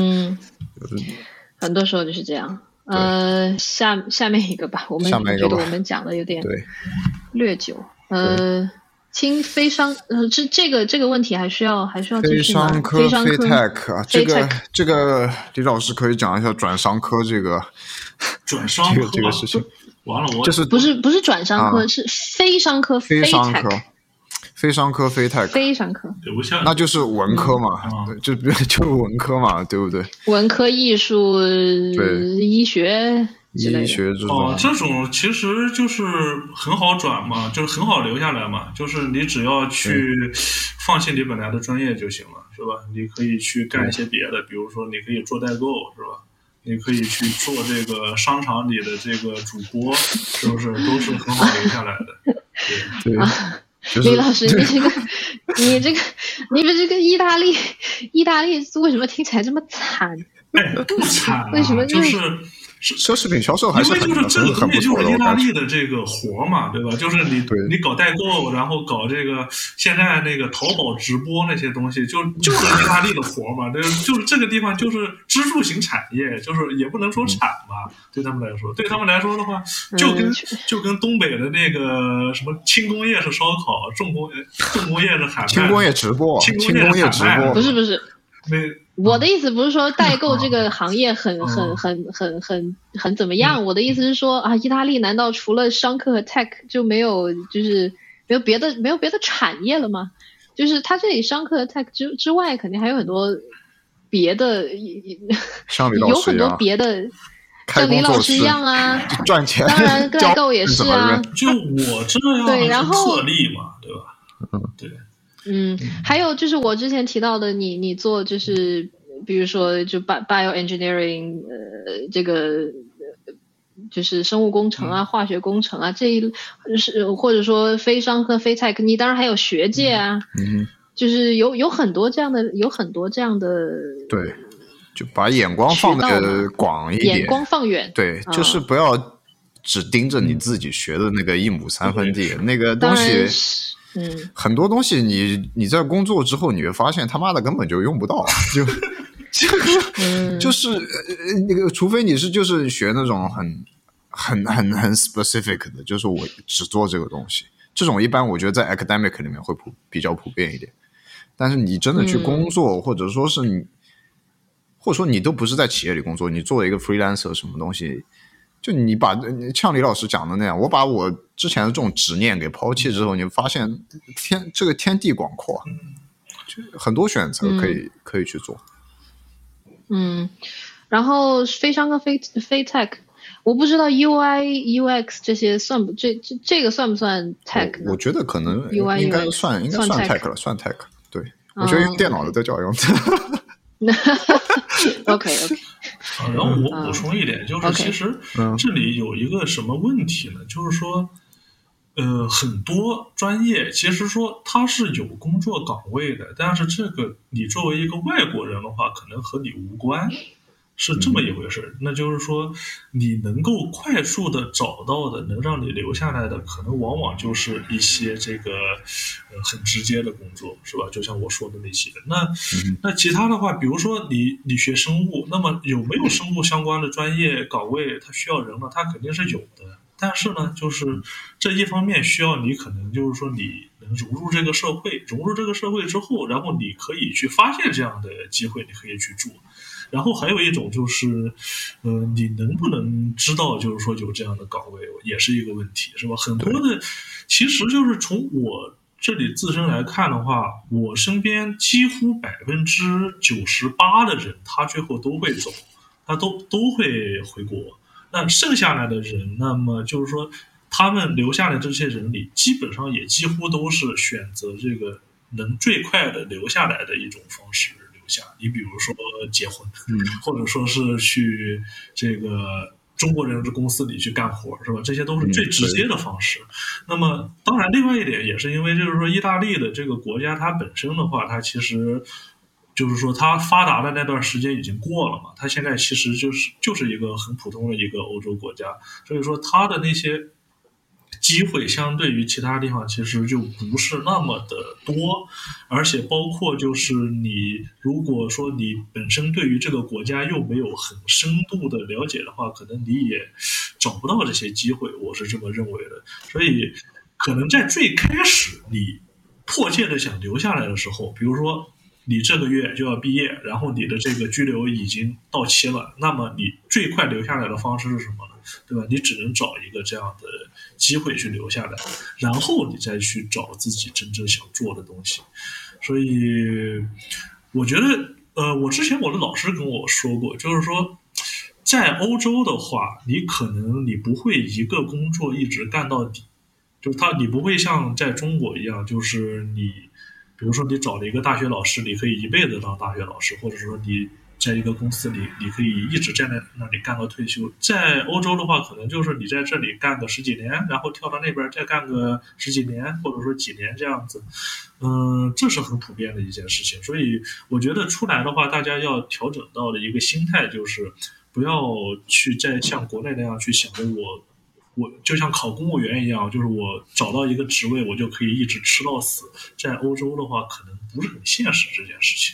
很多时候就是这样。下面一个吧，我觉得我们讲的有点略久。轻非商，这个问题还需要继续吗？非商科 FATECH 啊，这个李老师可以讲一下转商科这个这个事情。 完了， 就是不是转商科，是非商科 FATECH。 非商科 FATECH， 非商科， 那就是文科嘛，就是文科嘛，对不对？ 文科、艺术、医学之类的。 这种其实就是很好转嘛，就是很好留下来嘛，就是你只要去放弃你本来的专业就行了，是吧？你可以去干一些别的，比如说你可以做代购，是吧？你可以去做这个商场里的这个主播，是不是都是很好留下来的？ 对。 李老师，你这个意大利为什么听起来这么惨？ 不惨啊， 为什么就是奢侈品销售还是因为就是这个东西就是意大利的这个活嘛，对吧？就是你搞代购，然后搞这个现在那个淘宝直播那些东西，就是意大利的活嘛。就是这个地方就是支柱型产业，就是也不能说产吧，对他们来说的话，就跟东北的那个什么轻工业是烧烤，重工业是喊卖， 轻工业直播， 轻工业直播， 不是。我的意思不是说代购这个行业很怎么样，我的意思是说啊，意大利难道除了商科和 tech 就没有别的产业了吗？就是它这里商科和 tech 之外，肯定还有很多别的，有很多别的，像李老师一样啊， 赚钱。 当然代购也是啊， 就我这样是特例嘛，对吧？对。 还有就是我之前提到的，你做就是比如说就 bioengineering 这个就是生物工程啊、化学工程啊，这一是或者说非商科非 tech， 你当然还有学界啊，就是有很多这样的， 对，就把眼光放得广一点， 眼光放远， 对，就是不要只盯着你自己学的那个1亩3分地那个东西。很多东西你在工作之后，你会发现他妈的根本就用不到，就是那个，除非你是就是学那种很 specific 的，就是我只做这个东西，这种一般我觉得在 academic 里面会比较普遍一点。但是你真的去工作，或者说你都不是在企业里工作，你做一个 freelancer 什么东西。就你把像李老师讲的那样，我把我之前的这种执念给抛弃之后，你发现这个天地广阔，就很多选择可以去做。 然后非商科非 tech， 我不知道 UI UX 这些算不这个算不算 tech 呢？ 我觉得可能 UI 应该算 tech 了，算 tech。对，我觉得用电脑的都叫用。 OK。 然后我补充一点，就是其实这里有一个什么问题呢？就是说，很多专业其实说它是有工作岗位的，但是这个你作为一个外国人的话，可能和你无关，是这么一回事。那就是说，你能够快速的找到的，能让你留下来的，可能往往就是一些这个很直接的工作，是吧？就像我说的那些。那其他的话，比如说你学生物，那么有没有生物相关的专业岗位，它需要人呢？它肯定是有的。但是呢，就是这一方面需要你可能就是说你能融入这个社会之后，然后你可以去发现这样的机会，你可以去做。然后还有一种就是，你能不能知道，就是说有这样的岗位，也是一个问题，是吧？很多的，其实就是从我这里自身来看的话，我身边几乎98%的人，他最后都会走，他都会回国。那剩下来的人，那么就是说，他们留下来的这些人里，基本上也几乎都是选择这个能最快的留下来的一种方式。你比如说结婚，或者说是去这个中国人的公司里去干活，是吧？这些都是最直接的方式。那么，当然，另外一点也是因为，就是说，意大利的这个国家，它本身的话，它其实就是说，它发达的那段时间已经过了嘛。它现在其实就是一个很普通的一个欧洲国家，所以说它的那些机会相对于其他地方其实就不是那么的多，而且包括就是你如果说你本身对于这个国家又没有很深度的了解的话，可能你也找不到这些机会，我是这么认为的。所以可能在最开始你迫切的想留下来的时候，比如说你这个月就要毕业，然后你的这个居留已经到期了，那么你最快留下来的方式是什么呢？对吧？你只能找一个这样的机会去留下来，然后你再去找自己真正想做的东西。所以我觉得我之前我的老师跟我说过，就是说在欧洲的话，你可能你不会一个工作一直干到底，就是你不会像在中国一样，就是你比如说你找了一个大学老师，你可以一辈子当大学老师，或者说你在一个公司里，你可以一直站在那里干到退休。在欧洲的话，可能就是你在这里干个10几年，然后跳到那边再干个10几年，或者说几年这样子。这是很普遍的一件事情。所以我觉得出来的话，大家要调整到的一个心态就是，不要去再像国内那样去想着我就像考公务员一样，就是我找到一个职位，我就可以一直吃到死。在欧洲的话，可能不是很现实这件事情。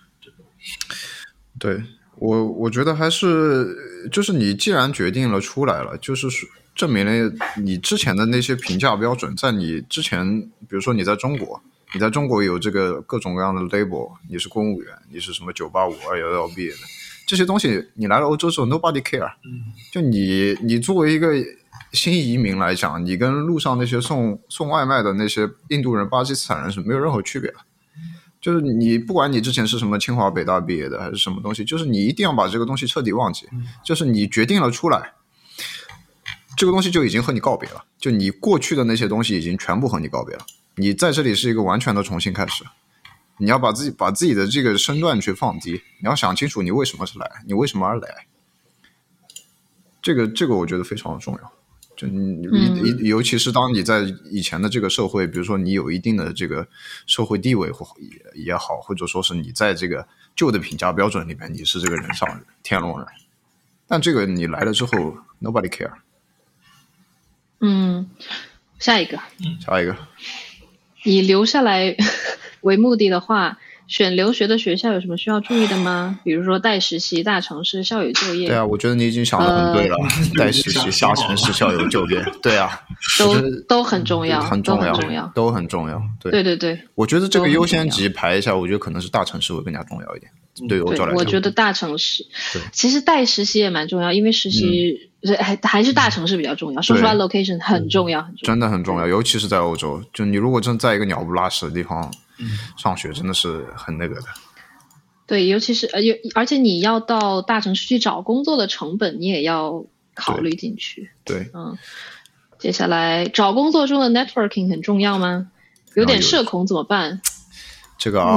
对，我觉得还是就是你既然决定了出来了，就是证明了你之前的那些评价标准，在你之前，比如说你在中国有这个各种各样的 label， 你是公务员，你是什么985、211毕业的，这些东西你来了欧洲之后 nobody care。就你作为一个新移民来讲，你跟路上那些送外卖的那些印度人、巴基斯坦人是没有任何区别的。就是你不管你之前是什么清华北大毕业的还是什么东西，就是你一定要把这个东西彻底忘记。就是你决定了出来，这个东西就已经和你告别了，就你过去的那些东西已经全部和你告别了。你在这里是一个完全的重新开始，你要把自己的这个身段去放低，你要想清楚你为什么是来，你为什么而来。这个我觉得非常的重要。就尤其是当你在以前的这个社会，比如说你有一定的这个社会地位也好，或者说是你在这个旧的评价标准里面你是这个人上人、天龙人，但这个你来了之后 nobody care。 下一个以留下来为目的的话，选留学的学校有什么需要注意的吗？比如说带实习、大城市、校友就业。 对啊，我觉得你已经想得很对了。带实习、大城市、校友就业，对啊， 都很重要， 都很重要。 对， 我觉得这个优先级排一下，我觉得可能是大城市会更加重要一点。对欧洲来讲， 我觉得大城市，其实带实习也蛮重要，因为实习还是大城市比较重要。说实话 ，location 很重要， 真的很重要，尤其是在欧洲。就你如果真在一个鸟不拉屎的地方上学，真的是很那个的。 对，尤其是而且你要到大城市去找工作的成本，你也要考虑进去。 对， 接下来找工作中的 networking 很重要吗？有点社恐怎么办？ 这个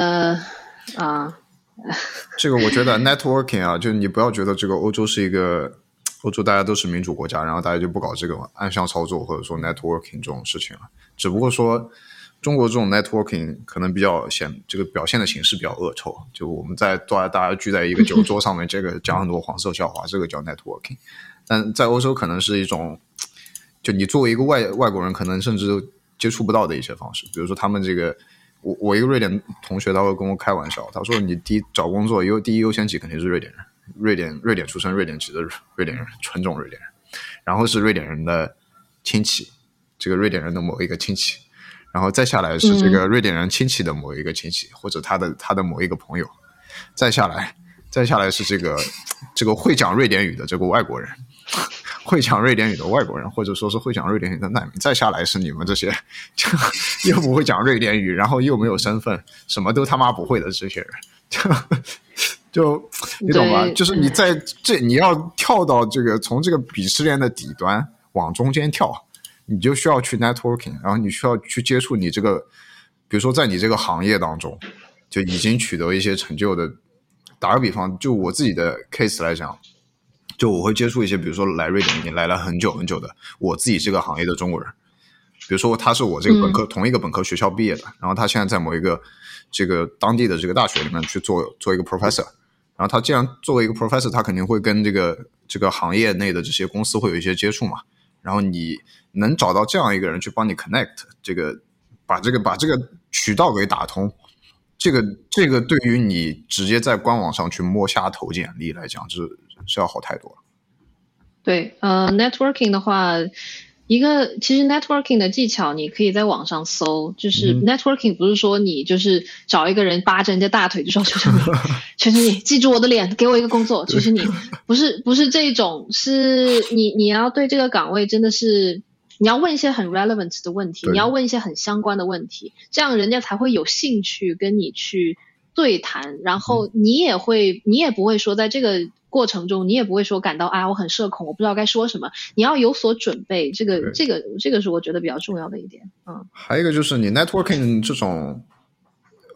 这个我觉得 networking 啊，就你不要觉得这个欧洲大家都是民主国家，然后大家就不搞这个暗箱操作或者说 networking 这种事情了。只不过说中国这种 networking 可能这个表现的形式比较恶臭，就我们大家聚在一个酒桌上面，这个讲很多黄色笑话，这个叫 networking。但在欧洲可能是一种，就你作为一个外国人，可能甚至都接触不到的一些方式。比如说他们这个，我一个瑞典同学他会跟我开玩笑，他说你找工作第一优先级肯定是瑞典人，瑞典出生、瑞典籍的瑞典人，纯种瑞典人，然后是瑞典人的亲戚，这个瑞典人的某一个亲戚，然后再下来是这个瑞典人亲戚的某一个亲戚，或者他的某一个朋友，再下来是这个会讲瑞典语的这个外国人，会讲瑞典语的外国人，或者说是会讲瑞典语的难民，再下来是你们这些又不会讲瑞典语，然后又没有身份，什么都他妈不会的这些人，就你懂吧？就是你要跳到从这个鄙视链的底端往中间跳，你就需要去 networking， 然后你需要去接触你这个，比如说在你这个行业当中就已经取得一些成就的。打个比方，就我自己的 case 来讲，就我会接触一些比如说来瑞典已经来了很久很久的我自己这个行业的中国人，比如说他是我这个同一个本科学校毕业的，然后他现在在某一个这个当地的这个大学里面去做一个 professor， 然后他既然作为一个 professor， 他肯定会跟这个行业内的这些公司会有一些接触嘛，然后你能找到这样一个人去帮你 connect 把这个渠道给打通，这个对于你直接在官网上去摸虾投简历来讲是要好太多了。 对，networking 的话，其实 networking 的技巧你可以在网上搜，就是 networking 不是说你就是找一个人扒着人家大腿就说求求你记住我的脸给我一个工作，求求你，不是这种，是你要对这个岗位真的是你要问一些很 relevant 的问题，你要问一些很相关的问题，这样人家才会有兴趣跟你去对谈，然后你也不会说在这个过程中你也不会说感到我很社恐，我不知道该说什么，你要有所准备，这个是我觉得比较重要的一点。 还有一个就是你 networking 这种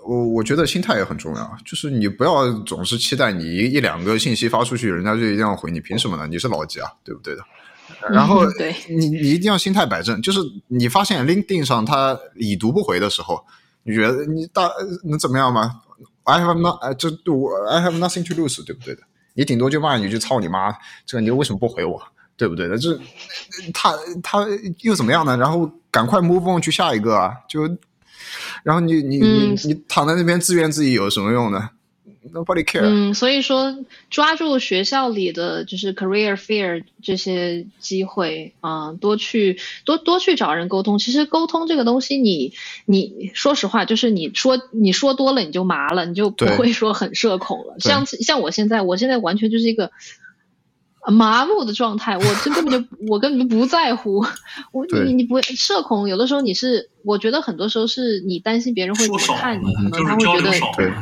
我觉得心态也很重要，就是你不要总是期待你一两个信息发出去，人家就一定要回你，凭什么呢？你是老几啊，对不对的？然后对你一定要心态摆正，就是你发现 LinkedIn 上他已读不回的时候，你觉得你能怎么样吗？ I have nothing to lose， 对不对的？你顶多就骂你一句操你妈，这个你为什么不回我，对不对的？这他又怎么样呢？然后赶快 move on 去下一个啊，然后你躺在那边自怨自艾有什么用呢？Nobody care。 所以说抓住学校里的就是 career fair 这些机会多去找人沟通。其实沟通这个东西你说实话，就是你说多了你就麻了，你就不会说很社恐了。像我现在完全就是一个麻木的状态，我根本就不在乎。你不会社恐，有的时候我觉得很多时候是你担心别人会怎么看你，可能他会觉得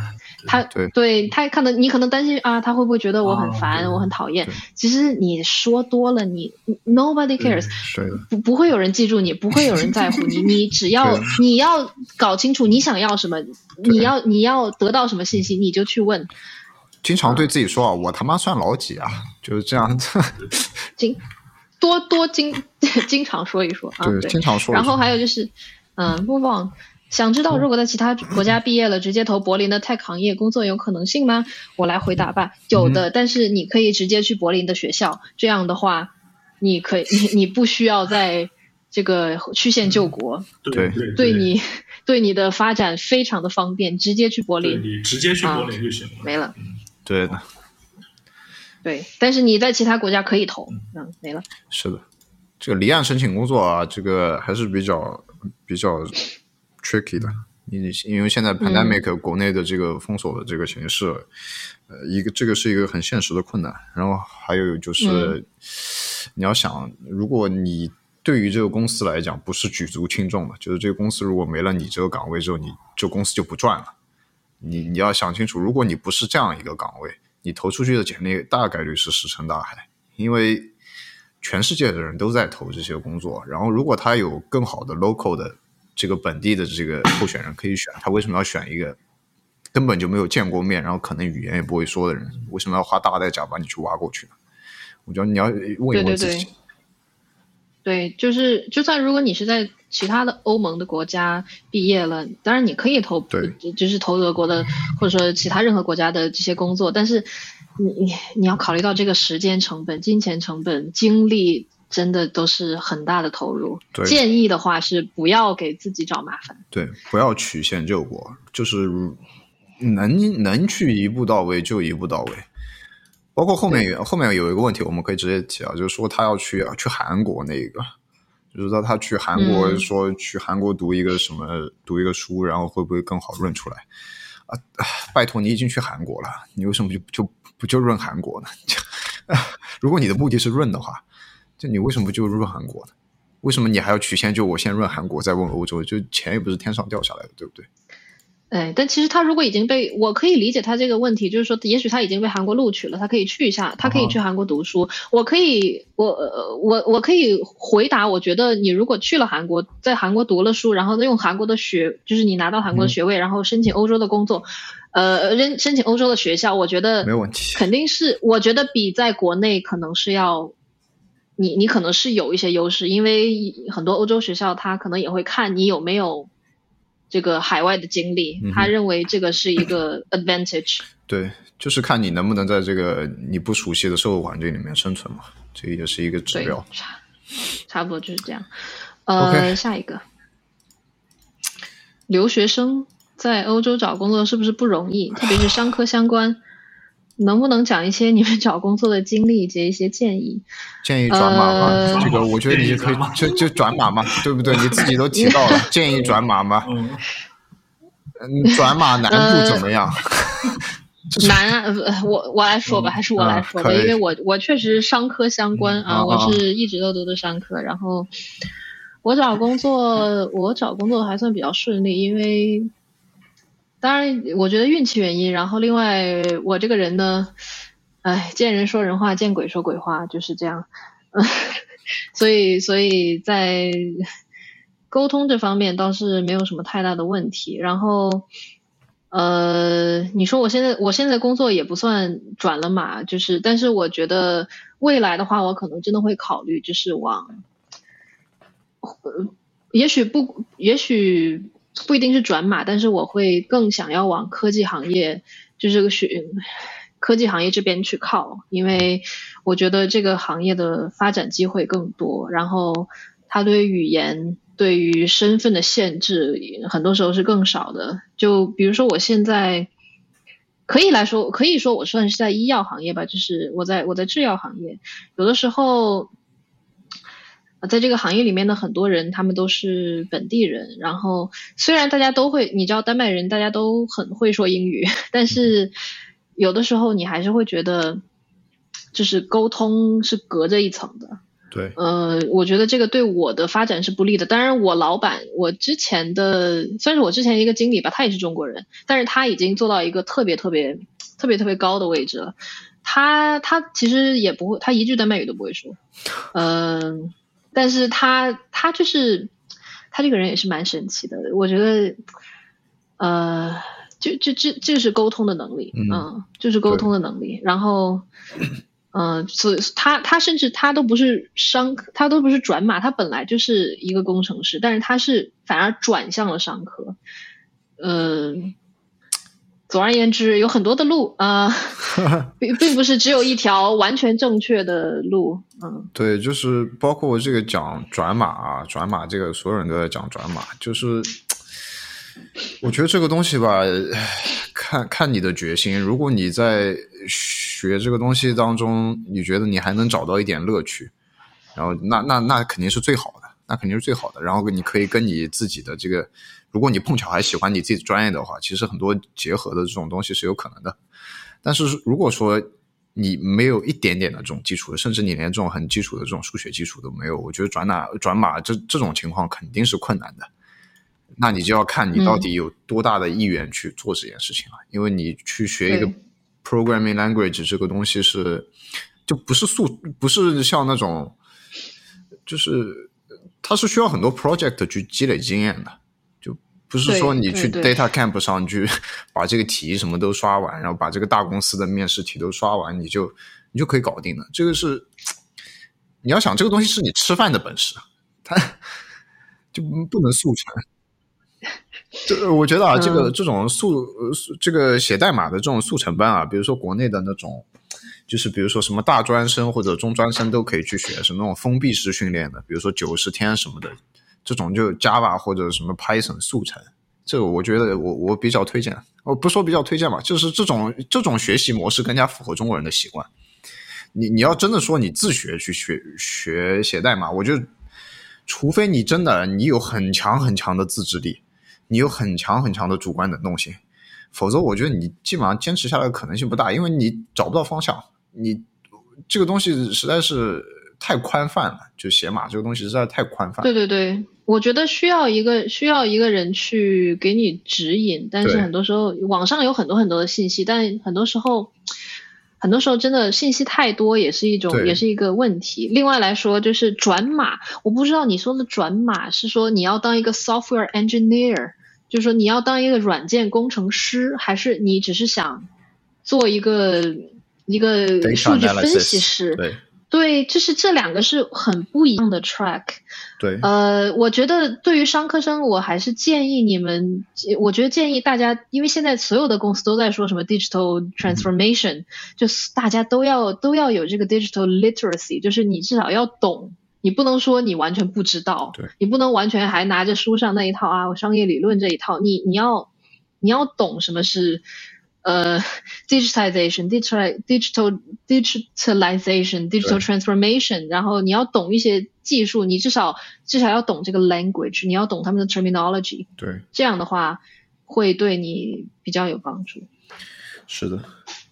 你可能担心啊，他会不会觉得我很烦，我很讨厌。其实你说多了，你 nobody cares， 不会有人记住你，不会有人在乎你。你只要你要搞清楚你想要什么，你要得到什么信息，你就去问。 经常对自己说啊，我他妈算老几啊，就是这样子。 经常说一说啊， 对，经常说。 然后还有就是不忘。想知道如果在其他国家毕业了，直接投柏林的 tech 行业工作有可能性吗？我来回答吧，有的，但是你可以直接去柏林的学校，这样的话，你不需要在这个曲线救国，对你的发展非常的方便，直接去柏林， 你直接去柏林就行了， 没了。 对的， 对，但是你在其他国家可以投，没了。 是的，这个离岸申请工作啊，这个还是比较tricky 的，因为现在 pandemic 国内的这个封锁的这个形势，这个是一个很现实的困难。然后还有就是你要想，如果你对于这个公司来讲不是举足轻重的，就是这个公司如果没了你这个岗位之后，你这公司就不赚了。你要想清楚，如果你不是这样一个岗位，你投出去的简历大概率是石沉大海，因为全世界的人都在投这些工作。然后如果他有更好的 local 的这个本地的这个候选人可以选，他为什么要选一个根本就没有见过面，然后可能语言也不会说的人？为什么要花大代价把你去挖过去呢？我觉得你要问一问自己。 对，就是就算如果你是在其他的欧盟的国家毕业了，当然你可以投，就是投俄国的或者说其他任何国家的这些工作，但是你要考虑到这个时间成本、金钱成本、精力，真的都是很大的投入。建议的话是不要给自己找麻烦。 对，不要曲线救国，就是能去一步到位就一步到位。包括后面有一个问题我们可以直接提啊，就是说他要去韩国那个，就是他去韩国说去韩国读一个书，然后会不会更好润出来啊？拜托，你已经去韩国了，你为什么就润韩国呢？如果你的目的是润的话，就你为什么不就润韩国呢？为什么你还要曲线就我先润韩国再问欧洲？就钱也不是天上掉下来的，对不对？ 但其实他如果已经我可以理解他这个问题，就是说也许他已经被韩国录取了，他可以去一下，他可以去韩国读书。我可以回答，我觉得你如果去了韩国，在韩国读了书，然后用韩国的就是你拿到韩国的学位，然后申请欧洲的工作，申请欧洲的学校，我觉得没有问题， 肯定是我觉得比在国内可能是要你可能是有一些优势，因为很多欧洲学校他可能也会看你有没有这个海外的经历，他认为这个是一个 advantage。 对，就是看你能不能在这个你不熟悉的社会环境里面生存嘛，这个也是一个指标。 差不多就是这样。下一个，留学生在欧洲找工作是不是不容易？特别是商科相关，能不能讲一些你们找工作的经历以及一些建议？ 建议转码吗？这个我觉得你可以就转码嘛，对不对？你自己都提到了，建议转码嘛。转码难度怎么样？ 难啊！我来说吧，还是我来说吧，因为我确实商科相关啊，我是一直都读的商科，然后我找工作还算比较顺利，因为当然我觉得运气原因，然后另外我这个人呢，见人说人话，见鬼说鬼话，就是这样。所以在沟通这方面倒是没有什么太大的问题。然后你说我现在工作也不算转了码，但是我觉得未来的话，我可能真的会考虑，就是也许不一定是转码，但是我会更想要往科技行业，就是科技行业这边去靠，因为我觉得这个行业的发展机会更多，然后它对语言对于身份的限制很多时候是更少的。就比如说我现在可以说我算是在医药行业吧，就是我在制药行业，有的时候在这个行业里面的很多人他们都是本地人，然后虽然大家都会，你知道丹麦人大家都很会说英语，但是有的时候你还是会觉得就是沟通是隔着一层的。 对， 我觉得这个对我的发展是不利的。当然我老板，算是我之前一个经理吧，他也是中国人，但是他已经做到一个特别高的位置了。他其实也不会，他一句丹麦语都不会说。但是他就是他这个人也是蛮神奇的，我觉得这是沟通的能力，就是沟通的能力。然后所以他甚至他都不是转码，他本来就是一个工程师，但是他是反而转向了商科。总而言之，有很多的路并不是只有一条完全正确的路。 对，就是包括这个讲转码这个所有人都在讲转码，就是我觉得这个东西吧，看你的决心。如果你在学这个东西当中，你觉得你还能找到一点乐趣，然后那肯定是最好的，然后你可以跟你自己的这个，如果你碰巧还喜欢你自己的专业的话，其实很多结合的这种东西是有可能的。但是如果说你没有一点点的这种基础的，甚至你连这种很基础的这种数学基础都没有，我觉得转码这种情况肯定是困难的。那你就要看你到底有多大的意愿去做这件事情了。因为你去学一个 programming language 这个东西就不是像那种，就是它是需要很多 project 去积累经验的，就不是说你去 data camp 上去把这个题什么都刷完，然后把这个大公司的面试题都刷完，你就可以搞定了。这个是你要想这个东西是你吃饭的本事，它就不能速成。我觉得这种这个写代码的这种速成班比如说国内的那种，就是比如说什么大专生或者中专生都可以去学，是那种封闭式训练的，比如说90天什么的，这种就 Java 或者什么 Python 速成，这个我觉得我比较推荐。我不说比较推荐吧，就是这种学习模式更加符合中国人的习惯。你要真的说你自学去学写代码，我觉得除非你真的你有很强很强的自制力，你有很强很强的主观能动性，否则我觉得你基本上坚持下来的可能性不大，因为你找不到方向。你这个东西实在是太宽泛了，就写码这个东西实在太宽泛了。 对，我觉得需要一个人去给你指引，但是很多时候网上有很多很多的信息，但很多时候真的信息太多也是一个问题。另外来说就是转码，我不知道你说的转码是说你要当一个 software engineer， 就是说你要当一个软件工程师，还是你只是想做一个数据分析师？对，就是这两个是很不一样的 track。 对， 我觉得对于商科生，我还是建议大家，因为现在所有的公司都在说什么 digital transformation，就是大家都要有这个 digital literacy， 就是你至少要懂，你不能说你完全不知道，你不能完全还拿着书上那一套商业理论这一套，你要懂什么是digitalization, digital transformation， 然后你要懂一些技术，你至少要懂这个 language， 你要懂他们的 terminology， 对， 这样的话会对你比较有帮助。 是的。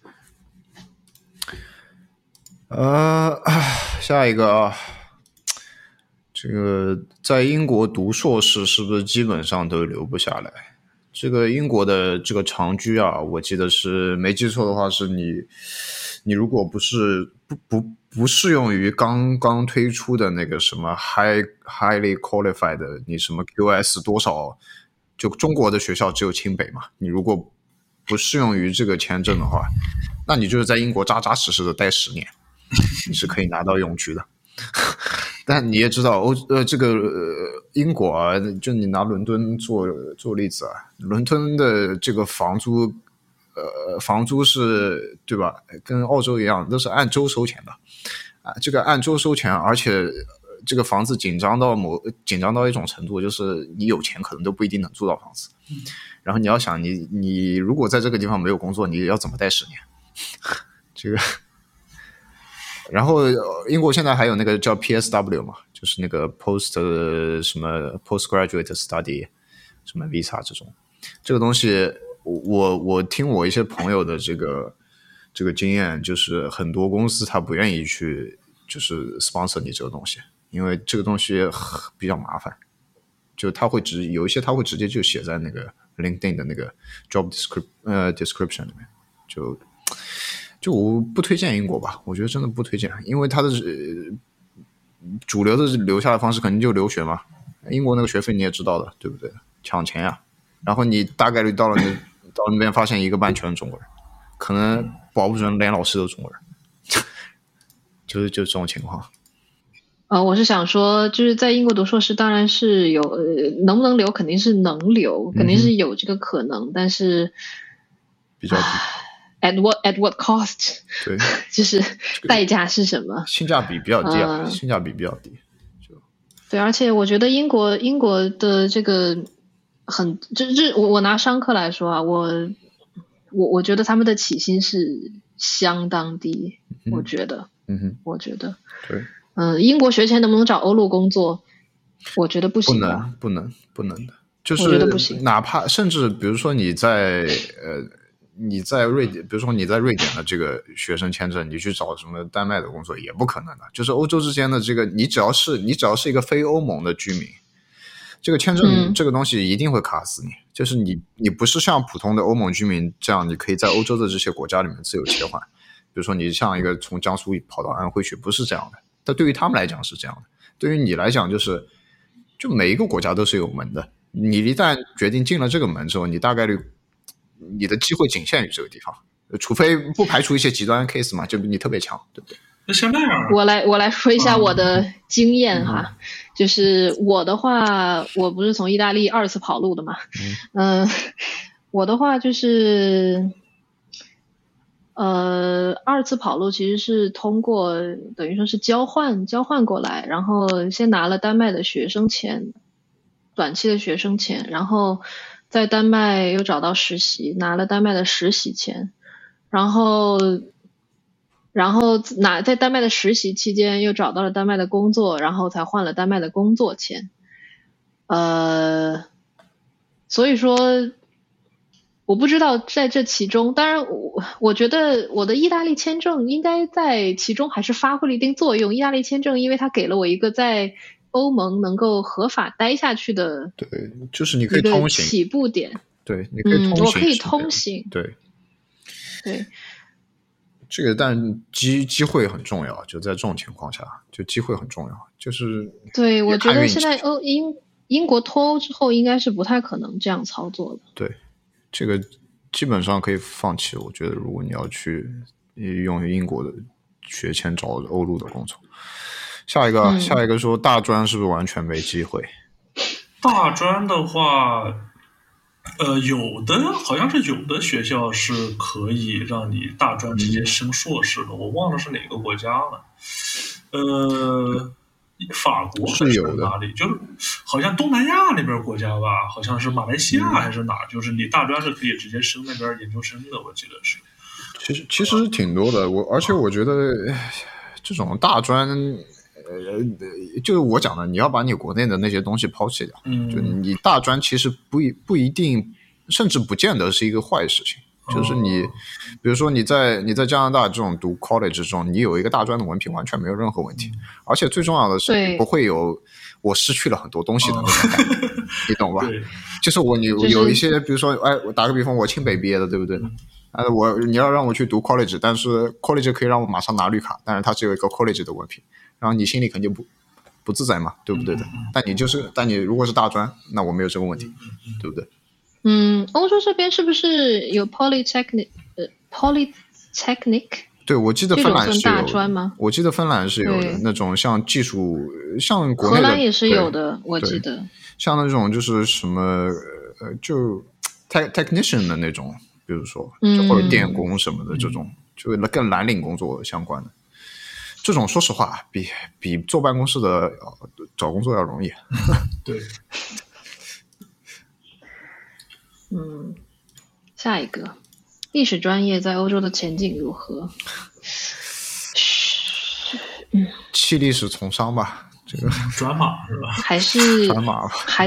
下一个这个在英国读硕士是不是基本上都留不下来？这个英国的这个长居我记得是没记错的话，是你如果不适用于刚刚推出的那个什么 highly qualified 的，你什么 QS 多少，就中国的学校只有清北嘛，你如果不适用于这个签证的话，那你就是在英国扎扎实实的待10年，你是可以拿到永居的。但你也知道英国啊，就你拿伦敦做例子啊，伦敦的这个房租是对吧？跟澳洲一样，都是按周收钱的啊。这个按周收钱，而且这个房子紧张到一种程度，就是你有钱可能都不一定能租到房子。然后你要想你如果在这个地方没有工作，你要怎么待10年？这个。然后英国现在还有那个叫 PSW 嘛，就是那个 postgraduate study 什么 visa 这个东西，我听我一些朋友的这个经验，就是很多公司他不愿意去就是 sponsor 你这个东西，因为这个东西比较麻烦，就有一些他会直接就写在那个 LinkedIn 的那个 job description 里面，就我不推荐英国吧，我觉得真的不推荐，因为它的主流的留下的方式肯定就留学嘛，英国那个学费你也知道的，对不对？抢钱呀，然后你大概率到那边发现一个班全是中国人，可能保不准连老师都是中国人，就这种情况。 我是想说，就是在英国读硕士，当然是有能不能留，肯定是能留，肯定是有这个可能，但是比较低。 At what cost？ 对， 就是代价是什么？ 性价比比较低啊，性价比比较低。 对，而且我觉得英国的这个我拿商科来说啊，我觉得他们的起薪是相当低，我觉得， 对， 英国学钱能不能找欧陆工作？我觉得不行吧， 不能的，就是我觉得不行， 哪怕甚至比如说你在瑞典，比如说你在瑞典的这个学生签证，你去找什么丹麦的工作也不可能的。就是欧洲之间的这个，你只要是一个非欧盟的居民，这个签证这个东西一定会卡死你。就是你不是像普通的欧盟居民这样，你可以在欧洲的这些国家里面自由切换。比如说你像一个从江苏跑到安徽去，不是这样的。但对于他们来讲是这样的，对于你来讲就每一个国家都是有门的。你一旦决定进了这个门之后，你大概率你的机会仅限于这个地方，除非不排除一些极端 case 嘛，就你特别强，对不对？ 那像那样， 我来说一下我的经验哈，就是我的话，我不是从意大利2次跑路的嘛，我的话就是2次跑路其实是通过等于说是交换过来，然后先拿了丹麦的学生签，短期的学生签，然后在丹麦又找到实习，拿了丹麦的实习签，然后在丹麦的实习期间又找到了丹麦的工作，然后才换了丹麦的工作签。所以说我不知道在这其中，当然我觉得我的意大利签证应该在其中还是发挥了一定作用。意大利签证因为它给了我一个在欧盟能够合法待下去的， 对，就是你可以通行起步点。 对，你可以通行， 我可以通行。 对， 这个但机会很重要，就在这种情况下，就机会很重要，就是对，我觉得现在英国脱欧之后应该是不太可能这样操作的。 对，这个基本上可以放弃。我觉得如果你要去用英国的学签找欧陆的工作。下一个说大专是不是完全没机会？ 大专的话，好像是有的学校是可以让你大专直接升硕士的，我忘了是哪个国家了。法国还是哪里？就是好像东南亚那边国家吧，好像是马来西亚还是哪，就是你大专是可以直接升那边研究生的，我记得是。 其实挺多的，而且我觉得这种大专。就是我讲的，你要把你国内的那些东西抛弃掉。就你大专其实不一定，甚至不见得是一个坏事情。就是你，比如说你在加拿大这种读 college 这种，你有一个大专的文凭完全没有任何问题。而且最重要的是，不会有我失去了很多东西的那种感觉，你懂吧？就是有一些，比如说，我打个比方，我清北毕业的，对不对？你要让我去读 college， 但是 college 可以让我马上拿绿卡，但是它只有一个 college 的文凭。然后你心里肯定不自在嘛，对不对的？但你如果是大专，那我没有这个问题，对不对？ 欧洲这边是不是有 polytechnic？ 对，我记得芬兰是有这种算大专吗？ 我记得芬兰是有的那种像技术，像国内的荷兰也是有的，我记得。 像那种就是什么就 technician 的那种，比如说就或者电工什么的这种，就跟蓝领工作相关的。这种说实话比坐办公室的找工作要容易。 对。 下一个，历史专业在欧洲的前景如何？ 弃历史从商吧，这个转码是吧？ 还是转码吧， 还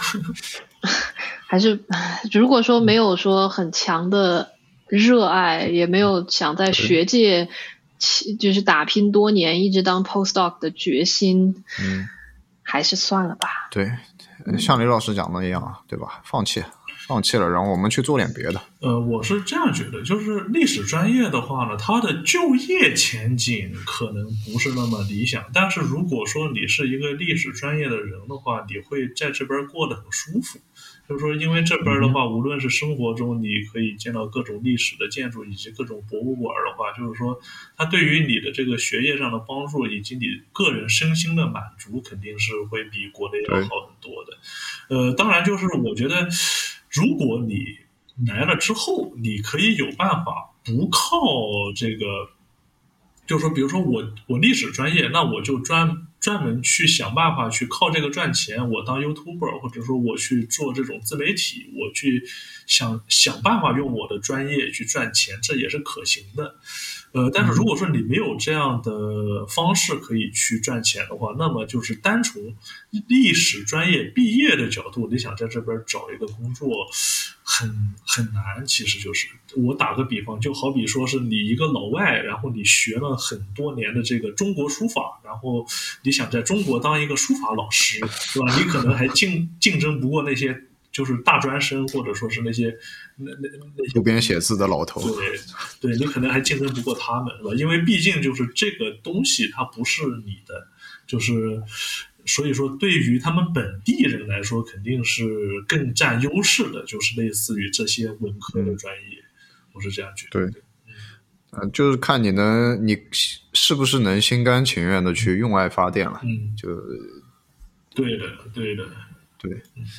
是，如果说没有说很强的热爱，也没有想在学界就是打拼多年，一直当 postdoc 的决心，还是算了吧。 对，像李老师讲的一样，对吧？放弃了，然后我们去做点别的。 我是这样觉得，就是历史专业的话呢，它的就业前景可能不是那么理想，但是如果说你是一个历史专业的人的话，你会在这边过得很舒服。就是说，因为这边的话，无论是生活中你可以见到各种历史的建筑以及各种博物馆的话，就是说，它对于你的这个学业上的帮助以及你个人身心的满足，肯定是会比国内要好很多的。当然，就是我觉得，如果你来了之后，你可以有办法不靠这个，就是说，比如说我历史专业，那我就专门去想办法去靠这个赚钱，我当 YouTuber， 或者说我去做这种自媒体，我去想办法用我的专业去赚钱，这也是可行的。但是如果说你没有这样的方式可以去赚钱的话，那么就是单从历史专业毕业的角度，你想在这边找一个工作很难。其实就是我打个比方，就好比说是你一个老外，然后你学了很多年的这个中国书法，然后你想在中国当一个书法老师，对吧？你可能还竞争不过那些就是大专生，或者说是那些路边写字的老头。 对，你可能还竞争不过他们，是吧？因为毕竟就是这个东西它不是你的，就是所以说对于他们本地人来说肯定是更占优势的，就是类似于这些文科的专业，我是这样觉得。 对，就是看你是不是能心甘情愿的去用爱发电了。就对的。 对。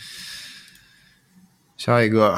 下一个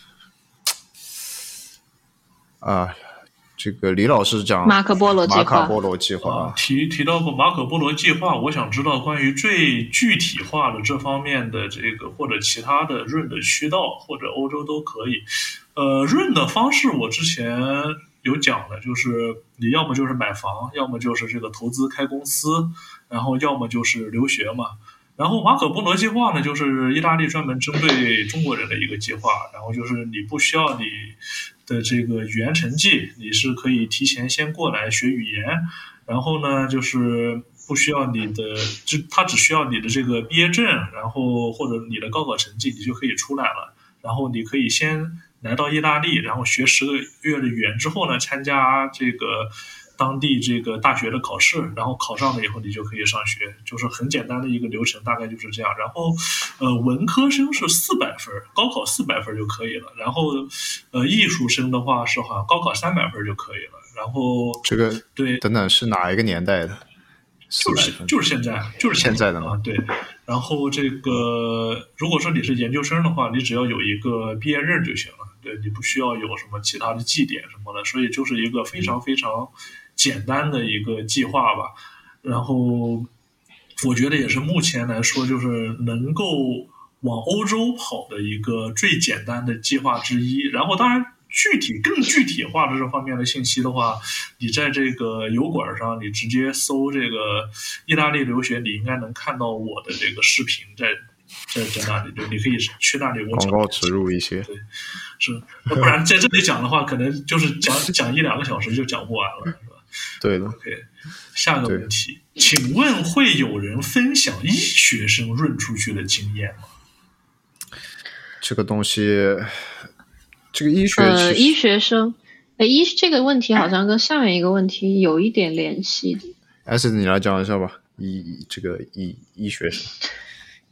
这个李老师讲马可波罗计划， 提到过马可波罗计划，我想知道关于最具体化的这方面的这个或者其他的润的渠道，或者欧洲都可以。润的方式我之前有讲的，就是你要么就是买房，要么就是这个投资开公司，然后要么就是留学嘛。然后马可波罗计划呢，就是意大利专门针对中国人的一个计划，然后就是你不需要你的这个语言成绩，你是可以提前先过来学语言，然后呢就是不需要他只需要你的这个毕业证，然后或者你的高考成绩，你就可以出来了。然后你可以先来到意大利，然后学10个月的语言之后呢，参加这个当地这个大学的考试，然后考上了以后你就可以上学，就是很简单的一个流程，大概就是这样。然后文科生是400分，高考400分就可以了。然后艺术生的话是好像高考300分就可以了。然后这个对， 等等是哪一个年代的？ 就是现在的吗？ 对。然后这个如果说你是研究生的话，你只要有一个毕业证就行了，对，你不需要有什么其他的绩点什么的，所以就是一个非常非常简单的一个计划吧。然后我觉得也是目前来说就是能够往欧洲跑的一个最简单的计划之一。然后当然更具体化的这方面的信息的话，你在这个油管上你直接搜这个意大利留学，你应该能看到我的这个视频在那里，对，你可以去那里广告植入一些。 对，是，不然在这里讲的话可能就是讲1-2个小时就讲不完了，是吧？ 对的。 OK， 下个问题，请问会有人分享医学生润出去的经验吗？ 这个东西，这个医学生这个问题好像跟下面一个问题有一点联系的。 S 你来讲一下吧，医学生。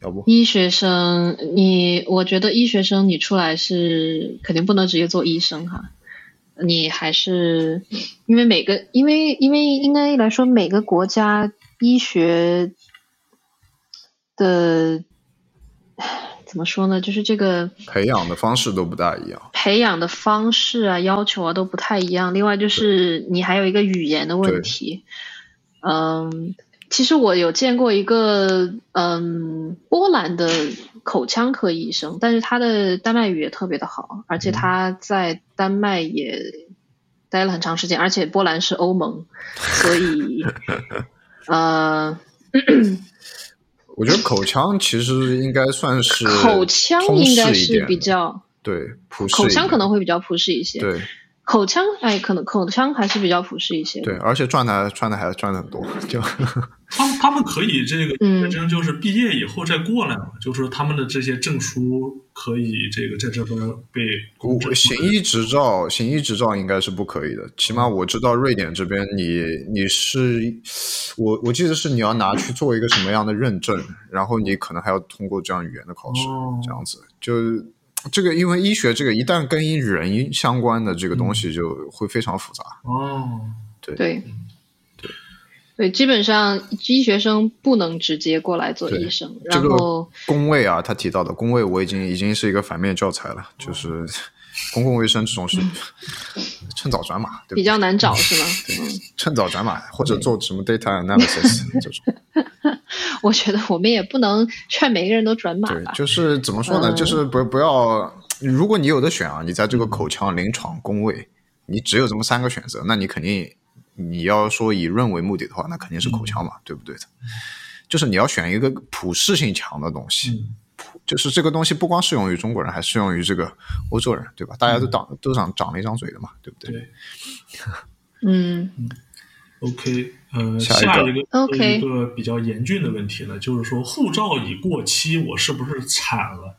要不医学生，我觉得医学生你出来是肯定不能直接做医生哈，你还是因为应该来说每个国家医学的怎么说呢，就是这个培养的方式都不大一样， 培养的方式啊、要求啊都不太一样。另外就是你还有一个语言的问题，其实我有见过一个波兰的口腔科医生，但是他的丹麦语也特别的好，而且他在丹麦也待了很长时间，而且波兰是欧盟，所以我觉得口腔其实应该算是口腔应该是比较对普适， 口腔可能会比较普适一些。 对， 口腔可能口腔还是比较普适一些。 对，而且赚的还赚很多，就他们可以这个学生就是毕业以后再过来嘛，就是他们的这些证书可以这个在这边被公证。 行医执照应该是不可以的，起码我知道瑞典这边你是我记得是你要拿去做一个什么样的认证，然后你可能还要通过这样语言的考试，这样子就。这个因为医学这个一旦跟人相关的这个东西就会非常复杂。 对，基本上医学生不能直接过来做医生。然后这个公卫啊，他提到的公卫我已经是一个反面教材了，就是公共卫生这种是趁早转码，对吧？ 比较难找是吗？ 趁早转码或者做什么 data analysis 这种。 我觉得我们也不能劝每个人都转码吧。 对，就是怎么说呢？就是不要，如果你有的选啊，你在这个口腔、临床、公卫，你只有这么3个选择，那你肯定你要说以润为目的的话，那肯定是口腔嘛，对不对的？就是你要选一个普适性强的东西，就是这个东西不光适用于中国人，还适用于这个欧洲人，对吧？大家都长了一张嘴的嘛，对不对？ OK， 下一个比较严峻的问题呢，就是说护照已过期，我是不是惨了？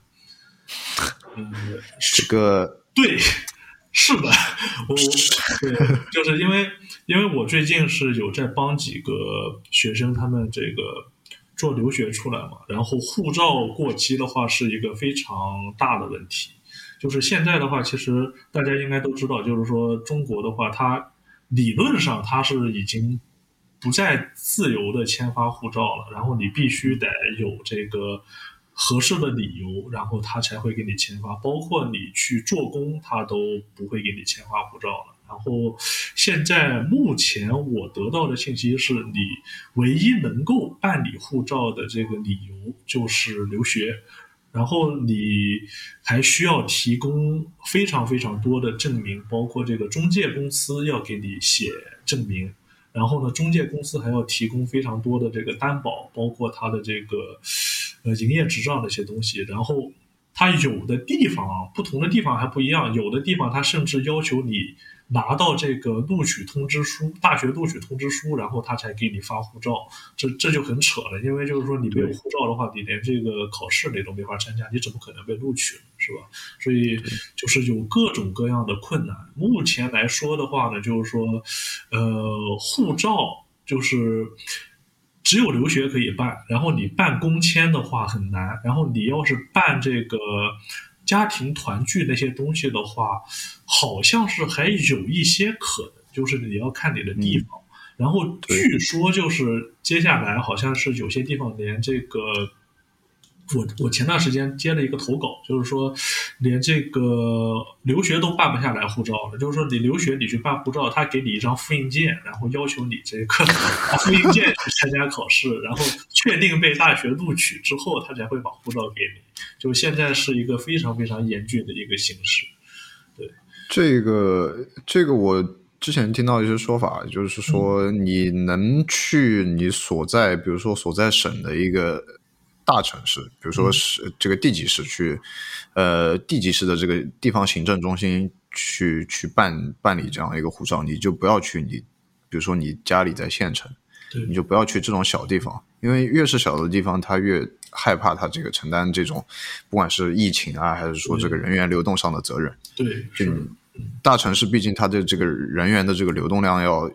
这个对，是的，对，就是因为我最近是有在帮几个学生他们这个做留学出来嘛，然后护照过期的话是一个非常大的问题。就是现在的话，其实大家应该都知道，就是说中国的话，它理论上它是已经不再自由的签发护照了，然后你必须得有这个合适的理由，然后他才会给你签发，包括你去做工他都不会给你签发护照了。然后现在目前我得到的信息是，你唯一能够办理护照的这个理由就是留学，然后你还需要提供非常非常多的证明，包括这个中介公司要给你写证明，然后呢，中介公司还要提供非常多的这个担保，包括它的这个营业执照的一些东西。然后它有的地方啊，不同的地方还不一样，有的地方它甚至要求你拿到这个录取通知书，大学录取通知书，然后他才给你发护照。这就很扯了，因为就是说你没有护照的话，你连这个考试你都没法参加，你怎么可能被录取，是吧？所以就是有各种各样的困难。目前来说的话呢，就是说护照就是只有留学可以办，然后你办工签的话很难，然后你要是办这个家庭团聚那些东西的话，好像是还有一些可能，就是你要看你的地方。然后据说就是接下来好像是有些地方连这个，我前段时间接了一个投稿，就是说连这个留学都办不下来护照了，就是说你留学你去办护照，他给你一张复印件，然后要求你这个拿复印件去参加考试，然后确定被大学录取之后，他才会把护照给你。就现在是一个非常非常严峻的一个形势。对， 这个我之前听到一些说法，就是说你能去你所在，比如说所在省的一个大城市，比如说是这个地级市去，地级市的这个地方行政中心去办理这样一个护照，你就不要去你，比如说你家里在县城，你就不要去这种小地方，因为越是小的地方，它越害怕它这个承担这种不管是疫情啊，还是说这个人员流动上的责任。 对， 就大城市毕竟它的这个人员的这个流动量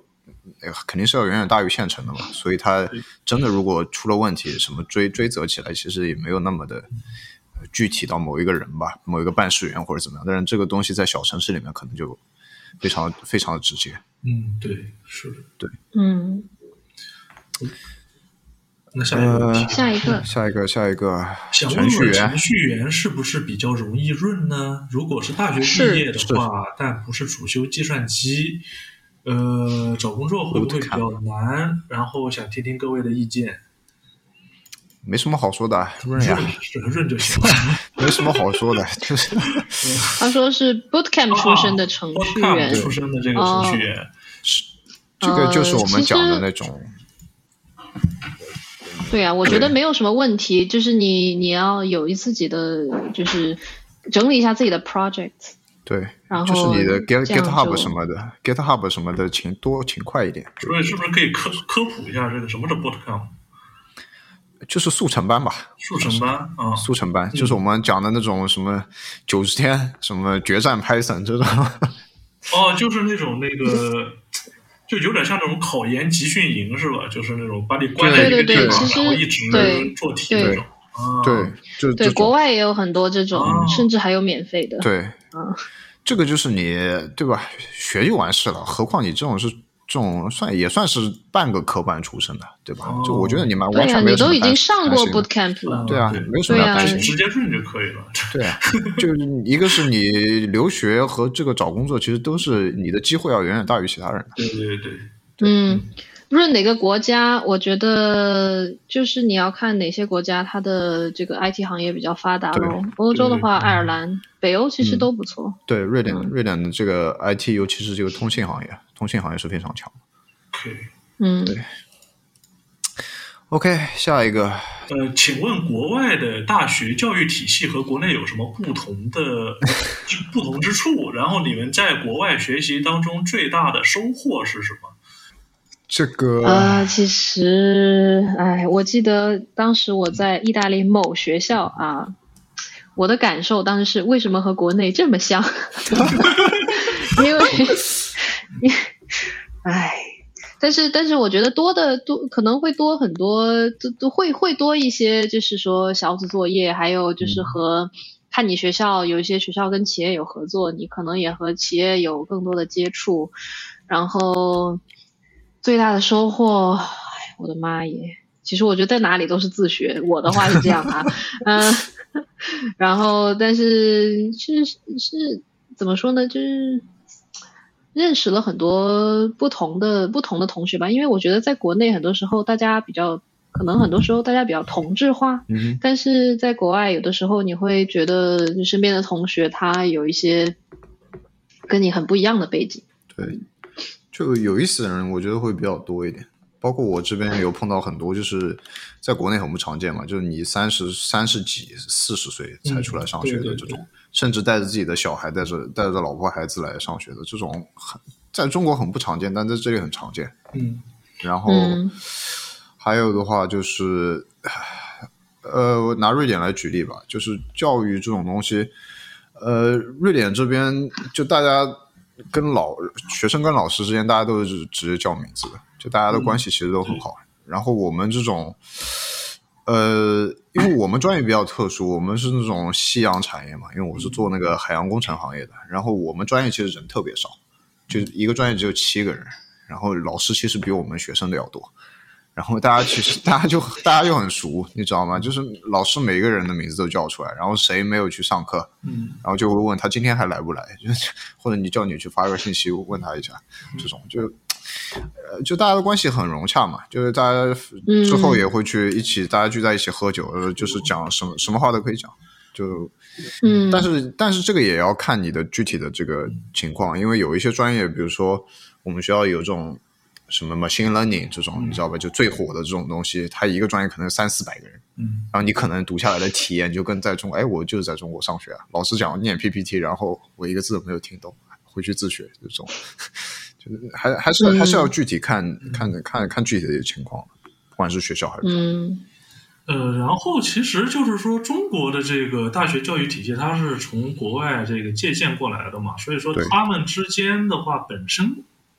肯定是要远远大于县城的嘛，所以它真的如果出了问题，什么追责起来，其实也没有那么的具体到某一个人吧，某一个办事员或者怎么样。但是这个东西在小城市里面可能就非常非常的直接。 对，是的， 对， 那下一个下一个想问问程序员是不是比较容易润呢？如果是大学毕业的话，但不是主修计算机，找工作会不会比较难？然后想听听各位的意见。 没什么好说的，润呀， 润就行， 没什么好说的，就是。 他说是 bootcamp 出身的程序员， 出身的这个程序员， 这个就是我们讲的那种。 对啊，我觉得没有什么问题，就是你要有自己的，就是整理一下自己的 project。 对， 然后就是你的 GitHub 什么的 ，GitHub 什么的，勤快一点。 所以是不是可以科普一下这个什么是 bootcamp？ 就是速成班吧，速成班就是我们讲的那种什么90天什么决战 Python 这种。 就是那种就有点像那种考研集训营是吧？就是那种把你关在一个地方，然后一直做题那种。 对， 国外也有很多这种，甚至还有免费的。 对，这个就是你对吧？学就完事了，何况你这种也算是半个科班出身的，对吧？就我觉得你们完全没有什么担心。 你都已经上过 bootcamp 了， 对啊，没有什么要担心， 直接润就可以了。 对啊，就一个是你留学和这个找工作，其实都是你的机会要远远大于其他人的。 对。 润哪个国家？我觉得就是你要看哪些国家它的这个 IT 行业比较发达咯。欧洲的话，爱尔兰、北欧其实都不错。 对，瑞典的这个 IT， 尤其是这个通信行业是非常强的。对。OK， 下一个。 请问国外的大学教育体系和国内有什么不同之处？然后你们在国外学习当中最大的收获是什么？ 这个其实我记得当时我在意大利某学校我的感受当时是为什么和国内这么像？因为但是我觉得多可能会多很多，都会多一些，就是说小组作业，还有就是看你学校有一些学校跟企业有合作，你可能也和企业有更多的接触，然后最大的收获，我的妈耶！其实我觉得在哪里都是自学，我的话是这样然后但是是怎么说呢？就是认识了很多不同的同学吧，因为我觉得在国内很多时候大家比较同质化，但是在国外有的时候你会觉得你身边的同学他有一些跟你很不一样的背景。 对，就有意思的人我觉得会比较多一点，包括我这边有碰到很多，就是在国内很不常见嘛，就是你30几40岁才出来上学的这种，甚至带着自己的小孩带着老婆孩子来上学的这种，在中国很不常见，但在这里很常见。然后还有的话就是我拿瑞典来举例吧，就是教育这种东西，瑞典这边就大家学生跟老师之间大家都是直接叫名字的，就大家的关系其实都很好。然后我们这种因为我们专业比较特殊，我们是那种夕阳产业嘛，因为我是做那个海洋工程行业的，然后我们专业其实人特别少，就一个专业只有7个人，然后老师其实比我们学生的要多，然后大家就很熟，你知道吗？就是老师每个人的名字都叫出来，然后谁没有去上课，然后就会问他今天还来不来，或者你叫你去发个信息问他一下，这种就大家的关系很融洽嘛，就是大家之后也会去一起，大家聚在一起喝酒，就是讲什么话都可以讲，就但是这个也要看你的具体的这个情况，因为有一些专业，比如说我们学校有这种什么 machine learning 这种，你知道吧？就最火的这种东西，它一个专业可能300-400个人，然后你可能读下来的体验就跟在中国，我就是在中国上学啊，老师讲念 PPT， 然后我一个字都没有听懂，回去自学这种。就是还是要具体看具体的情况，不管是学校还是然后其实就是说中国的这个大学教育体系它是从国外这个借鉴过来的嘛，所以说他们之间的话本身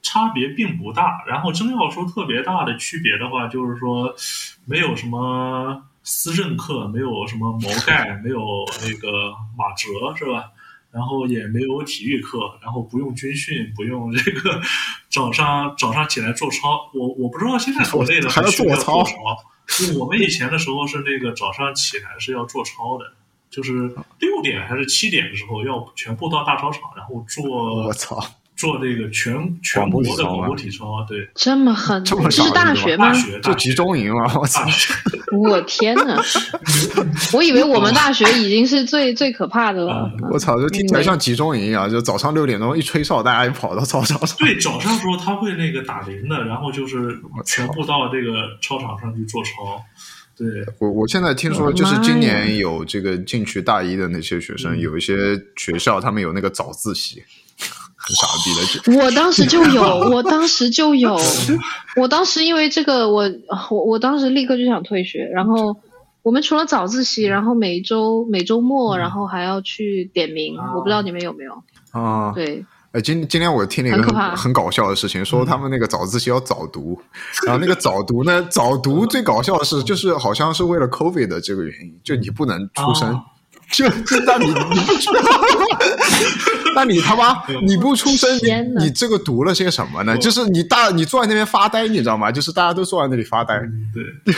差别并不大。然后真要说特别大的区别的话，就是说没有什么思政课，没有什么毛概，没有那个马哲是吧？然后也没有体育课，然后不用军训，不用这个早上起来做操。我不知道现在国内的还要做操。 我们以前的时候是那个早上起来是要做操的，就是6点还是7点的时候要全部到大操场，然后做这个全国的广播体操。对， 这么狠， 这么是大学吗？ 大学就集中营了，我操！ 我天哪！我以为我们大学已经是最可怕的了。 我操，就听起来像集中营一样，就早上6点钟一吹哨，大家就跑到操场上。 对，早上的时候他会那个打铃的，然后就是全部到这个操场上去做操。对， 我现在听说，就是今年有这个进去大一的那些学生，有一些学校他们有那个早自习。很傻逼的， 我当时就有，我当时因为这个，我当时立刻就想退学。然后我们除了早自习，然后每周末，然后还要去点名，我不知道你们有没有啊？对。 今天我听了一个很搞笑的事情，说他们那个早自习要早读，然后那个早读呢，早读最搞笑的是，就是好像是为了 COVID 的这个原因，就你不能出声。就那你不出，那你他妈你不出声，你这个读了些什么呢？就是你坐在那边发呆，你知道吗？就是大家都坐在那里发呆， 对，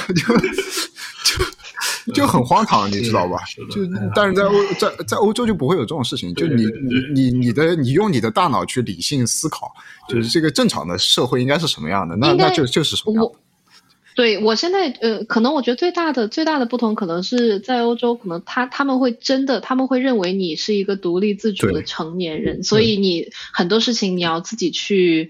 就很荒唐，你知道吧？就但是在欧洲就不会有这种事情，就你用你的大脑去理性思考，就是这个正常的社会应该是什么样的，那就是什么样的。 对，我现在可能我觉得最大的不同可能是在欧洲，可能他们会认为你是一个独立自主的成年人，所以你很多事情你要自己去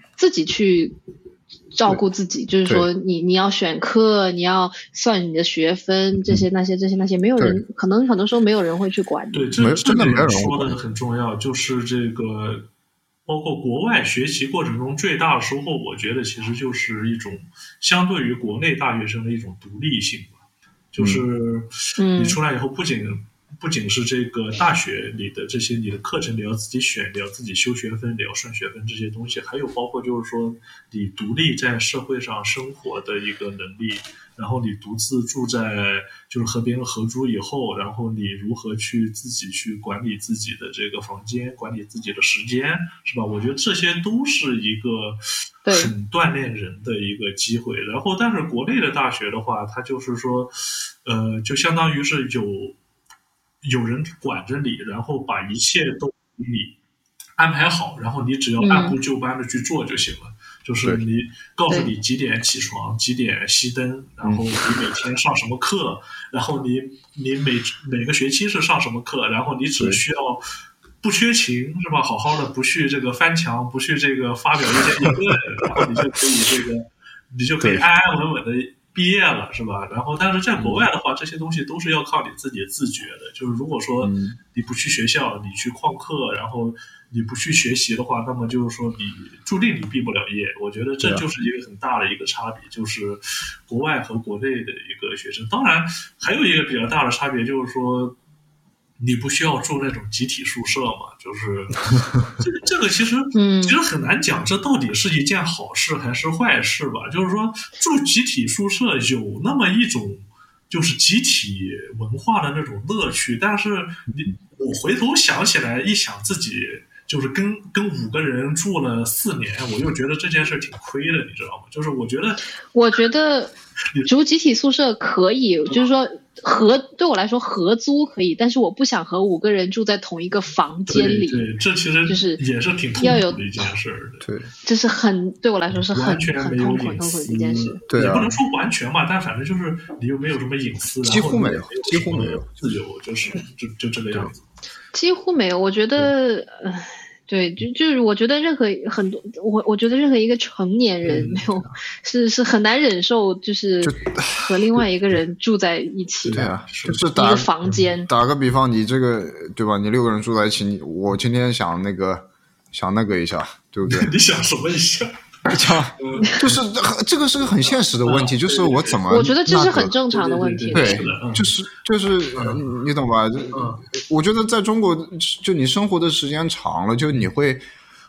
照顾自己，就是说你要选课，你要算你的学分，这些那些，没有人，可能很多时候没有人会去管你。 对，真的没有人说的很重要，就是这个。包括国外学习过程中最大的收获，我觉得其实就是一种相对于国内大学生的一种独立性吧。就是你出来以后，不仅是这个大学里的这些你的课程你要自己选，你要自己修学分，你要算学分这些东西，还有包括就是说你独立在社会上生活的一个能力。然后你独自住在就是和别人合租以后，然后你如何去自己去管理自己的这个房间，管理自己的时间，是吧？我觉得这些都是一个很锻炼人的一个机会。然后但是国内的大学的话，它就是说就相当于是有人管着你，然后把一切都给你安排好，然后你只要按部就班的去做就行了。就是你告诉你几点起床，几点熄灯，然后你每天上什么课，然后你每个学期是上什么课，然后你只需要不缺勤是吧？好好的不去这个翻墙，不去这个发表一些言论，然后你就可以安安稳稳的毕业了是吧？然后但是在国外的话，这些东西都是要靠你自己自觉的。就是如果说你不去学校，你去旷课，然后你不去学习的话，那么就是说你注定你毕不了业。我觉得这就是一个很大的一个差别，就是国外和国内的一个学生。当然还有一个比较大的差别就是说你不需要住那种集体宿舍嘛，就是这个其实很难讲，这到底是一件好事还是坏事吧？就是说住集体宿舍有那么一种就是集体文化的那种乐趣，但是我回头想起来，一想自己就是跟5个人住了4年，我又觉得这件事挺亏的，你知道吗？就是我觉得住集体宿舍可以，就是说对我来说合租可以，但是我不想和5个人住在同一个房间里。对，这其实就是也是挺痛苦的一件事。对，这是对我来说是很痛苦的一件事。对，也不能说完全吧，但反正就是你又没有什么隐私， 几乎没有自由，就这个样子。 几乎没有，我觉得，对，就是我觉得我觉得任何一个成年人没有是很难忍受，就是和另外一个人住在一起的， 对啊，就是一个房间。 打个比方，你这个对吧？你6个人住在一起，我今天想那个一下，对不对？ 你想什么一下？ 就是这个是个很现实的问题，就是我怎么？ 我觉得这是很正常的问题。 对，就是你懂吧？我觉得在中国，就你生活的时间长了，就你会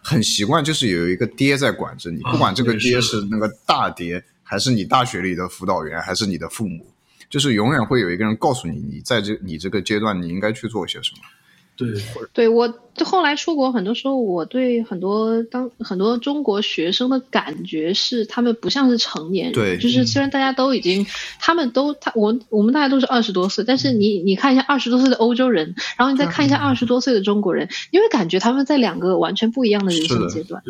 很习惯，就是有一个爹在管着你，不管这个爹是那个大爹，还是你大学里的辅导员，还是你的父母，就是永远会有一个人告诉你，你在你这个阶段你应该去做些什么。 对，我后来出国，很多时候我对很多中国学生的感觉是，他们不像是成年人。 对， 就是虽然大家都已经，我们大家都是20多岁，但是你看一下20多岁的欧洲人，然后你再看一下20多岁的中国人，你会感觉他们在两个完全不一样的人生阶段。 对。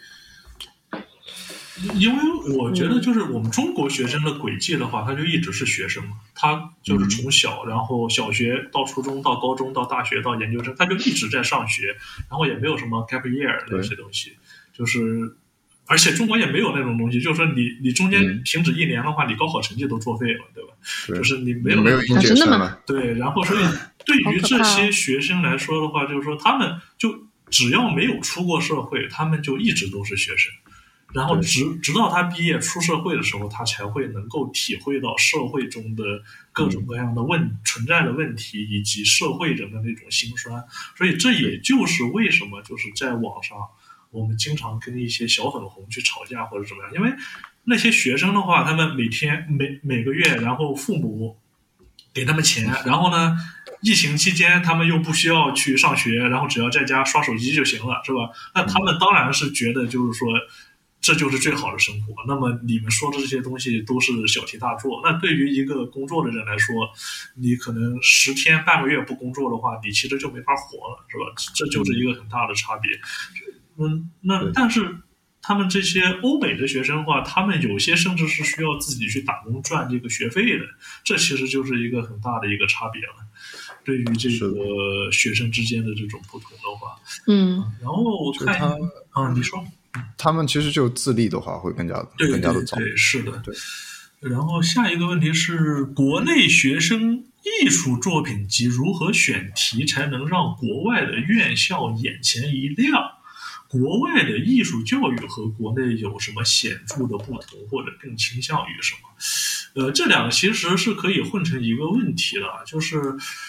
因为我觉得就是我们中国学生的轨迹的话，他就一直是学生嘛，他就是从小，然后小学到初中到高中到大学到研究生，他就一直在上学，然后也没有什么 gap year 那些东西，就是而且中国也没有那种东西，就是说你中间停止1年的话，你高考成绩都作废了，对吧？就是你没有应届生了。 对，然后所以对于这些学生来说的话，就是说他们就只要没有出过社会，他们就一直都是学生。然后直到他毕业出社会的时候，他才会能够体会到社会中的各种各样的存在的问题，以及社会人的那种辛酸。所以这也就是为什么就是在网上我们经常跟一些小粉红去吵架或者怎么样，因为那些学生的话，他们每个月，然后父母给他们钱，然后呢疫情期间他们又不需要去上学，然后只要在家刷手机就行了，是吧？那他们当然是觉得就是说这就是最好的生活。那么你们说的这些东西都是小题大做。那对于一个工作的人来说，你可能10天半个月不工作的话，你其实就没法活了，是吧？这就是一个很大的差别。那但是他们这些欧美的学生的话，他们有些甚至是需要自己去打工赚这个学费的，这其实就是一个很大的一个差别了。对于这个学生之间的这种不同的话，然后我看你说。 他们其实就自立的话会更加的早。 对，是的，对。然后下一个问题是，国内学生艺术作品集如何选题才能让国外的院校眼前一亮？国外的艺术教育和国内有什么显著的不同，或者更倾向于什么？这两个其实是可以混成一个问题的，就是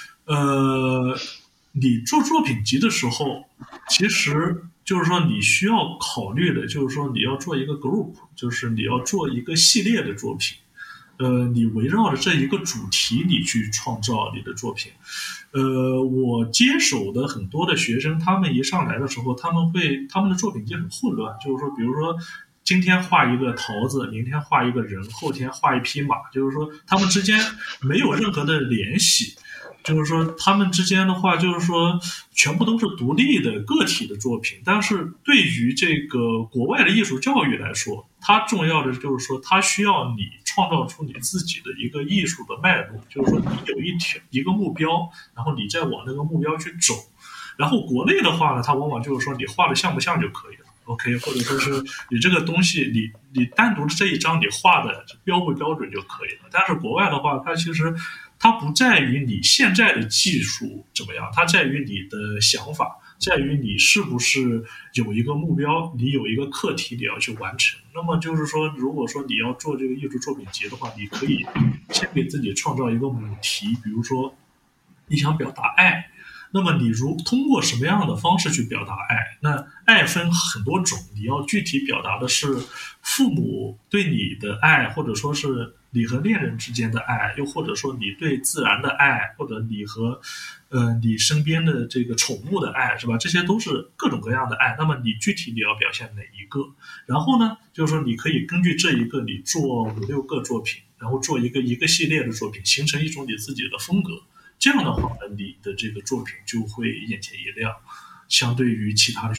你做作品集的时候，其实就是说你需要考虑的就是说你要做一个 group， 就是你要做一个系列的作品，你围绕着这一个主题你去创造你的作品。我接手的很多的学生，他们一上来的时候，他们的作品集很混乱，就是说比如说今天画一个桃子，明天画一个人，后天画一匹马，就是说他们之间没有任何的联系。就是说他们之间的话，就是说全部都是独立的个体的作品，但是对于这个国外的艺术教育来说，它重要的就是说它需要你创造出你自己的一个艺术的脉络，就是说你有一个目标，然后你再往那个目标去走。然后国内的话呢，它往往就是说你画的像不像就可以了 OK， 或者说是你这个东西你单独的这一张你画的标不标准就可以了。但是国外的话，它其实它不在于你现在的技术怎么样，它在于你的想法，在于你是不是有一个目标，你有一个课题你要去完成。那么就是说，如果说你要做这个艺术作品集的话，你可以先给自己创造一个母题，比如说你想表达爱，那么你通过什么样的方式去表达爱？那爱分很多种，你要具体表达的是父母对你的爱，或者说是你和恋人之间的爱，又或者说你对自然的爱，或者你和你身边的这个宠物的爱，是吧？这些都是各种各样的爱。那么你具体你要表现哪一个？然后呢，就是说你可以根据这一个，你做5-6个作品，然后做一个系列的作品，形成一种你自己的风格。这样的话呢，你的这个作品就会眼前一亮，相对于其他的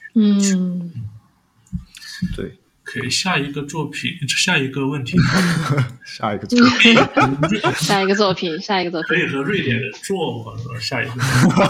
对。 可以下一个作品，下一个问题， 下一个作品， 下一个作品， 可以和瑞典人做吗？下一个，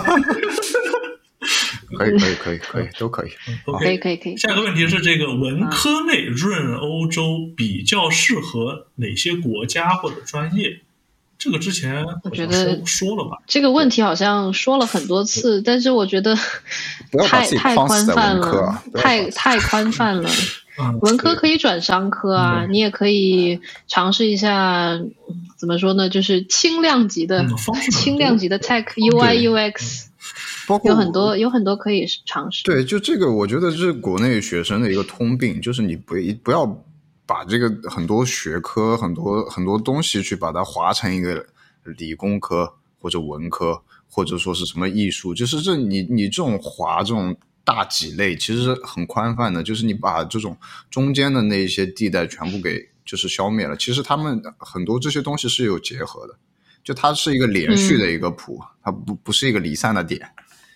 可以，都可以。 可以。 下一个问题是这个文科内润欧洲比较适合哪些国家或者专业？这个之前我觉得说了吧， 这个问题好像说了很多次，但是我觉得太宽泛了，太宽泛了。文科可以转商科啊，你也可以尝试一下，怎么说呢，就是轻量级的 Tech UI UX。 包括有很多可以尝试。 对，就这个我觉得是国内学生的一个通病，就是你不要把这个很多学科很多东西去把它划成一个理工科或者文科或者说是什么艺术，就是你这种划这种大几类其实是很宽泛的，就是你把这种中间的那些地带全部给就是消灭了，其实他们很多这些东西是有结合的，就它是一个连续的一个谱，它不是一个离散的点。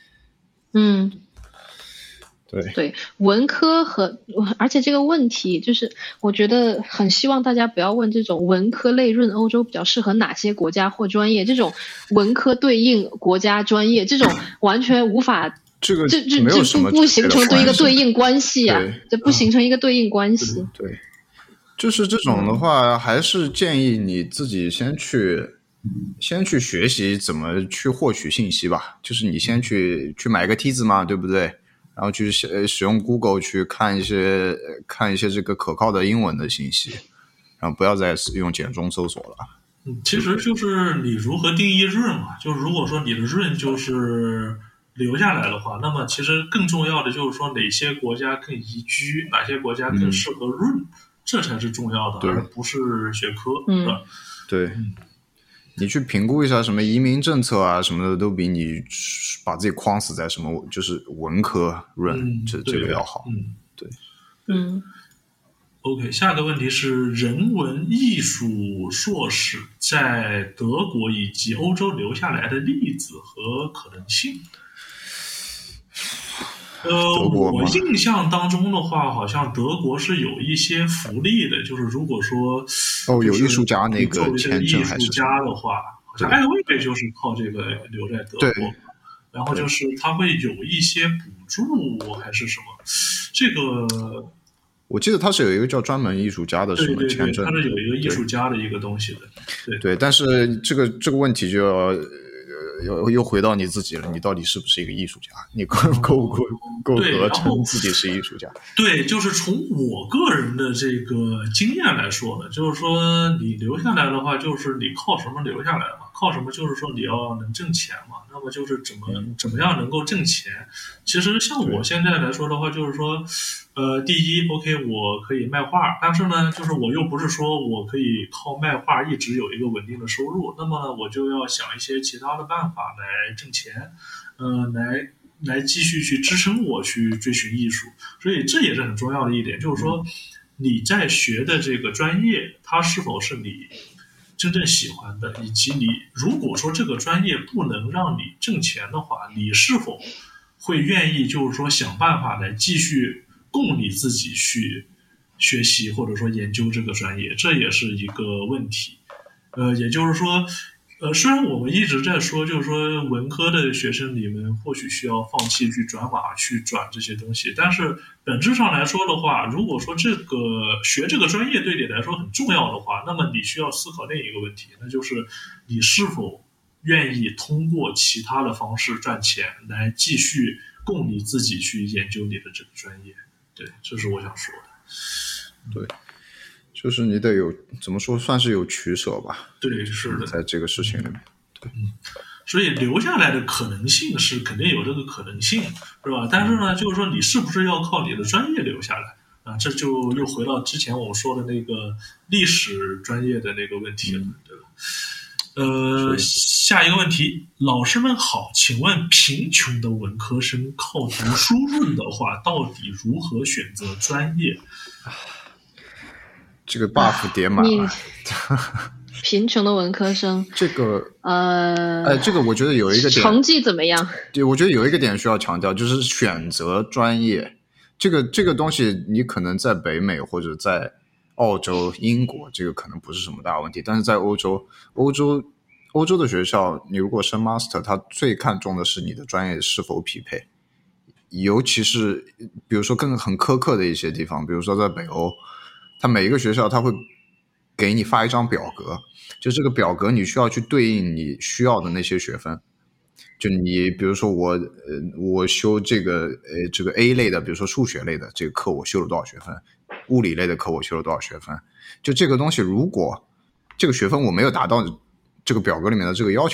对，文科而且这个问题就是我觉得很希望大家不要问这种文科类润欧洲比较适合哪些国家或专业，这种文科对应国家专业，这种完全无法这没有什么不形成一个对应关系啊，这不形成一个对应关系。 对，就是这种的话，还是建议你自己先去学习怎么去获取信息吧，就是你先去买个梯子嘛，对不对？然后去使用 Google 去看一些这个可靠的英文的信息，然后不要再用简中搜索了。 其实就是你如何定义润嘛，就是如果说你的润就是留下来的话，那么其实更重要的就是说哪些国家更宜居，哪些国家更适合润，这才是重要的，而不是学科。是吧？ 对。你去评估一下什么移民政策啊什么的，都比你把自己框死在什么就是文科润这个要好。对。 OK， 下一个问题是人文艺术硕士在德国以及欧洲留下来的例子和可能性。我印象当中的话，好像德国是有一些福利的，就是如果说有艺术家那个签证还是艺术家的话，好像艾薇薇就是靠这个留在德国，然后就是他会有一些补助还是什么，这个我记得他是有一个叫专门艺术家的什么签证， 他是有一个艺术家的一个东西的。 对，但是这个问题就要又回到你自己了，你到底是不是一个艺术家？你够格称自己是艺术家？ 对，就是从我个人的这个经验来说呢，就是说你留下来的话，就是你靠什么留下来嘛？靠什么？就是说你要能挣钱嘛。那么就是怎么样能够挣钱？其实像我现在来说的话，就是说，第一 ，OK， 我可以卖画，但是呢，就是我又不是说我可以靠卖画一直有一个稳定的收入，那么呢，我就要想一些其他的办法来挣钱，来继续去支撑我去追寻艺术。所以这也是很重要的一点，就是说你在学的这个专业，它是否是你真正喜欢的，以及你如果说这个专业不能让你挣钱的话，你是否会愿意就是说想办法来继续供你自己去学习或者说研究这个专业，这也是一个问题。也就是说虽然我们一直在说就是说文科的学生你们或许需要放弃去转码去转这些东西，但是本质上来说的话，如果说学这个专业对你来说很重要的话，那么你需要思考另一个问题，那就是你是否愿意通过其他的方式赚钱来继续供你自己去研究你的这个专业。对，这是我想说的。 对，就是你得有怎么说，算是有取舍吧。 对，是的， 在这个事情里面，对， 所以留下来的可能性是肯定有这个可能性，是吧？但是呢，就是说你是不是要靠你的专业留下来啊？这就又回到之前我们说的那个历史专业的那个问题了，对吧？下一个问题，老师们好，请问贫穷的文科生靠读书润的话，到底如何选择专业？ 这个 buff 叠满了。 贫穷的文科生， 这个这个我觉得有一个点， 成绩怎么样？ 对，我觉得有一个点需要强调，就是选择专业。这个东西，你可能在北美或者在澳洲、英国，这个可能不是什么大问题，但是在欧洲的学校，你如果升 master， 他最看重的是你的专业是否匹配，尤其是比如说很苛刻的一些地方，比如说在北欧，他每一个学校他会给你发一张表格，就这个表格你需要去对应你需要的那些学分。就你比如说我修这个 A 类的，比如说数学类的这个课我修了多少学分，物理类的课我修了多少学分，就这个东西如果这个学分我没有达到这个表格里面的这个要求，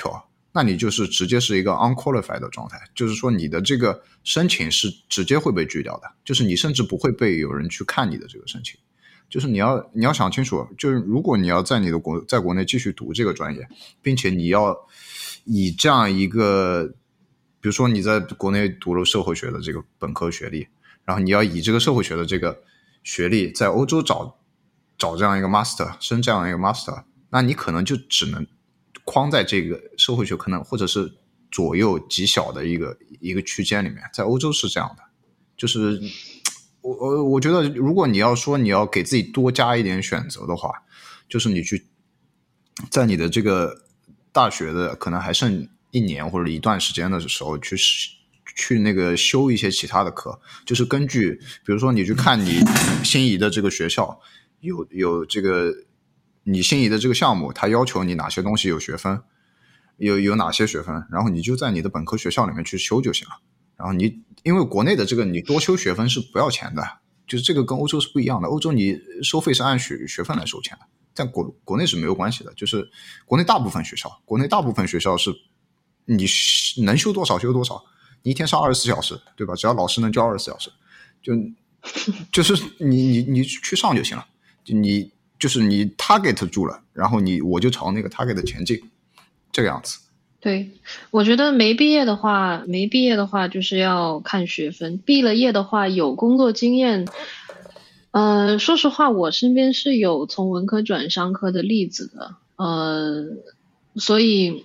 那你就是直接是一个 unqualified 的状态，就是说你的这个申请是直接会被拒掉的，就是你甚至不会被有人去看你的这个申请。就是你要想清楚，就是如果你要在在国内继续读这个专业，并且你要以这样一个，比如说你在国内读了社会学的这个本科学历，然后你要以这个社会学的这个学历在欧洲找这样一个 master， 升这样一个 master， 那你可能就只能框在这个社会学可能或者是左右极小的一个区间里面，在欧洲是这样的。就是我觉得如果你要说你要给自己多加一点选择的话，就是你去在你的这个大学的可能还剩1年或者一段时间的时候去那个修一些其他的课，就是根据比如说你去看你心仪的这个学校有这个你心仪的这个项目，它要求你哪些东西有学分，有哪些学分，然后你就在你的本科学校里面去修就行了。然后因为国内的这个你多修学分是不要钱的，就是这个跟欧洲是不一样的，欧洲你收费是按学分来收钱的，但国内是没有关系的，就是国内大部分学校是你能修多少修多少，你一天上24小时，对吧？只要老师能教24小时，就是你去上就行了，就是你 target 住了，然后我就朝那个 target 前进，这个样子。 对，我觉得没毕业的话就是要看学分，毕了业的话有工作经验。说实话，我身边是有从文科转商科的例子的，所以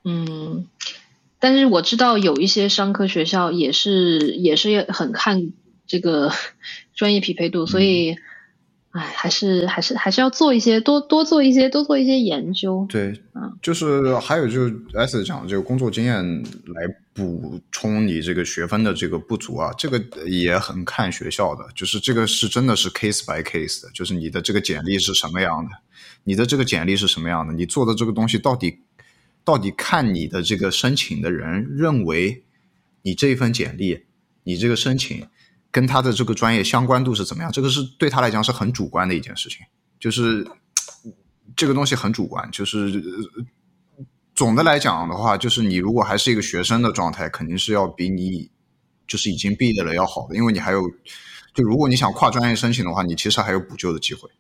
但是我知道有一些商科学校也是很看这个专业匹配度，所以还是要做一些多做一些研究。 对，就是还有就是 S 讲的这个工作经验来补充你这个学分的这个不足啊，这个也很看学校的，就是这个是真的是 case by case 的，就是你的这个简历是什么样的，你做的这个东西到底看你的这个申请的人认为你这一份简历，你这个申请跟他的这个专业相关度是怎么样，这个是对他来讲是很主观的一件事情，就是这个东西很主观，就是总的来讲的话，就是你如果还是一个学生的状态，肯定是要比你就是已经毕业了要好的，因为你还有就如果你想跨专业申请的话，你其实还有补救的机会。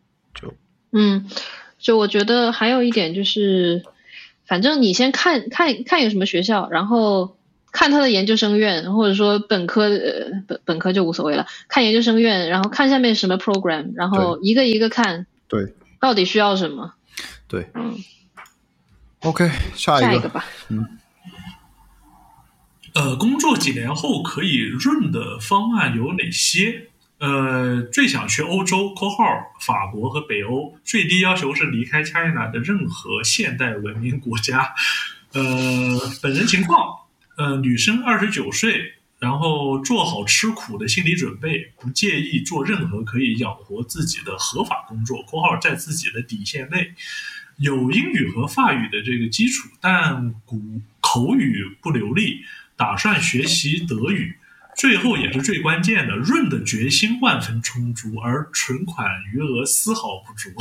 就我觉得还有一点就是，反正你先看有什么学校，然后看他的研究生院，或者说本科就无所谓了，看研究生院，然后看下面什么 program， 然后一个一个看， 对， 到底需要什么。 对，OK， 下一个吧。 工作几年后可以润的方案有哪些？最想去欧洲括号法国和北欧，最低要求是离开 China 的任何现代文明国家。本人情况，女生29岁，然后做好吃苦的心理准备，不介意做任何可以养活自己的合法工作括号在自己的底线内，有英语和法语的这个基础，但口语不流利，打算学习德语。最后也是最关键的，润的决心万分充足，而存款余额丝毫不足。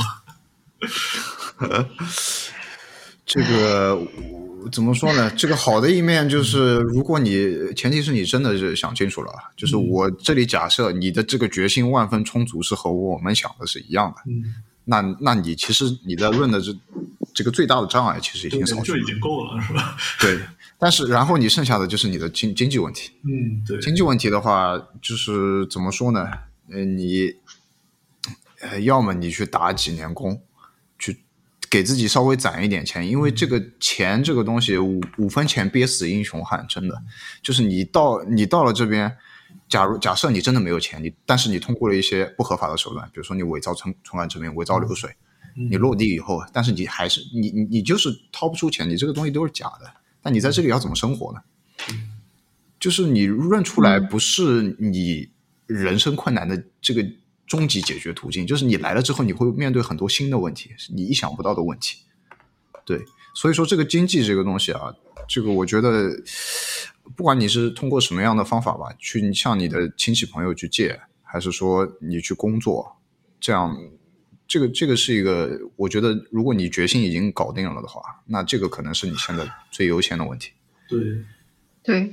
这个怎么说呢？这个好的一面就是，如果前提是你真的是想清楚了，就是我这里假设你的这个决心万分充足是和我们想的是一样的，那你其实你在润的这个最大的障碍其实已经扫除了， 就已经够了，是吧？ 对。但是然后你剩下的就是你的经济问题。 对。 经济问题的话，就是怎么说呢？你要么你去打几年工，去给自己稍微攒一点钱，因为这个钱这个东西五分钱憋死英雄汉，真的就是你到了这边，假设你真的没有钱，但是你通过了一些不合法的手段，比如说你伪造存款证明、伪造流水，你落地以后，但是你还是你就是掏不出钱，你这个东西都是假的。那你在这里要怎么生活呢？就是你润出来不是你人生困难的这个终极解决途径，就是你来了之后你会面对很多新的问题，你意想不到的问题。对，所以说这个经济这个东西啊，这个我觉得不管你是通过什么样的方法吧，去向你的亲戚朋友去借，还是说你去工作，这样这个是一个，我觉得如果你决心已经搞定了的话，那这个可能是你现在最优先的问题。 对。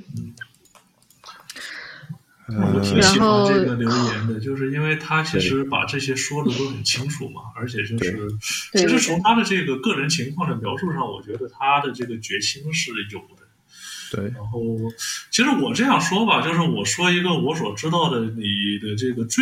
我挺喜欢这个留言的，就是因为他其实把这些说的都很清楚嘛，而且就是其实从他的这个个人情况的描述上，我觉得他的这个决心是有的。 对， 然后其实我这样说吧，就是我说一个我所知道的你的这个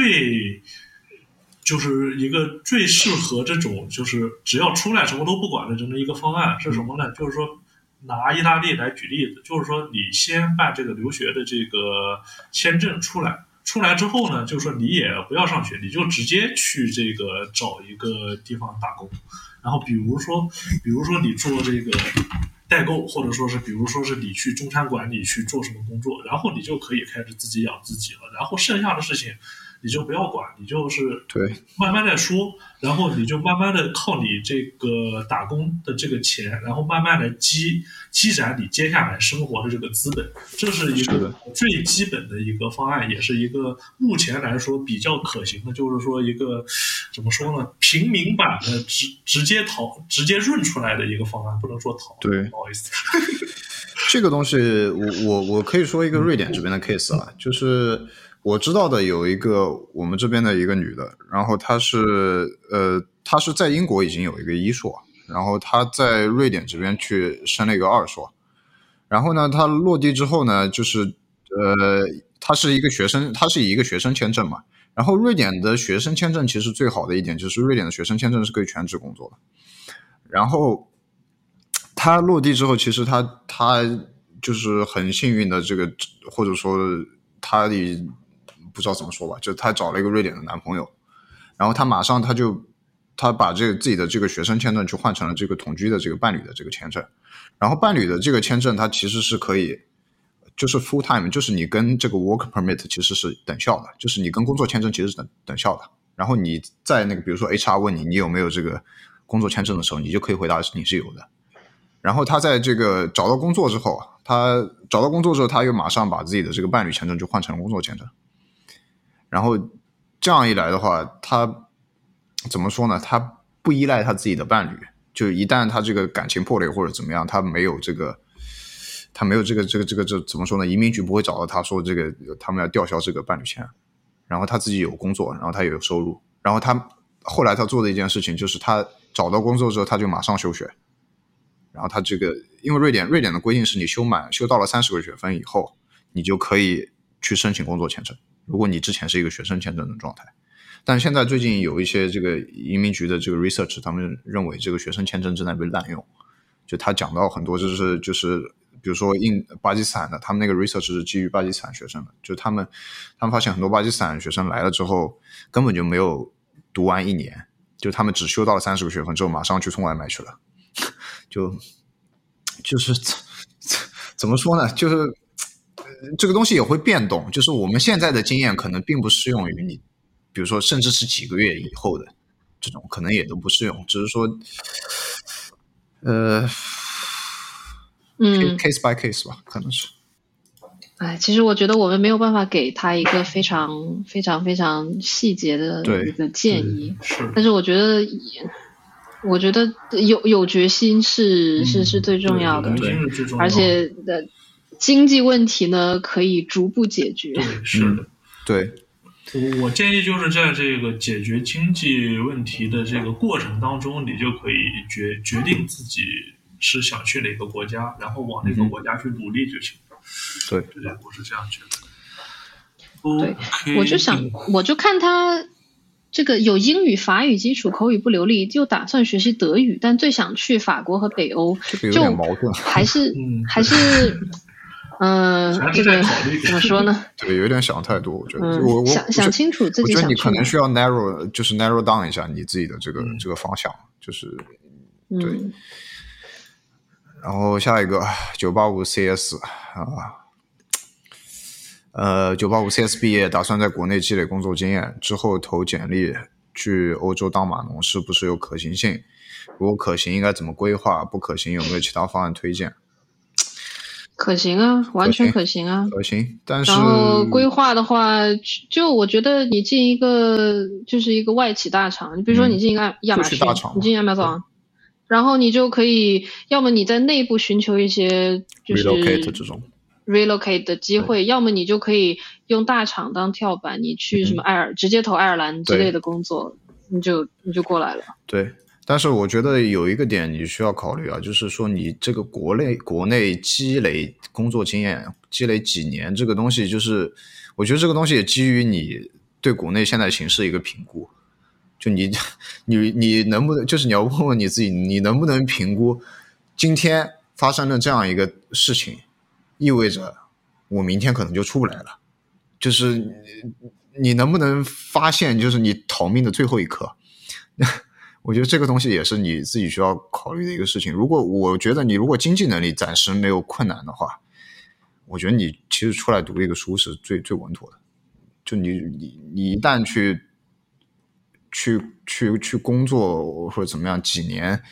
就是一个最适合这种就是只要出来什么都不管的这么一个方案是什么呢？就是说拿意大利来举例子，就是说你先办这个留学的这个签证出来之后呢，就是说你也不要上学，你就直接去这个找一个地方打工，然后比如说你做这个代购，或者说是比如说是你去中餐馆里去做什么工作，然后你就可以开始自己养自己了，然后剩下的事情你就不要管，你就是慢慢的说，然后你就慢慢的靠你这个打工的这个钱，然后慢慢的积攒你接下来生活的这个资本，这是一个最基本的一个方案，也是一个目前来说比较可行的，就是说一个怎么说呢，平民版的直接润出来的一个方案，不能说逃， 对， 不好意思。 这个东西我可以说一个瑞典这边的 case 啊，就是我知道的有一个我们这边的一个女的，然后她是在英国已经有一个一硕，然后她在瑞典这边去升了一个二硕，然后呢她落地之后呢，就是她是一个学生，她是以一个学生签证嘛，然后瑞典的学生签证其实最好的一点就是瑞典的学生签证是可以全职工作的，然后她落地之后，其实她就是很幸运的这个，或者说她不知道怎么说吧，就她找了一个瑞典的男朋友，然后她马上她把这个自己的这个学生签证去换成了这个同居的这个伴侣的这个签证，然后伴侣的这个签证它其实是可以就是 full time， 就是你跟这个 work permit 其实是等效的，就是你跟工作签证其实是等效的，然后你在那个比如说 HR 问你有没有这个工作签证的时候，你就可以回答你是有的。然后他在这个找到工作之后，他又马上把自己的这个伴侣签证就换成了工作签证。然后这样一来的话，他怎么说呢？他不依赖他自己的伴侣，就一旦他这个感情破裂或者怎么样，他没有这个怎么说呢？移民局不会找到他说这个他们要吊销这个伴侣签。然后他自己有工作，然后他也有收入。然后后来他做的一件事情就是他找到工作之后，他就马上休学。然后他这个，因为瑞典的规定是你修到了30个学分以后，你就可以去申请工作签证。如果你之前是一个学生签证的状态，但现在最近有一些这个移民局的这个 research， 他们认为这个学生签证正在被滥用。就他讲到很多就是比如说巴基斯坦的，他们那个 research 是基于巴基斯坦学生的，就他们发现很多巴基斯坦学生来了之后根本就没有读完1年，就他们只修到了30个学分之后马上去送外卖去了。就是怎么说呢，就是这个东西也会变动，就是我们现在的经验可能并不适用于你比如说甚至是几个月以后的这种可能也都不适用，只是说case by case 吧，可能是。 其实我觉得我们没有办法给他一个非常非常非常细节的一个建议，但是我觉得有决心是最重要的，而且经济问题呢可以逐步解决。 对，是的， 对。 我建议就是在这个解决经济问题的这个过程当中，你就可以决定自己是想去哪个国家，然后往那个国家去努力就行。 对， 我是这样觉得。 对，我就看他这个有英语、法语基础，口语不流利，就打算学习德语，但最想去法国和北欧， 这个有点矛盾， 还是这个怎么说呢？ 对，有点想太多，我觉得。 想清楚自己想去哪。 我觉得你可能需要 narrow down 一下你自己的这个方向，就是对。然后下一个985 CS 985 CS 毕业，打算在国内积累工作经验，之后投简历去欧洲当码农，是不是有可行性？如果可行，应该怎么规划？不可行，有没有其他方案推荐？ 可行啊，完全可行啊。 可行，但是然后规划的话，就我觉得你进一个就是一个外企大厂，你比如说你进一个亚马逊，你进 Amazon，然后你就可以，要么你在内部寻求一些就是 relocate 的机会，要么你就可以用大厂当跳板，你去什么直接投爱尔兰之类的工作，你就过来了。 对。但是我觉得有一个点你需要考虑啊，就是说你这个国内积累工作经验，积累几年这个东西，就是我觉得这个东西也基于你对国内现在形势一个评估，就你能不能，就是你要问问你自己，你能不能评估今天发生了这样一个事情，意味着我明天可能就出不来了，就是你能不能发现就是你逃命的最后一刻。我觉得这个东西也是你自己需要考虑的一个事情。我觉得你如果经济能力暂时没有困难的话，我觉得你其实出来读一个书是最稳妥的。就你一旦去工作或者怎么样几年，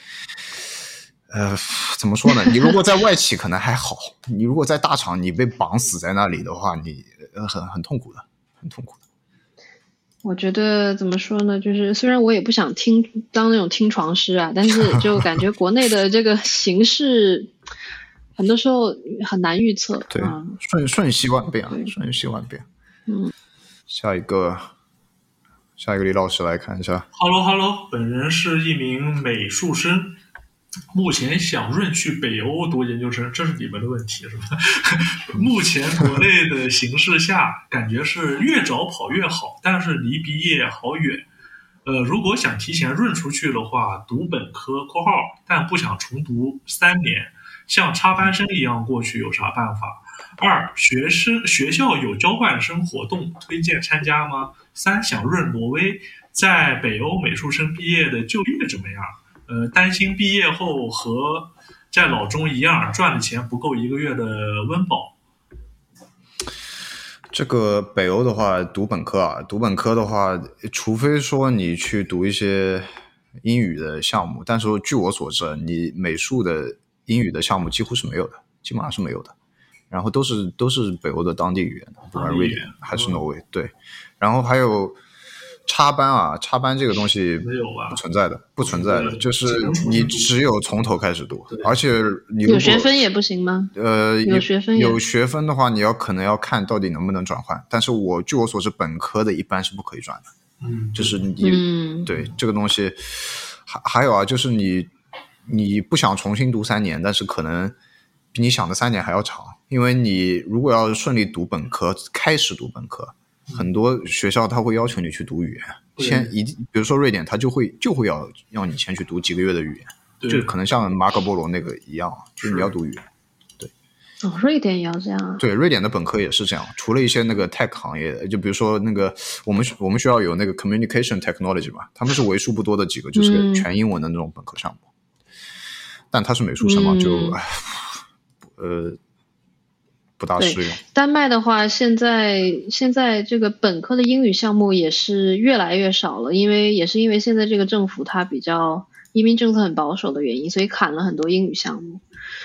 怎么说呢？你如果在外企可能还好，你如果在大厂你被绑死在那里的话，你很痛苦的，很痛苦的。 我觉得怎么说呢，就是虽然我也不想当那种听床师啊，但是就感觉国内的这个形势很多时候很难预测。 对，瞬息万变啊，瞬息万变。下一个李老师来看一下。 Hello， 本人是一名美术生，目前想润去北欧读研究生，这是你们的问题是吧？目前国内的形势下，感觉是越早跑越好，但是离毕业好远。如果想提前润出去的话，读本科（括号）但不想重读3年，像插班生一样过去有啥办法？2. 学校有交换生活动，推荐参加吗？3. 想润挪威，在北欧美术生毕业的就业怎么样？担心毕业后和在老中一样，赚的钱不够1个月的温饱。 这个北欧的话，读本科的话，除非说你去读一些英语的项目，但是据我所知，你美术的英语的项目几乎是没有的，基本上是没有的。然后都是北欧的当地语言，不管瑞典还是挪威。对，然后还有插班这个东西不存在的，就是你只有从头开始读，而且你有学分也不行吗？有学分的话，你可能要看到底能不能转换，但是据我所知，本科的一般是不可以转的。就是你对这个东西，还有啊，就是你不想重新读3年，但是可能比你想的3年还要长，因为你如果要顺利开始读本科。很多学校他会要求你去读语言，比如说瑞典，他就会要你先去读几个月的语言，就可能像马可波罗那个一样，就是你要读语言。对， 瑞典也要这样啊？ 对，瑞典的本科也是这样，除了一些那个 tech 行业，就比如说那个我们学校有那个 communication technology 嘛，他们是为数不多的几个就是个全英文的那种本科项目，但他是美术生嘛，就不大适用。 丹麦的话，现在这个本科的英语项目也是越来越少了，因为现在这个政府它比较移民政策很保守的原因，所以砍了很多英语项目。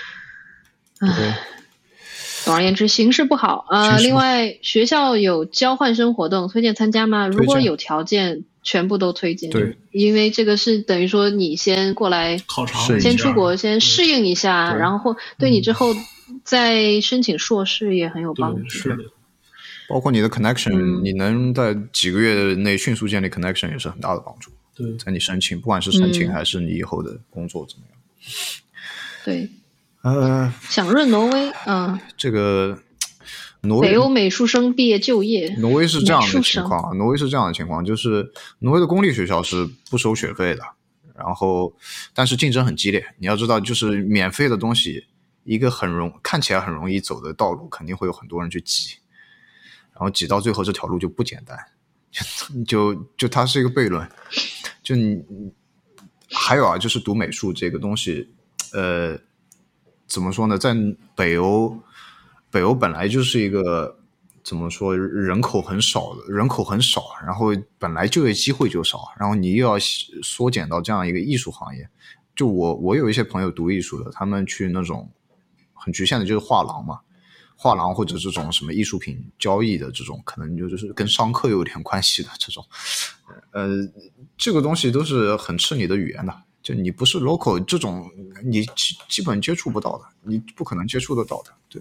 总而言之，形势不好。另外学校有交换生活动，推荐参加吗？如果有条件，全部都推荐。 对， 因为这个是等于说你先过来考察， 先出国，先适应一下，然后对你之后再申请硕士也很有帮助。 是的， 包括你的 connection，你能在几个月内迅速建立 connection 也是很大的帮助。 对， 在你申请，不管是申请还是你以后的工作怎么样。 对，想润挪威， 这个北欧美术生毕业就业， 挪威是这样的情况，就是挪威的公立学校是不收学费的，然后但是竞争很激烈。你要知道，就是免费的东西，一个看起来很容易走的道路，肯定会有很多人去挤，然后挤到最后这条路就不简单，就它是一个悖论。就你还有啊，就是读美术这个东西，怎么说呢，在北欧本来就是一个怎么说，人口很少，然后本来就业机会就少，然后你又要缩减到这样一个艺术行业。就我有一些朋友读艺术的，他们去那种很局限的就是画廊嘛，画廊或者这种什么艺术品交易的这种，可能就是跟商科有点关系的这种，这个东西都是很吃你的语言的，就你不是 local 这种，你基本接触不到的，你不可能接触得到的，对。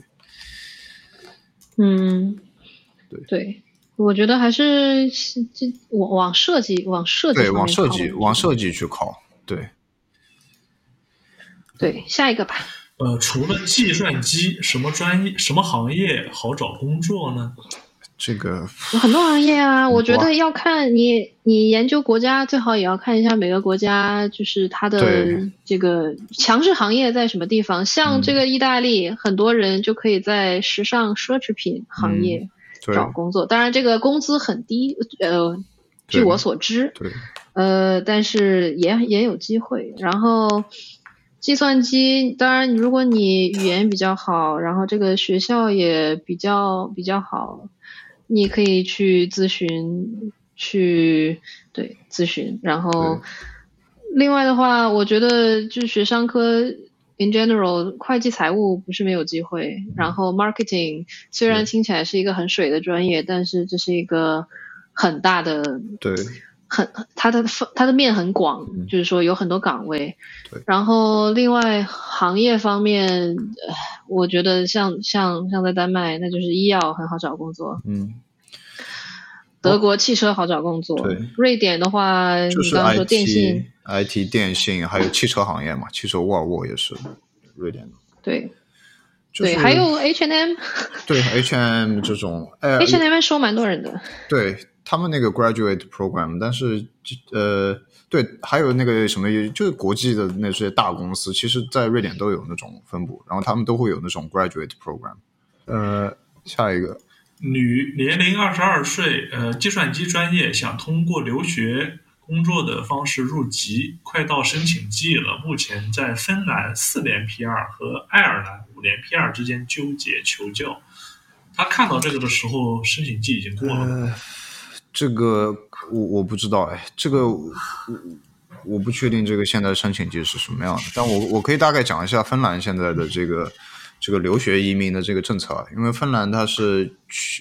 对，我觉得还是往设计对，往设计去靠，对。 对，下一个吧。 除了计算机，什么专业、什么行业好找工作呢？ 这个有很多行业啊，我觉得要看你研究国家，最好也要看一下每个国家就是它的这个强势行业在什么地方。像这个意大利，很多人就可以在时尚奢侈品行业找工作，当然这个工资很低，据我所知，但是也有机会。然后计算机，当然如果你语言比较好，然后这个学校也比较好，你可以去咨询，咨询。然后另外的话，我觉得就是学商科 in general， 会计财务不是没有机会。然后 marketing 虽然听起来是一个很水的专业，但是这是一个很大的，它的面很广，就是说有很多岗位。然后另外行业方面，我觉得像在丹麦，那就是医药很好找工作。德国汽车好找工作。瑞典的话， 就是你刚刚说电信、 IT 电信，还有汽车行业嘛，汽车沃尔沃也是瑞典的。 对，还有 H&M。 对 H&M 这种 ，H&M 收蛮多人的。 对他们那个 graduate program， 但是对，还有那个什么，就是国际的那些大公司，其实在瑞典都有那种分部，然后他们都会有那种 graduate program。下一个， 女，年龄22岁，计算机专业，想通过留学工作的方式入籍，快到申请季了，目前在芬兰4年 PR 和爱尔兰5年 PR 之间纠结求教。他看到这个的时候，申请季已经过了。 这个我不知道哎，这个我不确定这个现在申请季是什么样的，但我可以大概讲一下芬兰现在的这个留学移民的这个政策啊，因为芬兰它是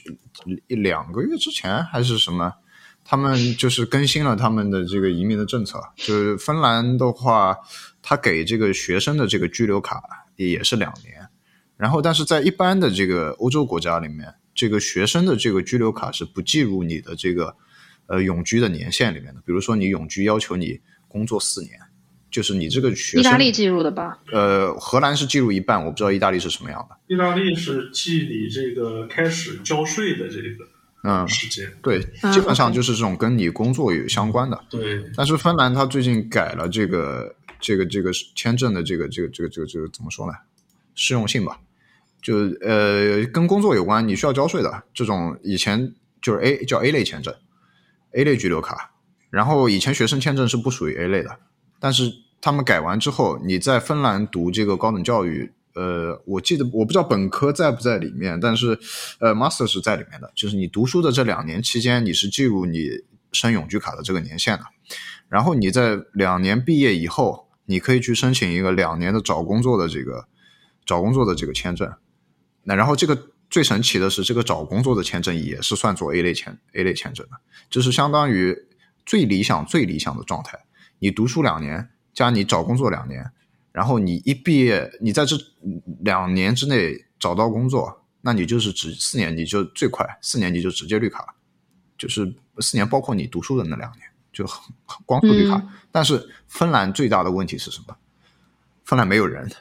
2个月之前还是什么，他们就是更新了他们的这个移民的政策，就是芬兰的话，他给这个学生的这个居留卡也是2年，然后但是在一般的这个欧洲国家里面，这个学生的这个居留卡是不计入你的这个永居的年限里面的。比如说你永居要求你工作4年，就是你这个学生， 意大利计入的吧？ 荷兰是计入一半，我不知道意大利是什么样的。 意大利是计你这个开始交税的这个时间。 对，基本上就是这种跟你工作有相关的。 对。 但是芬兰它最近改了这个签证的这个怎么说呢？适用性吧。就跟工作有关，你需要交税的这种，以前就是叫 A 类签证 ，A 类居留卡，然后以前学生签证是不属于 A 类的，但是他们改完之后，你在芬兰读这个高等教育，我记得我不知道本科在不在里面，但是Master 是在里面的，就是你读书的这2年期间，你是计入你申永居卡的这个年限的，然后你在2年毕业以后，你可以去申请一个2年的找工作的这个签证。那然后这个最神奇的是，这个找工作的签证也是算作 A 类签证的，就是相当于最理想的状态。你读书2年，加你找工作2年，然后你一毕业，你在这2年之内找到工作，那你就是4年你就最快4年你就直接绿卡了，就是4年包括你读书的那2年，就光速绿卡。但是芬兰最大的问题是什么？芬兰没有人。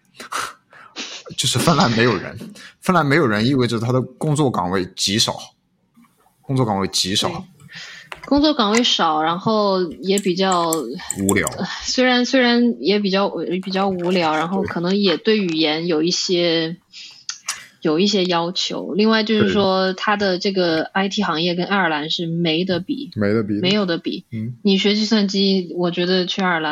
就是芬兰没有人意味着他的工作岗位极少，工作岗位少，然后也比较无聊。 虽然也比较无聊，然后可能也对语言有一些要求。另外就是说，他的这个 IT 行业跟爱尔兰是没有得比。你学计算机，我觉得去爱尔兰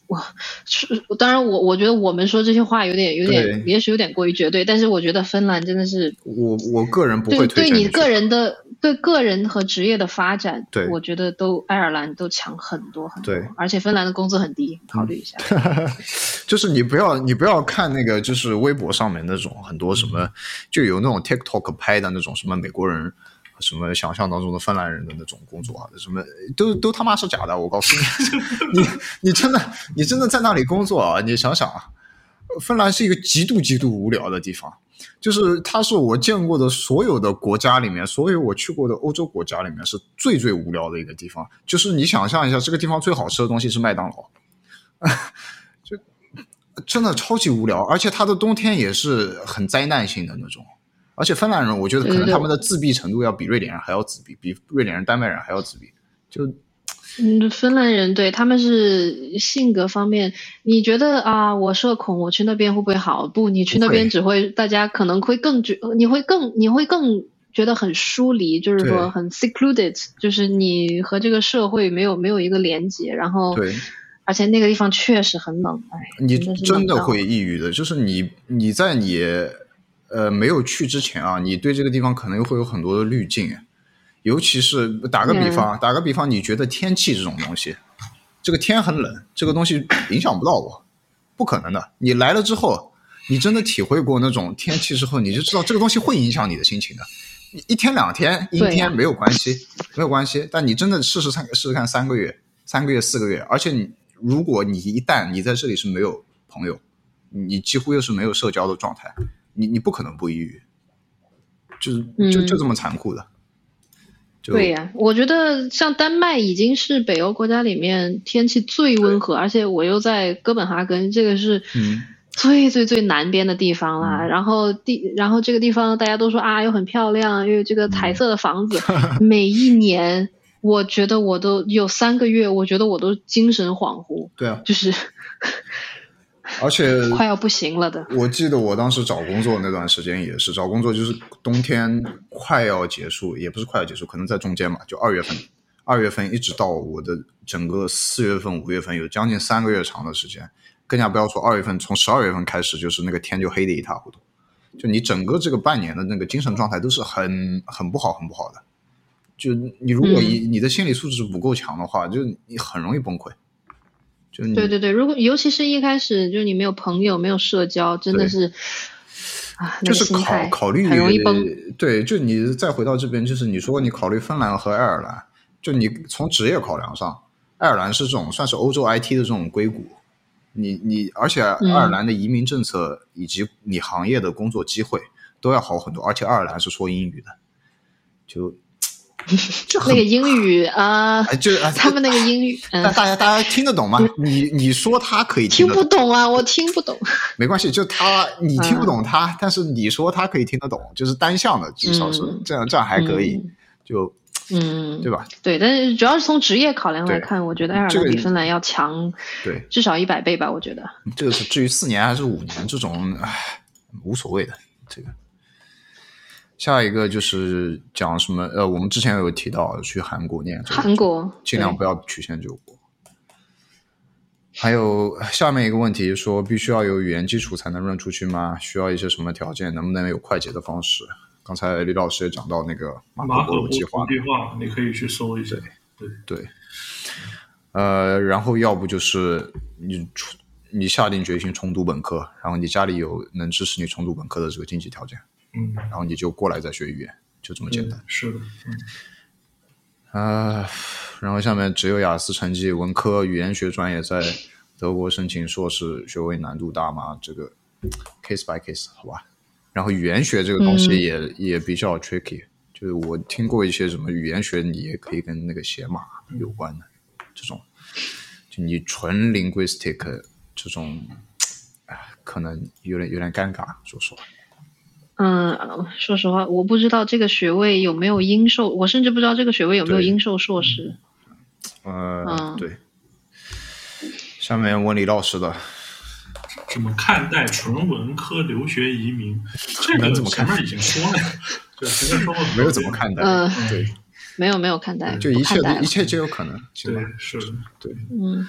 当然我觉得我们说这些话有点对也许有点过于绝对，但是我觉得芬兰真的是我个人不会推荐对你个人的对个人和职业的发展， 对我觉得都爱尔兰都强很多很多， 对， 而且芬兰的工资很低，考虑一下。 就是你不要看那个，就是微博上面那种很多什么，就有那种 TikTok 拍的那种什么美国人。什么想象当中的芬兰人的那种工作啊，什么都他妈是假的！我告诉你，你真的在那里工作啊？你想想啊，芬兰是一个极度无聊的地方，就是它是我见过的所有的国家里面，所有我去过的欧洲国家里面是最无聊的一个地方。就是你想象一下，这个地方最好吃的东西是麦当劳，就真的超级无聊，而且它的冬天也是很灾难性的那种。而且芬兰人，我觉得可能他们的自闭程度要比瑞典人还要自闭，比瑞典人、丹麦人还要自闭。就， 芬兰人对他们是性格方面，你觉得啊，我社恐，我去那边会不会好？不，你去那边只会大家可能会你会更觉得很疏离，就是说很 secluded， 就是你和这个社会没有一个连接，然后对， 而且那个地方确实很冷， 你真的会抑郁的，就是你在你。没有去之前啊，你对这个地方可能会有很多的滤镜，尤其是打个比方，你觉得天气这种东西，这个天很冷，这个东西影响不到我，不可能的。你来了之后，你真的体会过那种天气之后，你就知道这个东西会影响你的心情的。一天两天阴天没有关系，但你真的试试看3个月、4个月，而且如果你一旦你在这里是没有朋友，你几乎又是没有社交的状态。你不可能不抑郁，就这么残酷的。 对呀，我觉得像丹麦已经是北欧国家里面天气最温和，而且我又在哥本哈根，这个是最南边的地方啦。然后这个地方大家都说啊，又很漂亮，又有这个彩色的房子。每一年，我觉得我都有3个月，我觉得我都精神恍惚。 对啊， 就是。 而且快要不行了的。 我记得我当时找工作那段时间也是，找工作就是冬天快要结束，也不是快要结束，可能在中间嘛，就2月份一直到我的整个4月份、5月份，有将近3个月长的时间。更加不要说2月份，从12月份开始，就是那个天就黑得一塌糊涂，就你整个这个半年的那个精神状态都是很不好的。就你如果你的心理素质不够强的话，就你很容易崩溃。 对，如果尤其是一开始就你没有朋友没有社交，真的是就是考虑很容易崩。 对，就你再回到这边，就是你说你考虑芬兰和爱尔兰，就你从职业考量上，爱尔兰是这种算是欧洲 IT 的这种硅谷，而且爱尔兰的移民政策以及你行业的工作机会都要好很多，而且爱尔兰是说英语的，就那个英语啊，他们那个英语， 大家听得懂吗？你说他可以听得懂， 听不懂啊，我听不懂。 没关系，就你听不懂他，但是你说他可以听得懂，就是单向的，至少是这样还可以，就对吧？ 对，但是主要是从职业考量来看，我觉得爱尔兰比芬兰要强， 对， 至少100倍吧，我觉得。 这个是至于4年还是5年这种，无所谓的这个。下一个就是讲什么我们之前有提到去韩国念， 韩国尽量不要曲线救国。还有下面一个问题说，必须要有语言基础才能润出去吗？需要一些什么条件？能不能有快捷的方式？刚才李老师也讲到那个马可波罗计划， 你可以去搜一下。 对，然后要不就是你下定决心重读本科，然后你家里有能支持你重读本科的这个经济条件。然后你就过来再学语言，就这么简单。 是的。 然后下面只有雅思成绩，文科语言学专业在德国申请硕士学位难度大吗？这个 case by case 好吧。然后语言学这个东西也比较 tricky，就是我听过一些什么语言学你也可以跟那个写码有关的这种，就你纯 linguistic 这种可能有点尴尬，说实话。 说实话，我不知道这个学位有没有应授，我甚至不知道这个学位有没有应授硕士。 对。下面问李老师的， 怎么看待纯文科留学移民？这个前面已经说了，对，前面说过没有怎么看待。 对，没有看待， 就一切皆有可能。 对，是的， 对。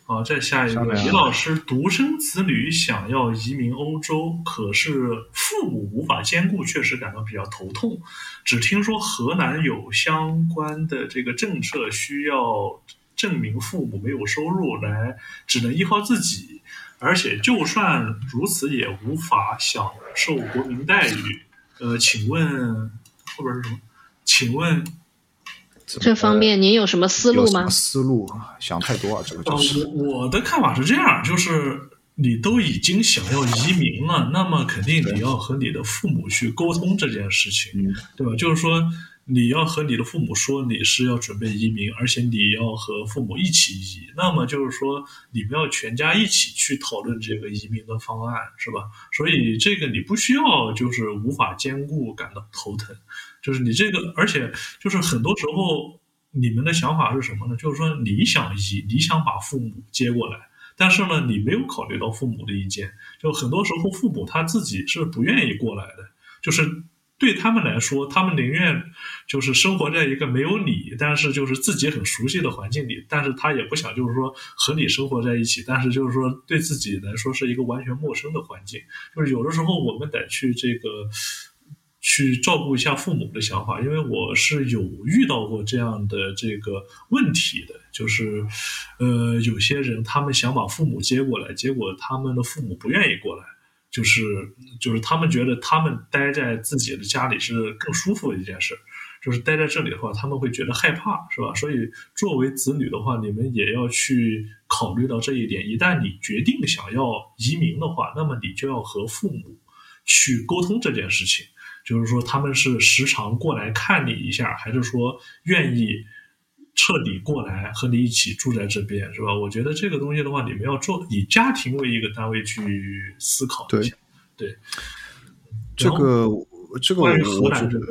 好，再下一个，李老师，独生子女想要移民欧洲，可是父母无法兼顾，确实感到比较头痛。只听说河南有相关的这个政策，需要证明父母没有收入，只能依靠自己，而且就算如此，也无法享受国民待遇。请问后边是什么？请问这方面您有什么思路吗？ 有什么思路？想太多啊，这个就是。 我的看法是这样，就是你都已经想要移民了，那么肯定你要和你的父母去沟通这件事情，对吧？就是说你要和你的父母说你是要准备移民，而且你要和父母一起移，那么就是说你们要全家一起去讨论这个移民的方案，是吧？所以这个你不需要就是无法兼顾感到头疼。就是你这个，而且就是很多时候你们的想法是什么呢？就是说你想把父母接过来，但是呢，你没有考虑到父母的意见。就很多时候父母他自己是不愿意过来的，就是对他们来说，他们宁愿就是生活在一个没有你，但是就是自己很熟悉的环境里，但是他也不想就是说和你生活在一起，但是就是说对自己来说是一个完全陌生的环境。就是有的时候我们得去照顾一下父母的想法，因为我是有遇到过这样的这个问题的，就是有些人他们想把父母接过来，结果他们的父母不愿意过来，就是他们觉得他们待在自己的家里是更舒服的一件事，就是待在这里的话他们会觉得害怕，是吧？所以作为子女的话，你们也要去考虑到这一点，一旦你决定想要移民的话，那么你就要和父母去沟通这件事情，就是说他们是时常过来看你一下，还是说愿意彻底过来和你一起住在这边，是吧？我觉得这个东西的话，你们要以家庭为一个单位去思考一下。对， 这个我觉得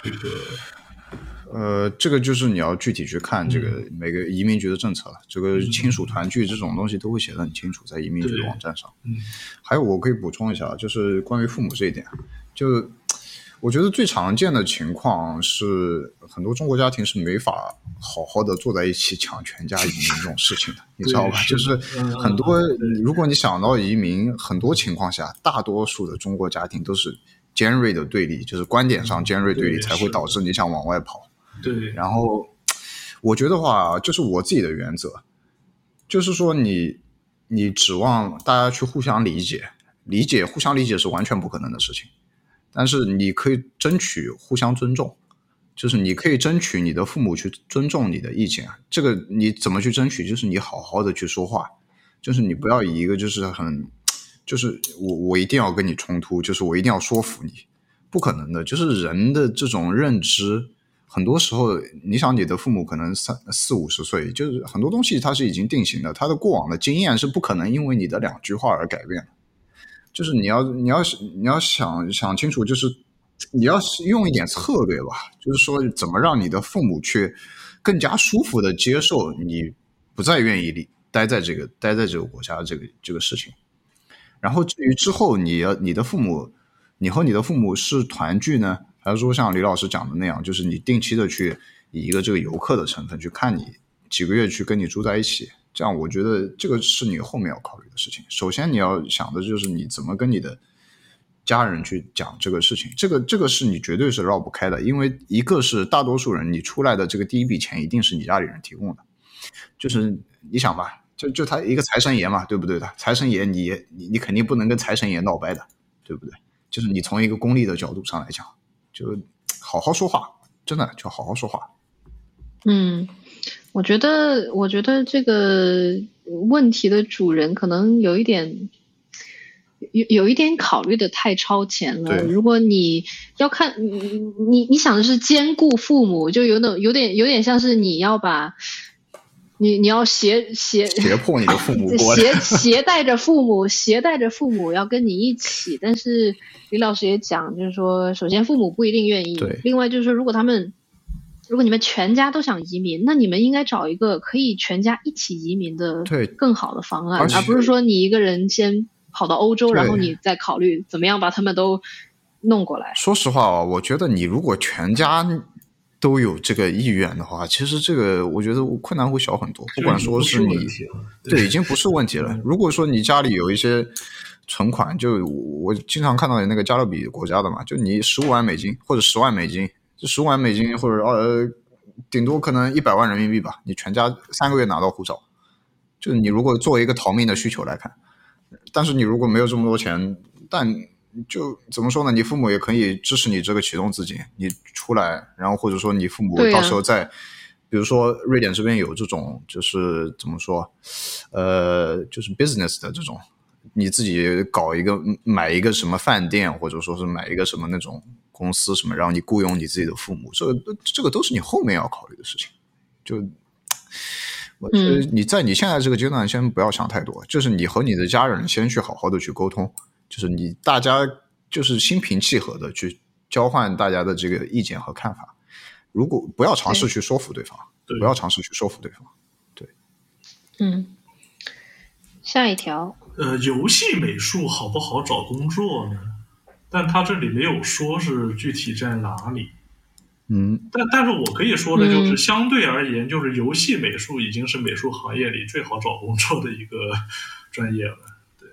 这个就是你要具体去看这个每个移民局的政策了。这个亲属团聚这种东西都会写得很清楚，在移民局的网站上。还有我可以补充一下，就是关于父母这一点，就我觉得最常见的情况是，很多中国家庭是没法好好的坐在一起讲全家移民这种事情的，你知道吧？就是很多，如果你想到移民，很多情况下，大多数的中国家庭都是尖锐的对立，就是观点上尖锐对立，才会导致你想往外跑。 对。 然后，我觉得话，这是我自己的原则，就是说你指望大家去互相理解，互相理解是完全不可能的事情。但是你可以争取互相尊重，就是你可以争取你的父母去尊重你的意见。这个你怎么去争取？就是你好好的去说话，就是你不要以一个就是我一定要跟你冲突，就是我一定要说服你，不可能的。就是人的这种认知，很多时候你想你的父母可能40-50岁，就是很多东西他是已经定型的，他的过往的经验是不可能因为你的2句话而改变的。就是你要想清楚，就是你要用一点策略吧，就是说怎么让你的父母去更加舒服的接受你不再愿意待在这个国家这个事情。然后至于之后你和你的父母是团聚呢，还是说像李老师讲的那样，就是你定期的去以一个这个游客的身份去看你几个月，去跟你住在一起，这样我觉得这个是你后面要考虑的事情。首先你要想的就是你怎么跟你的家人去讲这个事情，这个是你绝对是绕不开的，因为一个是大多数人你出来的这个第一笔钱一定是你家里人提供的，就是你想吧，就他一个财神爷嘛，对不对的？财神爷你肯定不能跟财神爷闹掰的，对不对？就是你从一个功利的角度上来讲，就好好说话，真的就好好说话。 我觉得这个问题的主人可能有一点考虑的太超前了。如果你要看你想的是兼顾父母，就有点像是你要把你要胁迫你的父母过来， 携带着父母要跟你一起。但是李老师也讲，就是说首先父母不一定愿意，另外就是说如果你们全家都想移民，那你们应该找一个可以全家一起移民的更好的方案，而不是说你一个人先跑到欧洲，然后你再考虑怎么样把他们都弄过来。 说实话我觉得你如果全家都有这个意愿的话，其实这个我觉得困难会小很多。不管说是你对已经不是问题了。如果说你家里有一些存款，就我经常看到那个加勒比国家的嘛，就你15万美金或者10万美金，就15万美金或者顶多可能100万人民币吧，你全家3个月拿到护照。就你如果作为一个逃命的需求来看，但是你如果没有这么多钱，但就怎么说呢？你父母也可以支持你这个启动资金，你出来，然后或者说你父母到时候在，比如说瑞典这边有这种，就是怎么说，就是 business 的这种，你自己搞一个买一个什么饭店，或者说是买一个什么那种公司什么，然后你雇佣你自己的父母，这个都是你后面要考虑的事情。就我觉得你在你现在这个阶段先不要想太多，就是你和你的家人先去好好的去沟通。就是你大家就是心平气和的去交换大家的这个意见和看法，如果不要尝试去说服对方，不要尝试去说服对方。对， 下一条， 游戏美术好不好找工作呢？但他这里没有说是具体在哪里。但是我可以说的就是，相对而言，就是游戏美术已经是美术行业里最好找工作的一个专业了。对，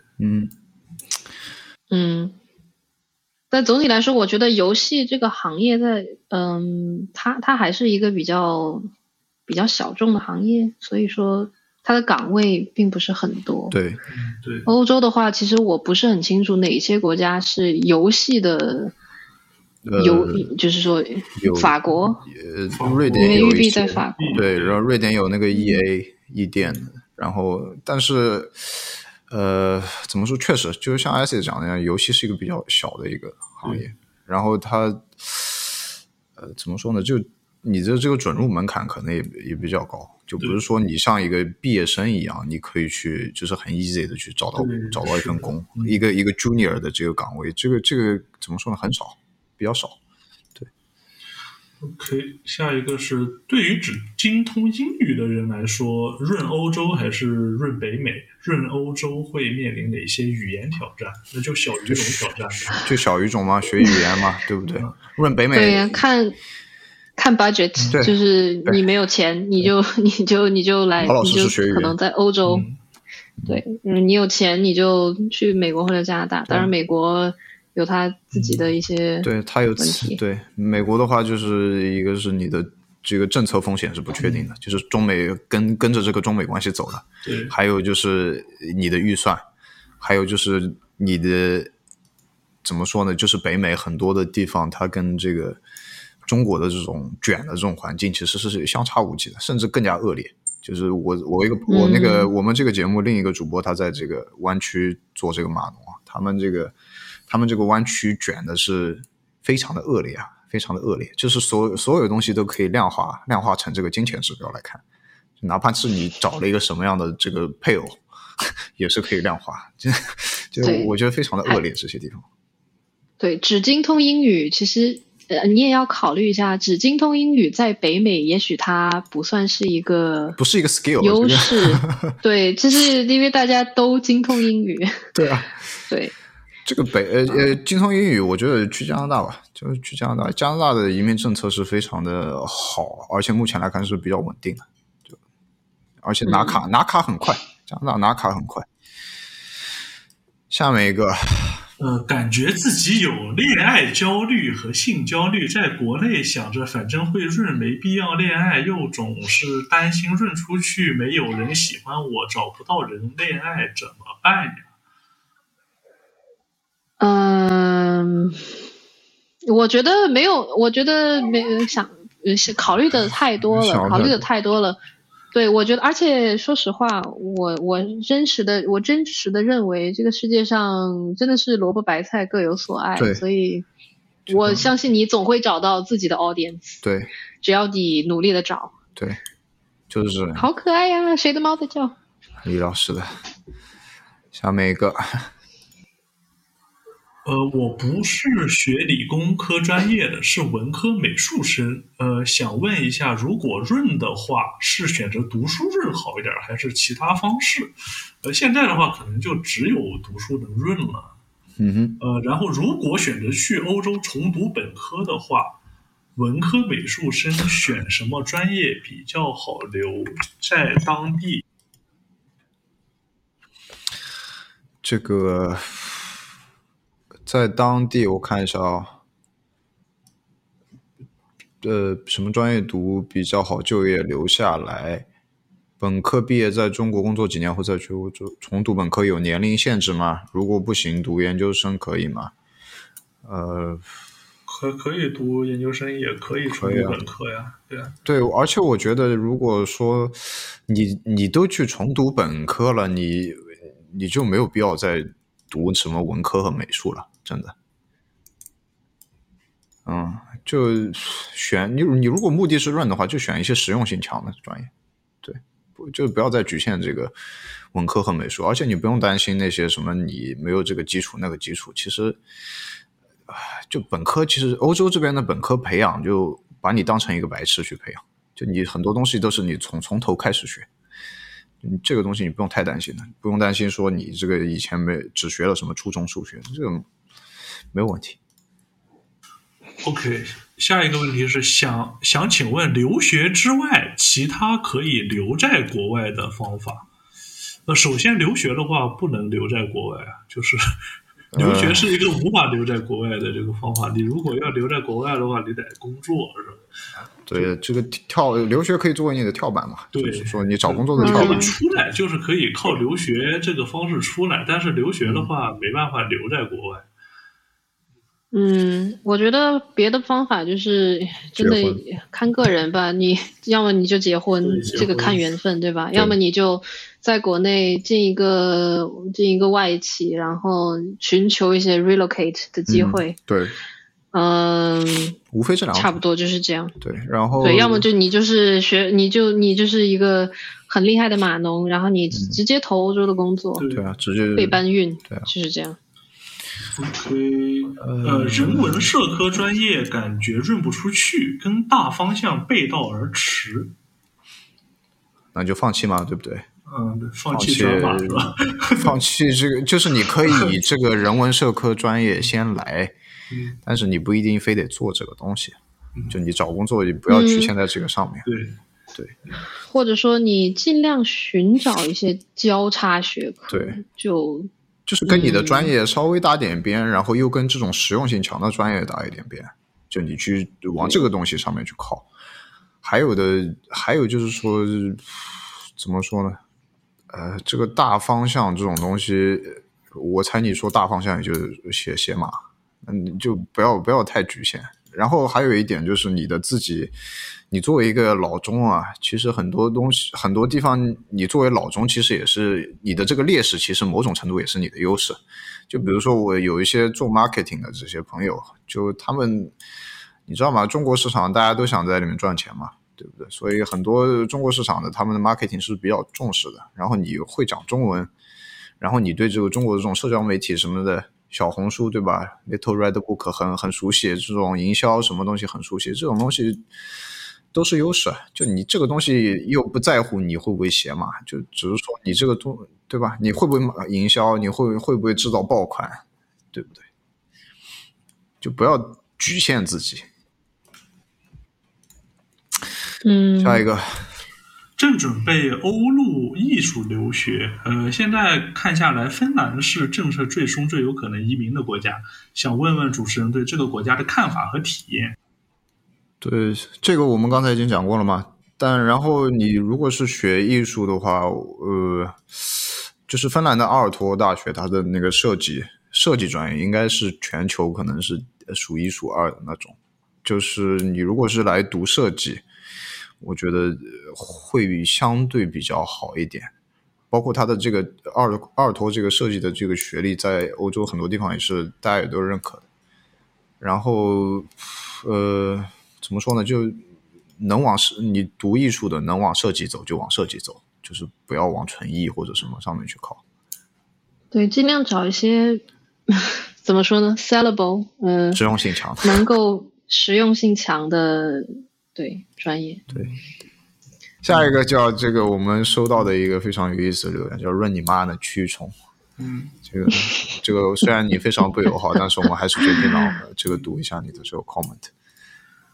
但总体来说，我觉得游戏这个行业在，它还是一个比较小众的行业，所以说它的岗位并不是很多。 对， 欧洲的话，其实我不是很清楚哪些国家是游戏的。就是说法国， 瑞典有一些， 因为育碧在法国， 对，然后瑞典有那个 EA 店，然后但是怎么说，确实就是像 IC 讲的那样，游戏是一个比较小的一个行业，然后它怎么说呢，就你的这个准入门槛可能也比较高，就不是说你像一个毕业生一样，你可以去就是很 easy 的去找到一份工，一个 junior 的这个岗位，这个怎么说呢，很少。比较少，对。 OK， 下一个是对于只精通英语的人来说，润欧洲还是润北美？润欧洲会面临哪些语言挑战？那就小语种挑战吧。 就小语种嘛，学语言嘛，对不对？润北美， 对呀，看 budget， 就是你没有钱，你就来，你就可能在欧洲。对，你有钱你就去美国或者加拿大，当然美国有他自己的一些对，他有问题。对，美国的话就是一个是你的这个政策风险是不确定的，就是中美跟着这个中美关系走的。 对， 还有就是你的预算，还有就是你的怎么说呢？就是北美很多的地方，它跟这个中国的这种卷的这种环境其实是相差无几的，甚至更加恶劣。就是我们这个节目另一个主播他在这个湾区做这个码农啊，他们这个湾区卷的是非常的恶劣啊，非常的恶劣，就是所有东西都可以量化成这个金钱指标来看，哪怕是你找了一个什么样的这个配偶，也是可以量化，就我觉得非常的恶劣这些地方。 对，只精通英语，其实你也要考虑一下，只精通英语在北美，也许它不算是一个 skill 优势。对，就是因为大家都精通英语。 对啊， 对。 这个精通英语，我觉得去加拿大吧，就是去加拿大。加拿大的移民政策是非常的好，而且目前来看是比较稳定的，而且拿卡很快，加拿大拿卡很快。下面一个。 感觉自己有恋爱焦虑和性焦虑，在国内想着反正会润，没必要恋爱，又总是担心润出去没有人喜欢我，找不到人恋爱怎么办呀？ 我觉得没考虑的太多了。对，我觉得，而且说实话，我真实的认为，这个世界上真的是萝卜白菜各有所爱，所以我相信你总会找到自己的 audience。 对， 只要你努力的找。 对，就是这样。 好可爱呀！谁的猫在叫？ 李老师的。下面一个。 我不是学理工科专业的，是文科美术生。想问一下，如果润的话，是选择读书润好一点，还是其他方式？现在的话，可能就只有读书能润了。然后如果选择去欧洲重读本科的话， 文科美术生选什么专业比较好留在当地？ 这个在当地我看一下啊，什么专业读比较好就业留下来？本科毕业在中国工作几年后再去欧洲重读本科有年龄限制吗？如果不行，读研究生可以吗？ 可以读研究生，也可以重读本科呀，对啊。 对，而且我觉得，如果说你都去重读本科了，你就没有必要再读什么文科和美术了，真的。就选你如果目的是润的话，就选一些实用性强的专业，对，就不要再局限这个文科和美术，而且你不用担心那些什么你没有这个基础那个基础，其实就本科，其实欧洲这边的本科培养就把你当成一个白痴去培养，就你很多东西都是你从头开始学，这个东西你不用太担心的，不用担心说你这个以前只学了什么初中数学，这个没有问题。 OK， 下一个问题是想请问留学之外其他可以留在国外的方法。首先留学的话不能留在国外啊，就是留学是一个无法留在国外的这个方法，你如果要留在国外的话你得工作是吧？ 对，这个留学可以作为你的跳板嘛， 对， 就是说你找工作的跳板出来就是可以靠留学这个方式出来，但是留学的话没办法留在国外。 我觉得别的方法就是真的看个人吧，你要么你就结婚，这个看缘分，对吧？要么你就在国内进一个外企，然后寻求一些 relocate 的机会。 对，无非这两个， 差不多就是这样。 对，然后对，要么就你就是你就是一个很厉害的码农，然后你直接投欧洲的工作。 对啊，直接被搬运， 对啊， 就是这样。 OK， 人文社科专业感觉润不出去，跟大方向背道而驰， 那就放弃嘛，对不对？ 放弃转码是吧？ 放弃这个，就是你可以以这个人文社科专业先来，但是你不一定非得做这个东西，就你找工作也不要局限在这个上面。对， 或者说你尽量寻找一些交叉学科， 对， 就是跟你的专业稍微搭点边，然后又跟这种实用性强的专业搭一点边，就你去往这个东西上面去靠。还有就是说，怎么说呢？这个大方向这种东西，我猜你说大方向也就是写码，你就不要太局限。然后还有一点就是你作为一个老中啊，其实很多东西很多地方你作为老中其实也是你的这个劣势，其实某种程度也是你的优势。就比如说我有一些做 marketing 的这些朋友，就他们你知道吗，中国市场大家都想在里面赚钱嘛，对不对？所以很多中国市场的他们的 marketing 是比较重视的，然后你会讲中文，然后你对这个中国的这种社交媒体什么的，小红书对吧 Little Red Book 很熟悉，这种营销什么东西很熟悉，这种东西都是优势。就你这个东西又不在乎你会不会写码，就只是说你这个对吧，你会不会营销，你会不会制造爆款，对不对？就不要局限自己。下一个正准备欧陆艺术留学，现在看下来，芬兰是政策最松、最有可能移民的国家。想问问主持人对这个国家的看法和体验。 对，这个我们刚才已经讲过了嘛。然后你如果是学艺术的话，就是芬兰的阿尔托大学，它的那个设计专业应该是全球可能是数一数二的那种。就是你如果是来读设计，我觉得会相对比较好一点，包括他的这个阿尔托这个设计的这个学历，在欧洲很多地方也是大家也都认可的。然后怎么说呢，就你读艺术的能往设计走就往设计走，就是不要往纯艺或者什么上面去靠。 对，尽量找一些怎么说呢 sellable 实用性强的， 能够实用性强的对专业。 对，下一个叫这个我们收到的一个非常有意思的留言，叫润你妈的蛆虫。这个虽然你非常不友好，但是我们还是决定让这个读一下你的这个 comment。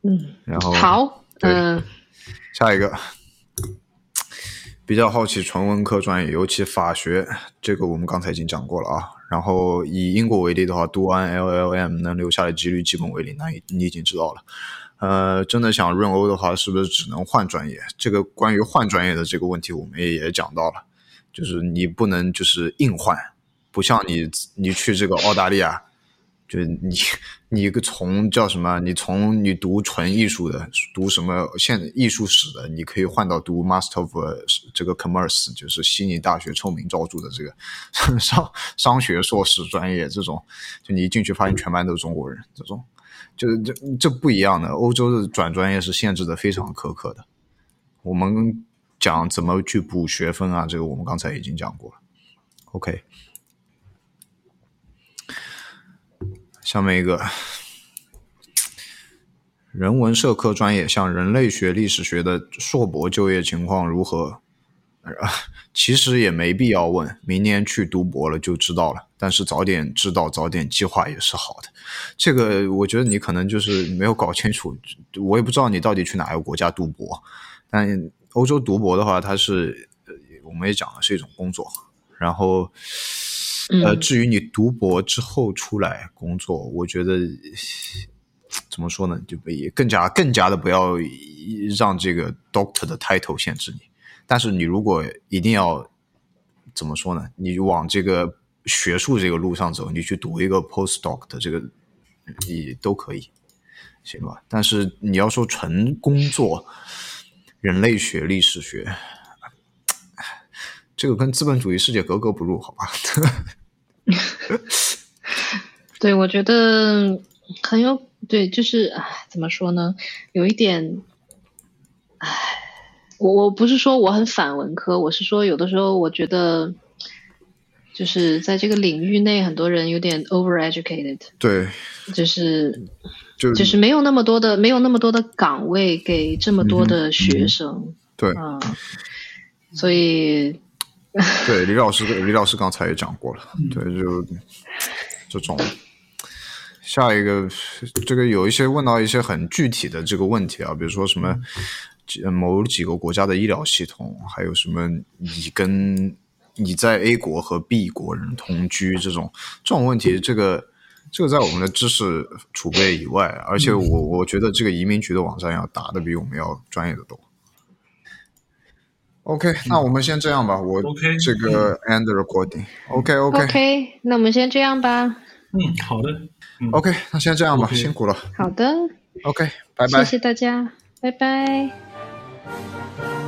然后好， 下一个比较好奇纯文科专业，尤其法学，这个我们刚才已经讲过了啊。然后以英国为例的话，读完 LLM 能留下的几率基本为零，那你已经知道了。真的想润欧的话，是不是只能换专业？这个关于换专业的这个问题，我们也讲到了，就是你不能就是硬换，不像你去这个澳大利亚。就你从叫什么？你读纯艺术的，读什么艺术史的，你可以换到读 Master of 这个 Commerce， 就是悉尼大学臭名昭著的这个商学硕士专业，这种就你一进去发现全班都是中国人，这种这不一样的。欧洲的转专业是限制的非常苛刻的。我们讲怎么去补学分啊，这个我们刚才已经讲过了。OK。下面一个人文社科专业，像人类学、历史学的硕博就业情况如何？其实也没必要问，明年去读博了就知道了。但是早点知道，早点计划也是好的。这个我觉得你可能就是没有搞清楚，我也不知道你到底去哪个国家读博。但欧洲读博的话，它是我们也讲了是一种工作，然后。至于你读博之后出来工作，我觉得怎么说呢，就更加的不要让这个 doctor 的 title 限制你。但是你如果一定要怎么说呢，你往这个学术这个路上走，你去读一个 postdoc 的这个也都可以，行吧？但是你要说纯工作，人类学、历史学。这个跟资本主义世界格格不入，好吧？ 对，我觉得对，就是怎么说呢？有一点，我不是说我很反文科，我是说有的时候我觉得，就是在这个领域内，很多人有点 overeducated。 对， 就是没有那么多的岗位给这么多的学生。 对， 所以。 对，李老师刚才也讲过了，对，就这种。下一个，这个有一些问到一些很具体的这个问题啊，比如说什么某几个国家的医疗系统，还有什么你在 A 国和 B 国人同居这种问题，这个在我们的知识储备以外，而且我觉得这个移民局的网站要答的比我们要专业的多。OK， 那我们先这样吧。我这个 end recording。OK， 那我们先这样吧。 好的。 OK， 那先这样吧，辛苦了。 好的。 OK， 拜拜。 谢谢大家，拜拜。